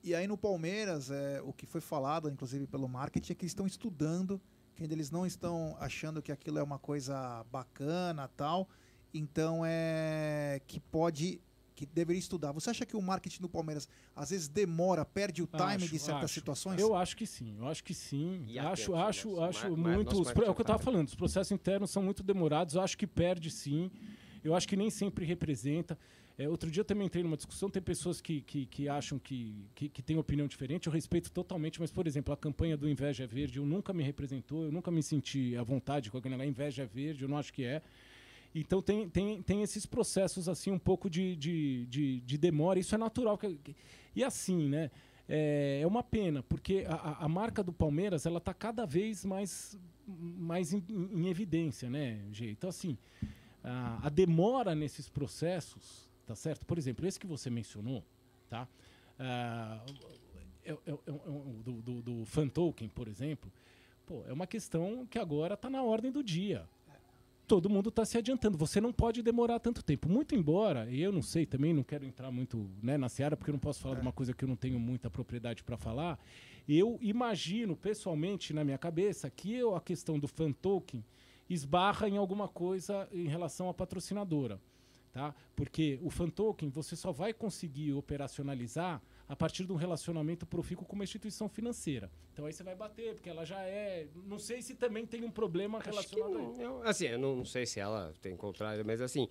Speaker 6: E aí no Palmeiras, é, o que foi falado, inclusive pelo marketing, é que eles estão estudando, que ainda eles não estão achando que aquilo é uma coisa bacana tal. Então é que pode, que deveria estudar. Você acha que o marketing do Palmeiras às vezes demora, perde o time
Speaker 8: Acho,
Speaker 6: de certas
Speaker 8: acho.
Speaker 6: situações?
Speaker 8: Eu acho que sim, eu acho que sim.
Speaker 7: E
Speaker 8: acho,
Speaker 7: atento,
Speaker 8: acho,
Speaker 7: nosso
Speaker 8: acho
Speaker 7: mar-
Speaker 8: muito.
Speaker 7: nosso
Speaker 8: os pro- é o que eu estava
Speaker 7: marketing
Speaker 8: falando, os processos internos são muito demorados, eu acho que perde sim. Eu acho que nem sempre representa. É, outro dia eu também entrei numa discussão, tem pessoas que, que, que acham que, que, que têm opinião diferente, eu respeito totalmente, mas, por exemplo, a campanha do Inveja é Verde, eu nunca me representou, eu nunca me senti à vontade com aquele negócio, Inveja é Verde, eu não acho que é. Então tem, tem, tem esses processos assim um pouco de, de, de, de demora, isso é natural. E assim, né? É, é uma pena, porque a, a marca do Palmeiras ela está cada vez mais, mais em, em evidência, né, Gê? Então, assim, a, a demora nesses processos, tá certo? Por exemplo, esse que você mencionou, tá? Ah, é, é, é, é, do, do, do fan token, por exemplo, pô, é uma questão que agora está na ordem do dia. Todo mundo está se adiantando. Você não pode demorar tanto tempo. Muito embora, e eu não sei, também não quero entrar muito, né, na seara, porque eu não posso falar é. de uma coisa que eu não tenho muita propriedade para falar. Eu imagino, pessoalmente, na minha cabeça, que eu, a questão do fan token esbarra em alguma coisa em relação à patrocinadora. Tá? Porque o fan token você só vai conseguir operacionalizar a partir de um relacionamento profícuo com uma instituição financeira. Então aí você vai bater, porque ela já é... Não sei se também tem um problema
Speaker 7: Acho
Speaker 8: relacionado
Speaker 7: não,
Speaker 8: a isso.
Speaker 7: eu, assim, eu não, não sei se ela tem contrário, mas assim,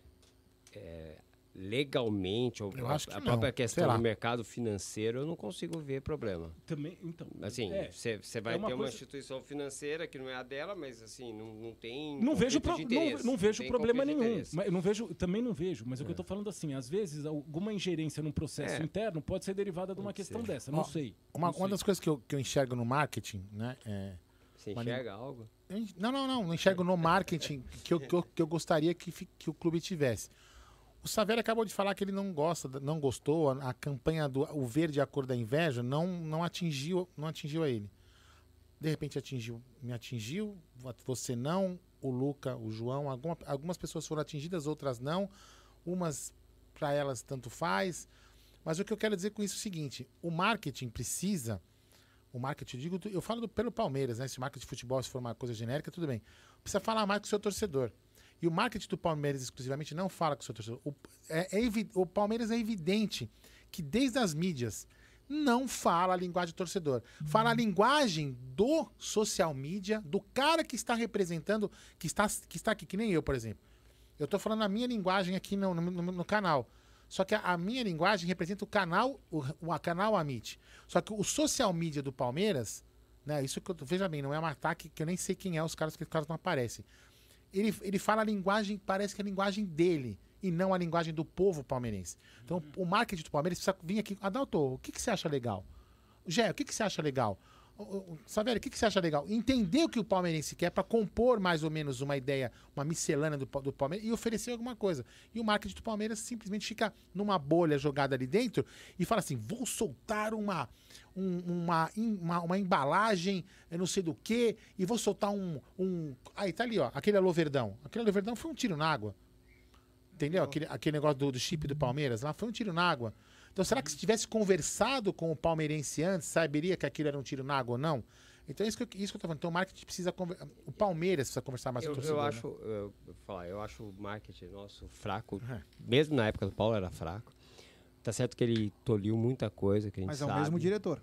Speaker 7: é, legalmente, ou
Speaker 5: Eu
Speaker 7: a,
Speaker 5: acho que
Speaker 7: a
Speaker 5: não,
Speaker 7: própria
Speaker 5: sei
Speaker 7: questão
Speaker 5: lá.
Speaker 7: do mercado financeiro, eu não consigo ver problema.
Speaker 8: Também, então,
Speaker 7: Assim,
Speaker 8: é,
Speaker 7: você vai
Speaker 8: é uma
Speaker 7: ter uma
Speaker 8: coisa-
Speaker 7: instituição financeira que não é a dela, mas assim, não, não tem
Speaker 8: não vejo,
Speaker 7: conflito
Speaker 8: pro,
Speaker 7: de
Speaker 8: não,
Speaker 7: interesse,
Speaker 8: não vejo
Speaker 7: tem
Speaker 8: problema
Speaker 7: conflito de
Speaker 8: nenhum.
Speaker 7: interesse.
Speaker 8: Mas eu não vejo, também não vejo, mas o que eu estou falando assim, às vezes alguma ingerência num processo
Speaker 7: É.
Speaker 8: interno pode ser derivada de uma
Speaker 7: Pode
Speaker 8: questão
Speaker 7: ser.
Speaker 8: dessa, não
Speaker 5: Ó,
Speaker 8: sei.
Speaker 5: Uma,
Speaker 8: não
Speaker 5: uma
Speaker 8: sei.
Speaker 5: das coisas que eu, que eu enxergo no marketing, né? É,
Speaker 7: Você
Speaker 5: Mas
Speaker 7: enxerga algo?
Speaker 5: eu en- não, não, não. Não enxergo no marketing que eu, que eu, que eu gostaria que, fi- que o clube tivesse. O Savelli acabou de falar que ele não gosta, da- não gostou, a, a campanha do o verde a cor da inveja não, não atingiu, não atingiu a ele. De repente atingiu, me atingiu, você não, o Luca, o João, alguma, algumas pessoas foram atingidas, outras não. Umas para elas tanto faz. Mas o que eu quero dizer com isso é o seguinte: o marketing precisa, o marketing, eu digo, eu falo do- pelo Palmeiras, né? Se o marketing de futebol se for uma coisa genérica, tudo bem. Precisa falar mais com o seu torcedor. E o marketing do Palmeiras exclusivamente não fala com o seu torcedor. O, é, é evi- o Palmeiras é evidente que desde as mídias não fala a linguagem do torcedor. Fala a linguagem do social media, do cara que está representando, que está, que está aqui, que nem eu, por exemplo. Eu estou falando a minha linguagem aqui no, no, no- no canal. Só que a, a minha linguagem representa o canal, o, o a canal Amit. Só que o social media do Palmeiras, né? Isso que eu, veja bem, não é um ataque que eu nem sei quem é os caras, porque os caras não aparecem. Ele, ele fala a linguagem, parece que é a linguagem dele, e não a linguagem do povo palmeirense. Então,
Speaker 8: Uhum.
Speaker 5: o marketing do Palmeiras precisa vir aqui. Adalto, o que, que você acha legal? Gé, o que, que você acha legal? O- o- Savério, o que, que você acha legal? Entender o que o palmeirense quer para compor mais ou menos uma ideia, uma miscelânea do, Pa- do Palmeiras e oferecer alguma coisa. E o marketing do Palmeiras simplesmente fica numa bolha jogada ali dentro e fala assim: vou soltar uma, um- uma, em- uma, uma embalagem, eu não sei do que, e vou soltar um, um. Aí tá ali, ó, aquele alô verdão. Aquele alô verdão foi um tiro na água. Entendeu? Aquele, aquele negócio do, do chip do Palmeiras lá foi um tiro na água. Então, será que se tivesse conversado com o palmeirense antes, saberia que aquilo era um tiro na água ou não? Então, é isso que eu, isso que eu tô falando. Então, o marketing precisa conversar. O Palmeiras precisa conversar mais com
Speaker 7: Eu,
Speaker 5: o torcedor.
Speaker 7: eu
Speaker 5: né?
Speaker 7: acho, eu, eu falar, eu acho o marketing nosso fraco.
Speaker 5: É.
Speaker 7: Mesmo na época do Paulo era fraco. Tá certo que ele toliu muita coisa que a gente
Speaker 6: Mas é
Speaker 7: sabe.
Speaker 6: o mesmo diretor.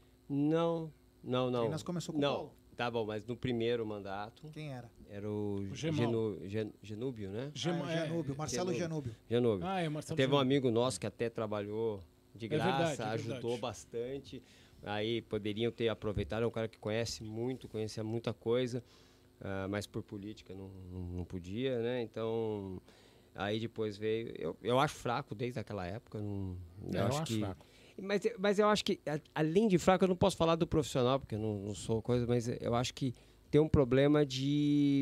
Speaker 7: Não, não, não.
Speaker 6: Quem nós começou com o
Speaker 7: não,
Speaker 6: Paulo.
Speaker 7: tá bom, mas no primeiro mandato
Speaker 6: Quem era?
Speaker 7: era o,
Speaker 8: O Gemal.
Speaker 7: Genu, Gen, Genúbio, né?
Speaker 8: Gema-
Speaker 6: ah,
Speaker 8: é,
Speaker 6: Janúbio, Marcelo
Speaker 7: Janúbio.
Speaker 6: Janúbio.
Speaker 7: Genúbio.
Speaker 8: Ah, é, Marcelo
Speaker 7: Teve um
Speaker 8: Janúbio.
Speaker 7: amigo nosso que até trabalhou de
Speaker 8: É
Speaker 7: graça,
Speaker 8: verdade, é
Speaker 7: ajudou
Speaker 8: verdade.
Speaker 7: bastante. Aí poderiam ter aproveitado, é um cara que conhece muito, conhecia muita coisa, ah, mas por política não, não, não podia, né? Então, aí depois veio... Eu, eu acho fraco desde aquela época. Não,
Speaker 5: É, eu acho fraco.
Speaker 7: Mas, mas eu acho que, a- além de fraco, eu não posso falar do profissional, porque eu não, não sou coisa, mas eu acho que tem um problema de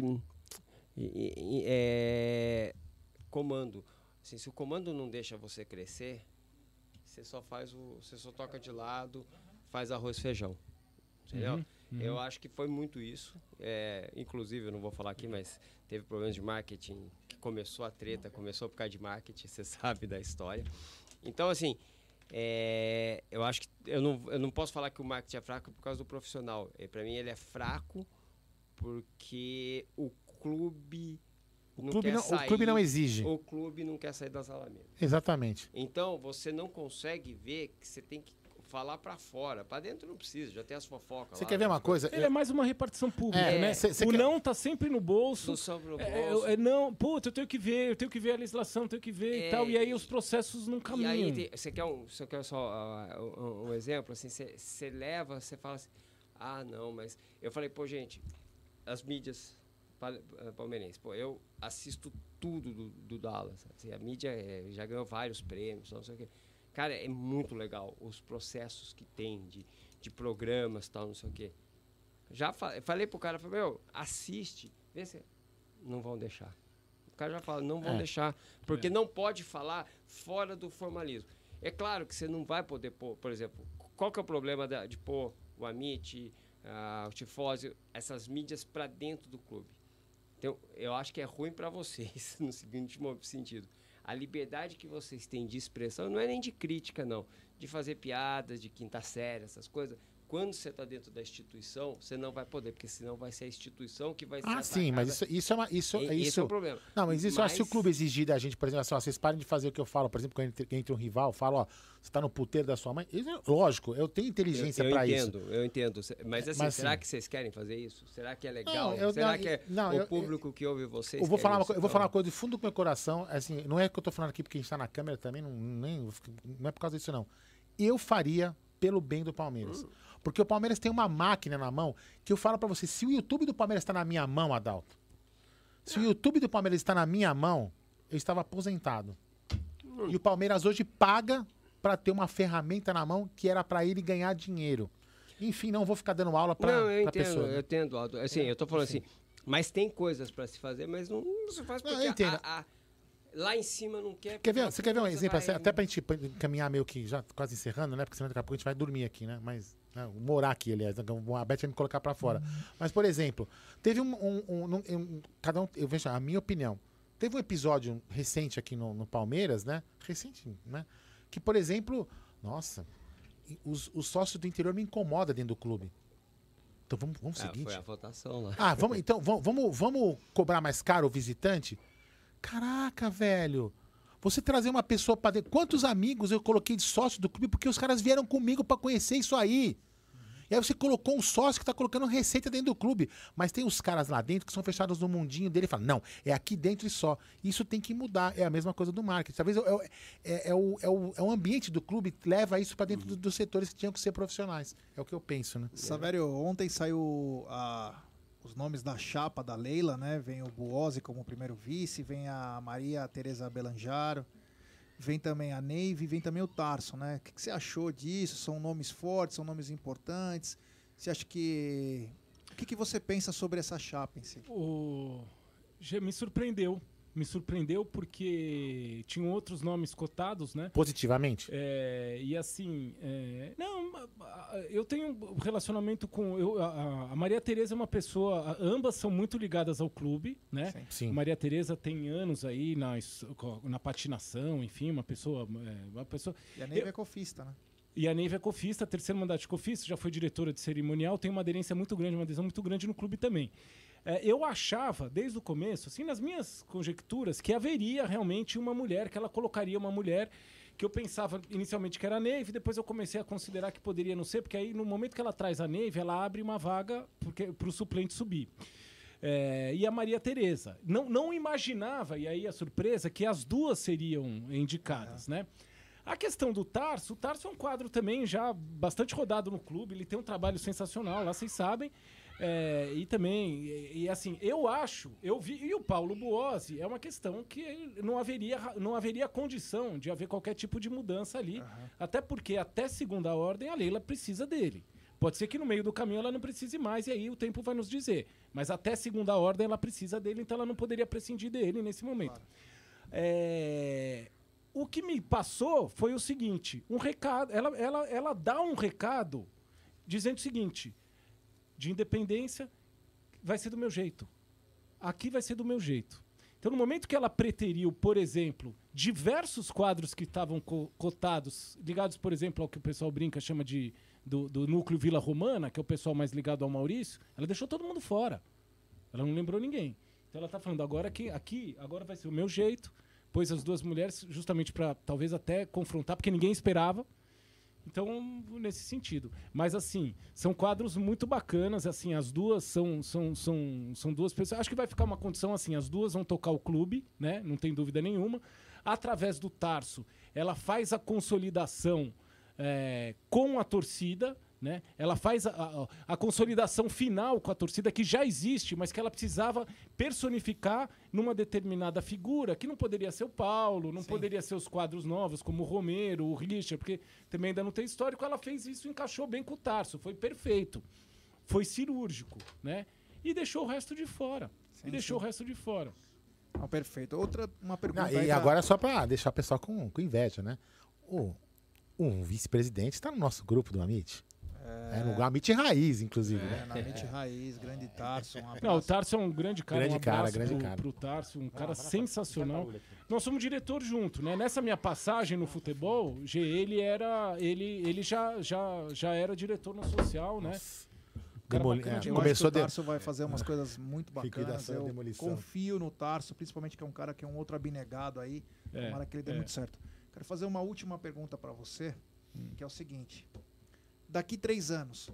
Speaker 7: e- e- é, comando. Assim, se o comando não deixa você crescer, você só faz o. Você só toca de lado, faz arroz e feijão. Entendeu?
Speaker 8: Uhum, uhum.
Speaker 7: Eu acho que foi muito isso. É, inclusive, eu não vou falar aqui, mas teve problemas de marketing, que começou a treta, começou por causa de marketing, você sabe da história. Então, assim, É, eu acho que eu não, eu não posso falar que o marketing é fraco por causa do profissional. Para mim ele é fraco porque o clube
Speaker 5: O
Speaker 7: não
Speaker 5: clube
Speaker 7: quer
Speaker 5: não,
Speaker 7: sair,
Speaker 5: o clube não exige.
Speaker 7: O clube não quer sair das alamedas.
Speaker 5: Exatamente.
Speaker 7: Então você não consegue ver que você tem que falar para fora. Para dentro não precisa, já tem as fofocas.
Speaker 5: Você
Speaker 7: lá,
Speaker 5: quer ver uma coisa?
Speaker 8: Ele é mais uma repartição pública,
Speaker 5: É,
Speaker 8: né?
Speaker 5: cê- cê
Speaker 8: o
Speaker 5: quer-
Speaker 8: não tá sempre no bolso.
Speaker 7: Do sobre o
Speaker 8: É,
Speaker 7: bolso.
Speaker 8: é, é, não, puta, eu tenho que ver, eu tenho que ver a legislação, eu tenho que ver
Speaker 7: É,
Speaker 8: e tal. E aí os processos não
Speaker 7: E
Speaker 8: caminham.
Speaker 7: aí, tem- você quer, um, você quer só uh, um, um exemplo? Assim, você, você leva, você fala assim, ah, não, mas... Eu falei, pô, gente, as mídias pal- uh, palmeirenses, pô, eu assisto tudo do, do Dallas. Assim, a mídia é, já ganhou vários prêmios, não sei o quê. Cara, é muito legal os processos que tem de, de programas e tal, não sei o quê. Já fa falei pro cara, falei, meu, assiste, vê se... Não vão deixar. O cara já fala, não vão
Speaker 5: É.
Speaker 7: deixar, porque
Speaker 8: É.
Speaker 7: não pode falar fora do formalismo. É claro que você não vai poder pôr, por exemplo, qual que é o problema da, de pôr o Amit, uh, o Tifose, essas mídias para dentro do clube? Então, eu acho que é ruim para vocês, no seguinte mo- sentido. A liberdade que vocês têm de expressão não é nem de crítica, não. De fazer piadas, de quinta série, essas coisas. Quando você está dentro da instituição, você não vai poder, porque senão vai ser a instituição que vai ser
Speaker 5: Ah, sim, mas isso, isso é uma. Isso,
Speaker 7: E-
Speaker 5: isso,
Speaker 7: esse é o problema.
Speaker 5: Não, mas isso eu acho que se o
Speaker 7: Mas-
Speaker 5: clube exigir da gente, por exemplo, assim, ó, vocês parem de fazer o que eu falo, por exemplo, quando entra, entra um rival, fala, ó, você tá no puteiro da sua mãe. Isso é lógico, eu tenho inteligência
Speaker 7: eu, eu
Speaker 5: pra isso.
Speaker 7: entendo, eu entendo. Mas assim,
Speaker 5: Mas,
Speaker 7: será
Speaker 5: assim,
Speaker 7: que vocês querem fazer isso? Será que é legal?
Speaker 5: Não, eu-
Speaker 7: será
Speaker 5: não,
Speaker 7: que é
Speaker 5: não,
Speaker 7: o
Speaker 5: eu-
Speaker 7: público que ouve vocês?
Speaker 5: Eu vou,
Speaker 7: quer
Speaker 5: falar uma,
Speaker 7: isso?
Speaker 5: co- eu vou
Speaker 7: Então,
Speaker 5: falar uma coisa do fundo do meu coração, assim, não é que eu tô falando aqui porque a gente tá na câmera também, não, nem, não é por causa disso, não. Eu faria pelo bem do Palmeiras.
Speaker 7: Hum.
Speaker 5: Porque o Palmeiras tem uma máquina na mão que eu falo pra você, se o YouTube do Palmeiras está na minha mão, Adalto, se o YouTube do Palmeiras está na minha mão, eu estava aposentado.
Speaker 7: Hum.
Speaker 5: E o Palmeiras hoje paga pra ter uma ferramenta na mão que era pra ele ganhar dinheiro. Enfim, não vou ficar dando aula pra,
Speaker 7: Não, eu
Speaker 5: pra
Speaker 7: entendo,
Speaker 5: pessoa.
Speaker 7: eu entendo, Aldo. Assim, eu tô falando assim, mas tem coisas para se fazer, mas não, não se faz
Speaker 5: Não,
Speaker 7: porque
Speaker 5: eu entendo.
Speaker 7: a- a- lá em cima não quer.
Speaker 5: Quer ver,
Speaker 7: porque
Speaker 5: você quer ver um
Speaker 7: você
Speaker 5: exemplo?
Speaker 7: vai-
Speaker 5: Até pra gente caminhar meio que já quase encerrando, né? Porque senão daqui a pouco a gente vai dormir aqui, né? Mas, né, morar aqui, aliás. A Beth vai me colocar pra fora. Mas, por exemplo, teve um, um, um- um- Cada um. Eu vejo a minha opinião. Teve um episódio recente aqui no, no Palmeiras, né? Recente, né? Que, por exemplo, nossa, os, os sócios do interior me incomodam dentro do clube. Então vamos, vamos
Speaker 7: Ah,
Speaker 5: seguinte.
Speaker 7: foi a votação lá.
Speaker 5: Ah, vamos, então, vamos, vamos, vamos cobrar mais caro o visitante? Caraca, velho. Você trazer uma pessoa pra dentro. Quantos amigos eu coloquei de sócio do clube porque os caras vieram comigo pra conhecer isso aí? E aí você colocou um sócio que tá colocando receita dentro do clube. Mas tem os caras lá dentro que são fechados no mundinho dele e falam, não, é aqui dentro e só. Isso tem que mudar. É a mesma coisa do marketing. Talvez é, o- é, é o, é, o, é o ambiente do clube que leva isso pra dentro do- dos setores que tinham que ser profissionais. É o que eu penso, né?
Speaker 6: Savério, ontem saiu a- os nomes da chapa da Leila, né? Vem o Buozzi como primeiro vice, vem a Maria Tereza Belanjaro, vem também a Neive, vem também o Tarso, né? O que, que você achou disso? São nomes fortes, são nomes importantes? Você acha que... O que, que você pensa sobre essa chapa em si?
Speaker 8: O... Já me surpreendeu. Me surpreendeu porque tinham outros nomes cotados, né?
Speaker 5: Positivamente.
Speaker 8: É, e assim, é, não, a- a- eu tenho um relacionamento com. Eu, a, a Maria Tereza é uma pessoa. a- Ambas são muito ligadas ao clube, né?
Speaker 6: Sim.
Speaker 5: Sim.
Speaker 8: A Maria Tereza tem anos aí na, es- na patinação, enfim, uma pessoa. é, uma pessoa
Speaker 6: E a Neive
Speaker 8: Eu-
Speaker 6: é cofista, né?
Speaker 8: e a Neiva é cofista, terceiro mandato de cofista, já foi diretora de cerimonial, tem uma aderência muito grande, uma adesão muito grande no clube também. É, eu achava, desde o começo, assim, nas minhas conjecturas, que haveria realmente uma mulher, que ela colocaria uma mulher, que eu pensava inicialmente que era a Neiva, depois eu comecei a considerar que poderia não ser, porque aí no momento que ela traz a Neiva, ela abre uma vaga para o suplente subir. É, e a Maria Tereza. Não, não imaginava, e aí a surpresa, que as duas seriam indicadas, né? A questão do Tarso, o Tarso é um quadro também já bastante rodado no clube, ele tem um trabalho sensacional, lá vocês sabem. É, e também, e, e assim, eu acho, eu vi, e o Paulo Buozzi é uma questão que não haveria, ra- não haveria condição de haver qualquer tipo de mudança ali, até porque até segunda ordem a Leila precisa dele. Pode ser que no meio do caminho ela não precise mais, e aí o tempo vai nos dizer. Mas até segunda ordem ela precisa dele, então ela não poderia prescindir dele nesse momento. É, o que me passou foi o seguinte, um recado, ela, ela, ela dá um recado dizendo o seguinte, de independência vai ser do meu jeito. Aqui vai ser do meu jeito. Então, no momento que ela preteriu, por exemplo, diversos quadros que estavam co cotados, ligados, por exemplo, ao que o pessoal brinca, chama de do, do núcleo Vila Romana, que é o pessoal mais ligado ao Maurício, ela deixou todo mundo fora. Ela não lembrou ninguém. Então ela está falando, agora que aqui, agora vai ser o meu jeito, pôs as duas mulheres justamente para talvez até confrontar, porque ninguém esperava. Então, nesse sentido. Mas, assim, são quadros muito bacanas. Assim, as duas são, são, são, são duas pessoas. Acho que vai ficar uma condição assim: as duas vão tocar o clube, né? Não tem dúvida nenhuma. Através do Tarso, ela faz a consolidação é, com a torcida, né? Ela faz a, a, a consolidação final com a torcida, que já existe, mas que ela precisava personificar numa determinada figura, que não poderia ser o Paulo, não Sim. poderia ser os quadros novos, como o Romero, o Richard, porque também ainda não tem histórico. Ela fez isso, encaixou bem com o Tarso, foi perfeito, foi cirúrgico, né? E deixou o resto de fora. Sim, e deixou sim. o resto de fora.
Speaker 6: Ah, perfeito. Outra, uma pergunta.
Speaker 5: Não, e agora, pra... só para deixar o pessoal com, com inveja, né? O, um vice-presidente está no nosso grupo do Amit. É, no Amit Raiz, inclusive. É,
Speaker 6: né? na Amit Raiz, grande Tarso. Um
Speaker 8: Não, o Tarso é um grande cara.
Speaker 5: Grande
Speaker 8: um
Speaker 5: cara, grande
Speaker 8: pro,
Speaker 5: cara.
Speaker 8: Pro Tarso, um cara sensacional. Nós somos diretor junto, né? Nessa minha passagem no futebol, G, ele era, ele, ele já, já, já era diretor no social, né?
Speaker 6: Demoli é, eu começou acho que o Tarso de... vai fazer umas coisas muito bacanas. Eu
Speaker 5: demolição.
Speaker 6: confio no Tarso, principalmente que é um cara que é um outro abnegado aí.
Speaker 8: É,
Speaker 6: Tomara que ele dê
Speaker 8: é.
Speaker 6: muito certo. Quero fazer uma última pergunta para você, hum. que é o seguinte. Daqui três anos,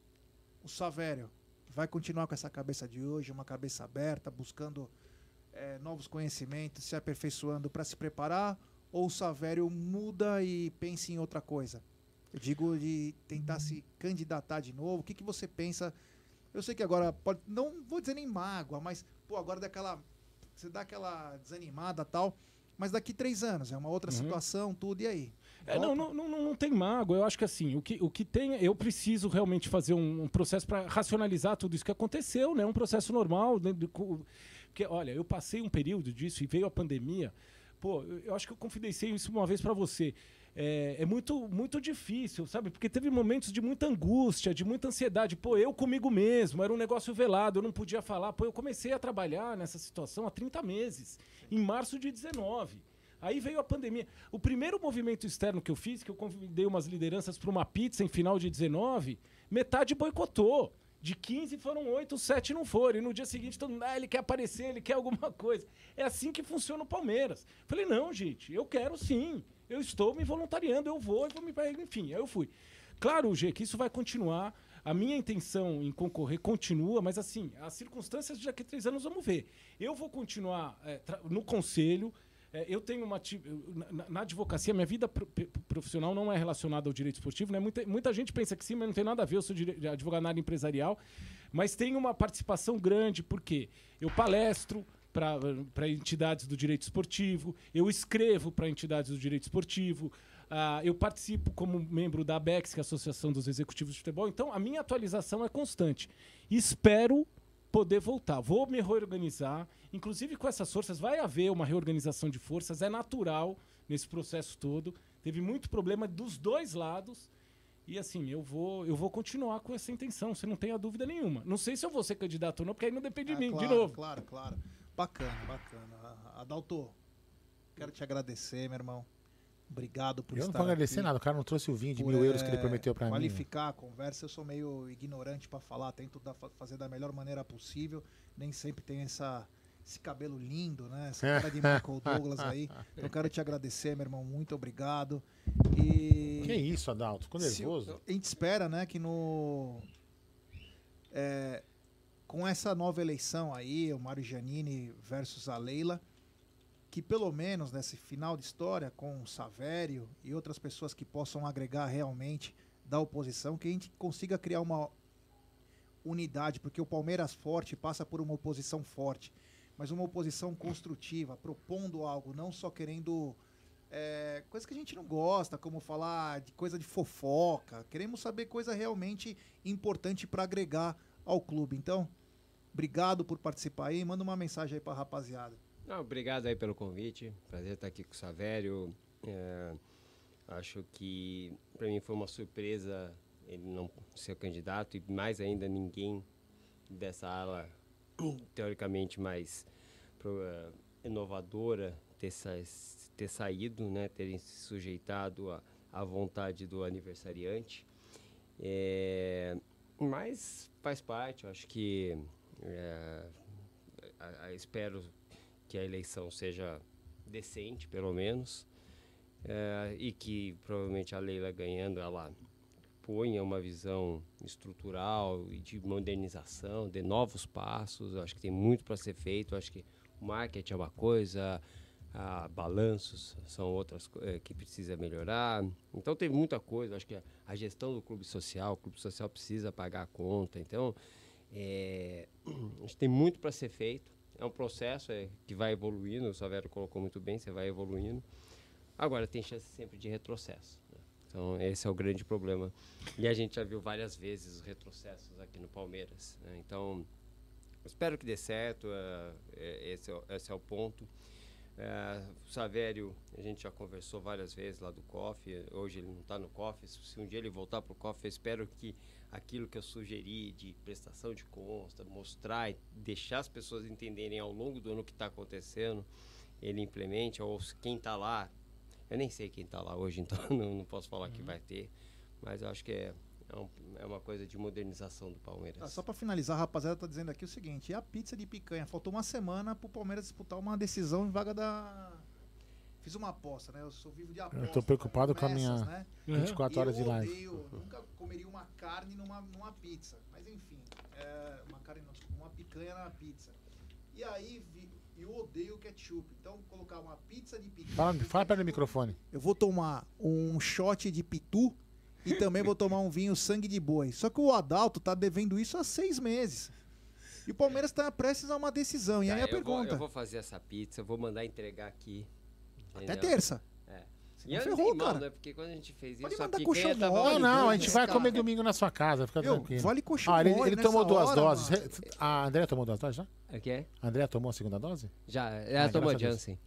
Speaker 6: o Savério vai continuar com essa cabeça de hoje, uma cabeça aberta, buscando é, novos conhecimentos, se aperfeiçoando para se preparar, ou o Savério muda e pensa em outra coisa? Eu digo de tentar se candidatar de novo. O que, que você pensa? Eu sei que agora pode, não vou dizer nem mágoa, mas pô, agora daquela, você dá aquela desanimada e tal, mas daqui três anos é uma outra uhum. situação, tudo, e aí?
Speaker 8: É, não, não, não, não tem mágoa. Eu acho que assim, o que, o que tem, eu preciso realmente fazer um, um processo para racionalizar tudo isso que aconteceu, né? Um processo normal. Né? Porque, olha, eu passei um período disso e veio a pandemia. Pô, eu, eu acho que eu confidenciei isso uma vez para você. É, é muito, muito difícil, sabe? Porque teve momentos de muita angústia, de muita ansiedade. Pô, eu comigo mesmo, era um negócio velado, eu não podia falar. Pô, eu comecei a trabalhar nessa situação há trinta meses, em março de dezenove. Aí veio a pandemia. O primeiro movimento externo que eu fiz, que eu convidei umas lideranças para uma pizza em final de dezenove, metade boicotou. De quinze foram oito, sete não foram. E no dia seguinte todo mundo, ah, ele quer aparecer, ele quer alguma coisa. É assim que funciona o Palmeiras. Falei, não, gente, eu quero sim. Eu estou me voluntariando, eu vou, eu vou me... Enfim, aí eu fui. Claro, G, que isso vai continuar. A minha intenção em concorrer continua, mas assim, as circunstâncias de daqui a três anos vamos ver. Eu vou continuar é, no conselho. É, eu tenho uma... Na, na advocacia, minha vida pro, profissional não é relacionada ao direito esportivo, né? Muita, muita gente pensa que sim, mas não tem nada a ver. Eu sou dire, advogado na área empresarial, mas tenho uma participação grande, porque eu palestro para entidades do direito esportivo, eu escrevo para entidades do direito esportivo, uh, eu participo como membro da ABEX, que é a Associação dos Executivos de Futebol. Então, a minha atualização é constante. Espero poder voltar. Vou me reorganizar. Inclusive, com essas forças, vai haver uma reorganização de forças. É natural nesse processo todo. Teve muito problema dos dois lados. E, assim, eu vou, eu vou continuar com essa intenção. Você não tem a dúvida nenhuma. Não sei se eu vou ser candidato ou não, porque aí não depende
Speaker 6: ah,
Speaker 8: de mim,
Speaker 6: claro,
Speaker 8: de novo.
Speaker 6: Claro, claro. Bacana, bacana. Adalto, quero te agradecer, meu irmão. Obrigado por
Speaker 5: eu
Speaker 6: estar
Speaker 5: não vou agradecer
Speaker 6: aqui,
Speaker 5: nada, o cara não trouxe o vinho de
Speaker 6: por,
Speaker 5: mil euros que ele
Speaker 6: é,
Speaker 5: prometeu para mim.
Speaker 6: Qualificar a conversa, eu sou meio ignorante para falar, tento da, fazer da melhor maneira possível, nem sempre tem essa, esse cabelo lindo, né? Essa cara de Michael Douglas aí. Então eu quero te agradecer, meu irmão, muito obrigado. E
Speaker 5: que isso, Adalto, ficou nervoso.
Speaker 6: Se, a gente espera, né, que no... É, com essa nova eleição aí, o Mário Giannini versus a Leila, que pelo menos nesse final de história, com o Savério e outras pessoas que possam agregar realmente da oposição, que a gente consiga criar uma unidade, porque o Palmeiras forte passa por uma oposição forte, mas uma oposição construtiva, propondo algo, não só querendo é, coisa que a gente não gosta, como falar de coisa de fofoca, queremos saber coisa realmente importante para agregar ao clube. Então, obrigado por participar aí, manda uma mensagem aí para a rapaziada.
Speaker 7: Não, obrigado aí pelo convite, prazer estar aqui com o Savério. É, acho que para mim foi uma surpresa ele não ser candidato e mais ainda ninguém dessa ala teoricamente mais pro, uh, inovadora ter, sa ter saído, né, terem se sujeitado à, à vontade do aniversariante. É, mas faz parte, eu acho que é, a, a, espero que a eleição seja decente, pelo menos, é, e que provavelmente a Leila ganhando, ela ponha uma visão estrutural e de modernização, de novos passos. Eu acho que tem muito para ser feito. Eu acho que o marketing é uma coisa, a balanços são outras é, que precisa melhorar. Então tem muita coisa. Eu acho que a, a gestão do clube social, o clube social precisa pagar a conta. Então é, a gente tem muito para ser feito. É um processo é, que vai evoluindo. O Savério colocou muito bem, você vai evoluindo. Agora tem chance sempre de retrocesso. Né? Então esse é o grande problema. E a gente já viu várias vezes os retrocessos aqui no Palmeiras. Né? Então espero que dê certo. Uh, esse, é, esse é o ponto. Uh, o Savério, a gente já conversou várias vezes lá do C O F. Hoje ele não está no C O F. Se um dia ele voltar para o C O F, eu espero que aquilo que eu sugeri de prestação de conta, mostrar e deixar as pessoas entenderem ao longo do ano o que está acontecendo, ele implemente. Ou quem está lá, eu nem sei quem está lá hoje, então não, não posso falar uhum. que vai ter, mas eu acho que é, é, um, é uma coisa de modernização do Palmeiras.
Speaker 6: Ah, só para finalizar, a rapaziada tá dizendo aqui o seguinte: e a pizza de picanha? Faltou uma semana pro Palmeiras disputar uma decisão em vaga da... Fiz uma aposta, né? Eu sou vivo de aposta.
Speaker 5: Eu tô preocupado com a
Speaker 6: promessas,
Speaker 5: minha
Speaker 6: né?
Speaker 5: vinte e quatro horas de live.
Speaker 6: Eu odeio, nunca comeria uma carne numa, numa pizza. Mas enfim, é, uma carne não, desculpa, uma picanha na pizza. E aí, vi, eu odeio ketchup. Então, colocar uma pizza de picanha...
Speaker 5: Fala, fala perto do microfone.
Speaker 6: Eu vou tomar um shot de pitu e também vou tomar um vinho sangue de boi. Só que o Adalto tá devendo isso há seis meses. E o Palmeiras tá prestes a uma decisão. E
Speaker 7: tá,
Speaker 6: aí a
Speaker 7: eu
Speaker 6: pergunta...
Speaker 7: Vou, eu vou fazer essa pizza, eu vou mandar entregar aqui.
Speaker 6: Até terça.
Speaker 7: É.
Speaker 6: Você
Speaker 7: E
Speaker 6: não
Speaker 7: ferrou,
Speaker 6: ferrou,
Speaker 7: mal,
Speaker 6: cara.
Speaker 7: né? Porque quando a gente fez isso,
Speaker 6: Pode
Speaker 7: a
Speaker 6: mandar
Speaker 7: picanha
Speaker 6: colchão
Speaker 7: tava
Speaker 6: mole,
Speaker 5: Não, não, a
Speaker 6: dois,
Speaker 5: gente vai
Speaker 6: cara.
Speaker 5: comer domingo na sua casa, fica
Speaker 6: Meu,
Speaker 5: tranquilo.
Speaker 6: vale colchão
Speaker 5: Ah, ele,
Speaker 6: mole
Speaker 5: ele
Speaker 6: nessa
Speaker 5: tomou duas
Speaker 6: hora,
Speaker 5: doses.
Speaker 6: mano.
Speaker 5: A André tomou duas doses já?
Speaker 7: O que é?
Speaker 5: A André tomou a segunda dose?
Speaker 7: Já, ela
Speaker 5: Ah,
Speaker 7: tomou
Speaker 5: graças a Deus.
Speaker 7: Janssen.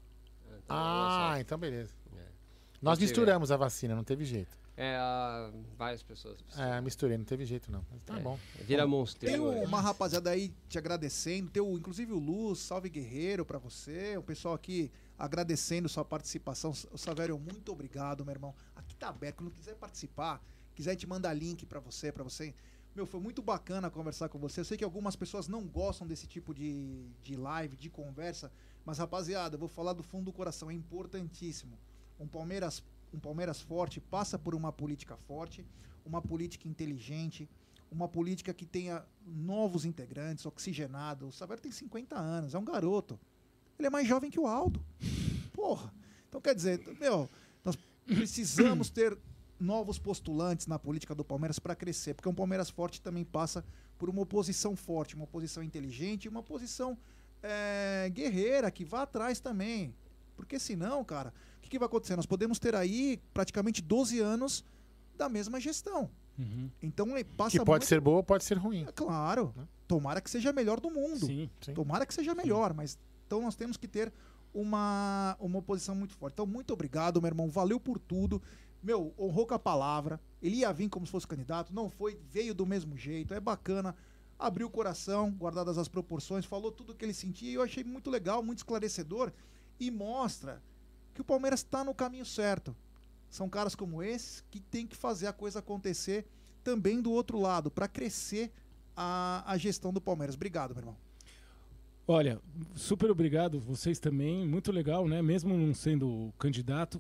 Speaker 5: Ah, então beleza.
Speaker 7: É.
Speaker 5: Nós
Speaker 7: Tive-
Speaker 5: misturamos a vacina, não teve jeito.
Speaker 7: É, ah, várias pessoas precisam.
Speaker 5: É, misturei, não teve jeito não. Mas tá
Speaker 7: É.
Speaker 5: bom.
Speaker 7: Vira
Speaker 6: Tem
Speaker 7: monstrinho. né?
Speaker 6: uma rapaziada aí te agradecendo, tem o, inclusive o Luz, salve guerreiro pra você, o pessoal aqui agradecendo sua participação. O Savério, muito obrigado, meu irmão. Aqui tá aberto, quando quiser participar, quiser te mandar link pra você, pra você. Meu, foi muito bacana conversar com você. Eu sei que algumas pessoas não gostam desse tipo de, de live, de conversa, mas rapaziada, eu vou falar do fundo do coração, é importantíssimo. Um Palmeiras Um Palmeiras forte passa por uma política forte, uma política inteligente, uma política que tenha novos integrantes, oxigenado. O Savério tem cinquenta anos, é um garoto. Ele é mais jovem que o Aldo. Porra. Então, quer dizer, meu, nós precisamos ter novos postulantes na política do Palmeiras para crescer, porque um Palmeiras forte também passa por uma oposição forte, uma oposição inteligente, uma oposição é, guerreira, que vá atrás também. Porque senão, cara, o que, que vai acontecer? Nós podemos ter aí praticamente doze anos da mesma gestão.
Speaker 8: Uhum.
Speaker 6: Então ele passa
Speaker 5: Que pode
Speaker 6: muito...
Speaker 5: ser boa, pode ser ruim.
Speaker 6: É claro.
Speaker 5: Né?
Speaker 6: Tomara que seja a melhor do mundo.
Speaker 8: Sim.
Speaker 5: Sim.
Speaker 6: Tomara que seja melhor, mas então nós temos que ter uma, uma oposição muito forte. Então, muito obrigado, meu irmão. Valeu por tudo. Meu, honrou com a palavra. Ele ia vir como se fosse candidato, não foi, veio do mesmo jeito. É bacana. Abriu o coração, guardadas as proporções, falou tudo o que ele sentia e eu achei muito legal, muito esclarecedor e mostra que o Palmeiras está no caminho certo. São caras como esses que tem que fazer a coisa acontecer também do outro lado, para crescer a, a gestão do Palmeiras. Obrigado, meu irmão.
Speaker 8: Olha, super obrigado, vocês também, muito legal, né? Mesmo não sendo candidato.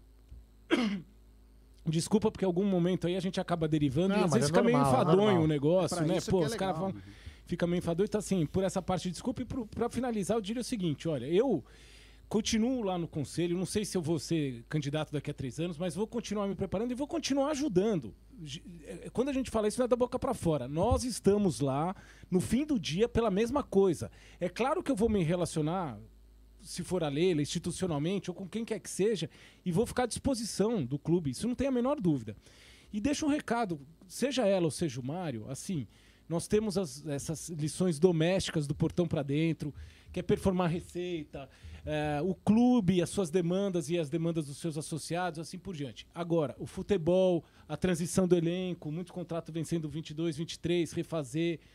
Speaker 8: Desculpa, porque em algum momento aí a gente acaba derivando
Speaker 5: Não,
Speaker 8: e às
Speaker 5: mas
Speaker 8: vezes
Speaker 5: é
Speaker 8: fica meio
Speaker 5: normal, é
Speaker 8: enfadonho
Speaker 5: normal.
Speaker 8: o negócio,
Speaker 6: É pra
Speaker 8: né?
Speaker 6: isso
Speaker 8: Pô,
Speaker 6: que é
Speaker 8: os caras
Speaker 6: legal.
Speaker 8: falam, fica meio enfadonho. Então, assim, por essa parte, desculpa. E pro, pra finalizar, eu diria o seguinte: olha, eu continuo lá no conselho, não sei se eu vou ser candidato daqui a três anos, mas vou continuar me preparando e vou continuar ajudando. Quando a gente fala isso, não é da boca para fora. Nós estamos lá, no fim do dia, pela mesma coisa. É claro que eu vou me relacionar, se for a Leila, institucionalmente, ou com quem quer que seja, e vou ficar à disposição do clube. Isso não tem a menor dúvida. E deixa um recado, seja ela ou seja o Mário, assim, nós temos as, essas lições domésticas do portão para dentro, que é performar receita, é, o clube, as suas demandas e as demandas dos seus associados, assim por diante. Agora, o futebol, a transição do elenco, muito contrato vencendo vinte e dois, vinte e três, refazer,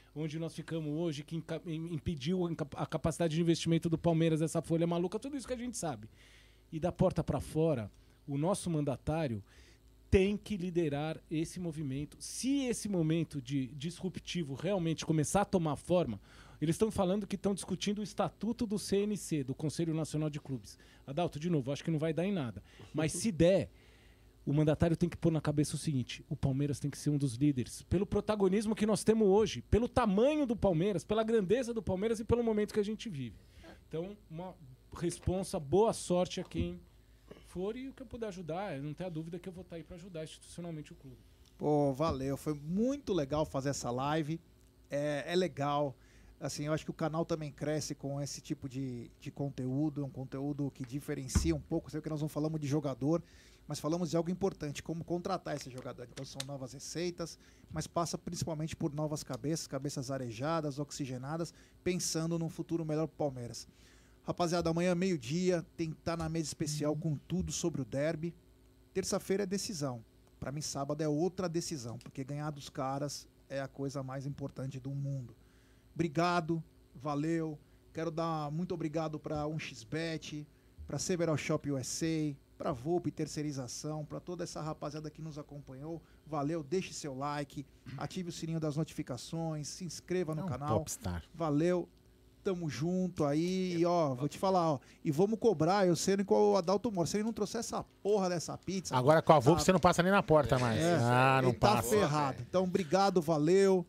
Speaker 8: onde nós ficamos hoje, que inca- impediu a capacidade de investimento do Palmeiras, essa folha maluca, tudo isso que a gente sabe. E da porta para fora, o nosso mandatário tem que liderar esse movimento. Se esse momento de disruptivo realmente começar a tomar forma, eles estão falando que estão discutindo o estatuto do C N C, do Conselho Nacional de Clubes. Adalto, de novo, acho que não vai dar em nada. Mas se der, o mandatário tem que pôr na cabeça o seguinte: o Palmeiras tem que ser um dos líderes. Pelo protagonismo que nós temos hoje, pelo tamanho do Palmeiras, pela grandeza do Palmeiras e pelo momento que a gente vive. Então, uma responsa, boa sorte a quem for, e o que eu puder ajudar, eu não tenho a dúvida que eu vou estar aí para ajudar institucionalmente o clube.
Speaker 6: Pô, valeu. Foi muito legal fazer essa live. É, é legal. Assim, eu acho que o canal também cresce com esse tipo de, de conteúdo. É um conteúdo que diferencia um pouco. Sei que nós não falamos de jogador, mas falamos de algo importante, como contratar esse jogador. Então são novas receitas, mas passa principalmente por novas cabeças, cabeças arejadas, oxigenadas, pensando num futuro melhor para o Palmeiras. Rapaziada, amanhã, meio-dia, tem que estar na mesa especial com tudo sobre o derby. Terça-feira é decisão. Para mim, sábado é outra decisão, porque ganhar dos caras é a coisa mais importante do mundo. Obrigado, valeu. Quero dar muito obrigado para um x bet, para Several Shop U S A, para Volpe Terceirização, para toda essa rapaziada que nos acompanhou. Valeu, deixe seu like, ative o sininho das notificações, se inscreva no
Speaker 5: É um
Speaker 6: canal.
Speaker 5: popstar.
Speaker 6: Valeu. Tamo junto aí, e ó, vou te falar, ó, e vamos cobrar, eu sei qual o Adalto mora, se ele não trouxer essa porra dessa pizza...
Speaker 5: Agora com a Volpe
Speaker 6: tá-
Speaker 5: você não passa nem na porta mais.
Speaker 6: É,
Speaker 5: ah, não
Speaker 6: ele tá
Speaker 5: passa.
Speaker 6: ferrado. Então, obrigado, valeu,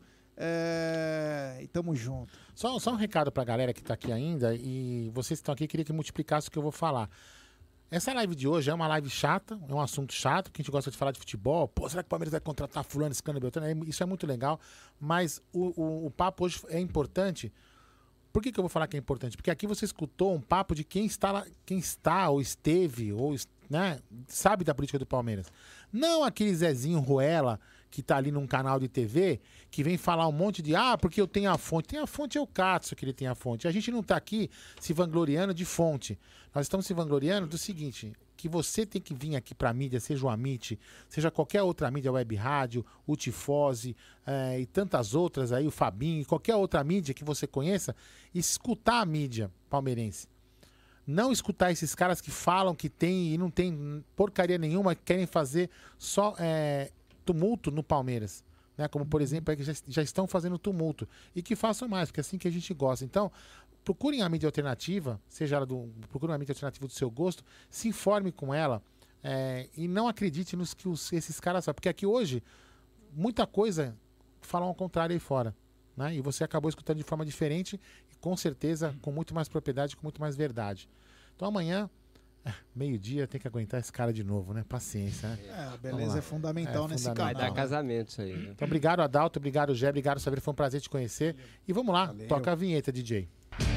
Speaker 6: é, e tamo junto.
Speaker 5: Só, só um recado pra galera que tá aqui ainda, e vocês que estão aqui, queria que multiplicasse o que eu vou falar. Essa live de hoje é uma live chata, é um assunto chato, porque a gente gosta de falar de futebol. Pô, será que o Palmeiras vai contratar fulano, esse cano, Beltrano? É, isso é muito legal, mas o, o, o papo hoje é importante. Por que, que eu vou falar que é importante? Porque aqui você escutou um papo de quem está lá, quem está ou esteve, ou né, sabe da política do Palmeiras. Não aquele Zezinho Ruela que tá ali num canal de T V, que vem falar um monte de, ah, porque eu tenho a fonte. Tem a fonte, é o Katsu que ele tem a fonte. A gente não tá aqui se vangloriando de fonte. Nós estamos se vangloriando do seguinte, que você tem que vir aqui pra mídia, seja o Amit, seja qualquer outra mídia, web rádio, o Tifose, é, e tantas outras aí, o Fabinho, qualquer outra mídia que você conheça, escutar a mídia palmeirense. Não escutar esses caras que falam que tem e não tem porcaria nenhuma, que querem fazer só é, tumulto no Palmeiras. Né? Como, por exemplo, é que já, já estão fazendo tumulto. E que façam mais, porque é assim que a gente gosta. Então, procurem a mídia alternativa, seja ela do, procurem a mídia alternativa do seu gosto, se informe com ela é, e não acredite nos que os, esses caras falam. Porque aqui hoje, muita coisa falam ao contrário aí fora. Né? E você acabou escutando de forma diferente e com certeza com muito mais propriedade, com muito mais verdade. Então amanhã, meio-dia, tem que aguentar esse cara de novo, né? Paciência, né?
Speaker 6: É, a beleza é fundamental
Speaker 5: É,
Speaker 6: nesse
Speaker 5: fundamental.
Speaker 6: canal.
Speaker 7: Vai dar casamento isso aí. Né?
Speaker 5: Então obrigado, Adalto, obrigado, Gé, obrigado, Saber, foi um prazer te conhecer. E vamos lá,
Speaker 6: Valeu.
Speaker 5: toca a vinheta, D J.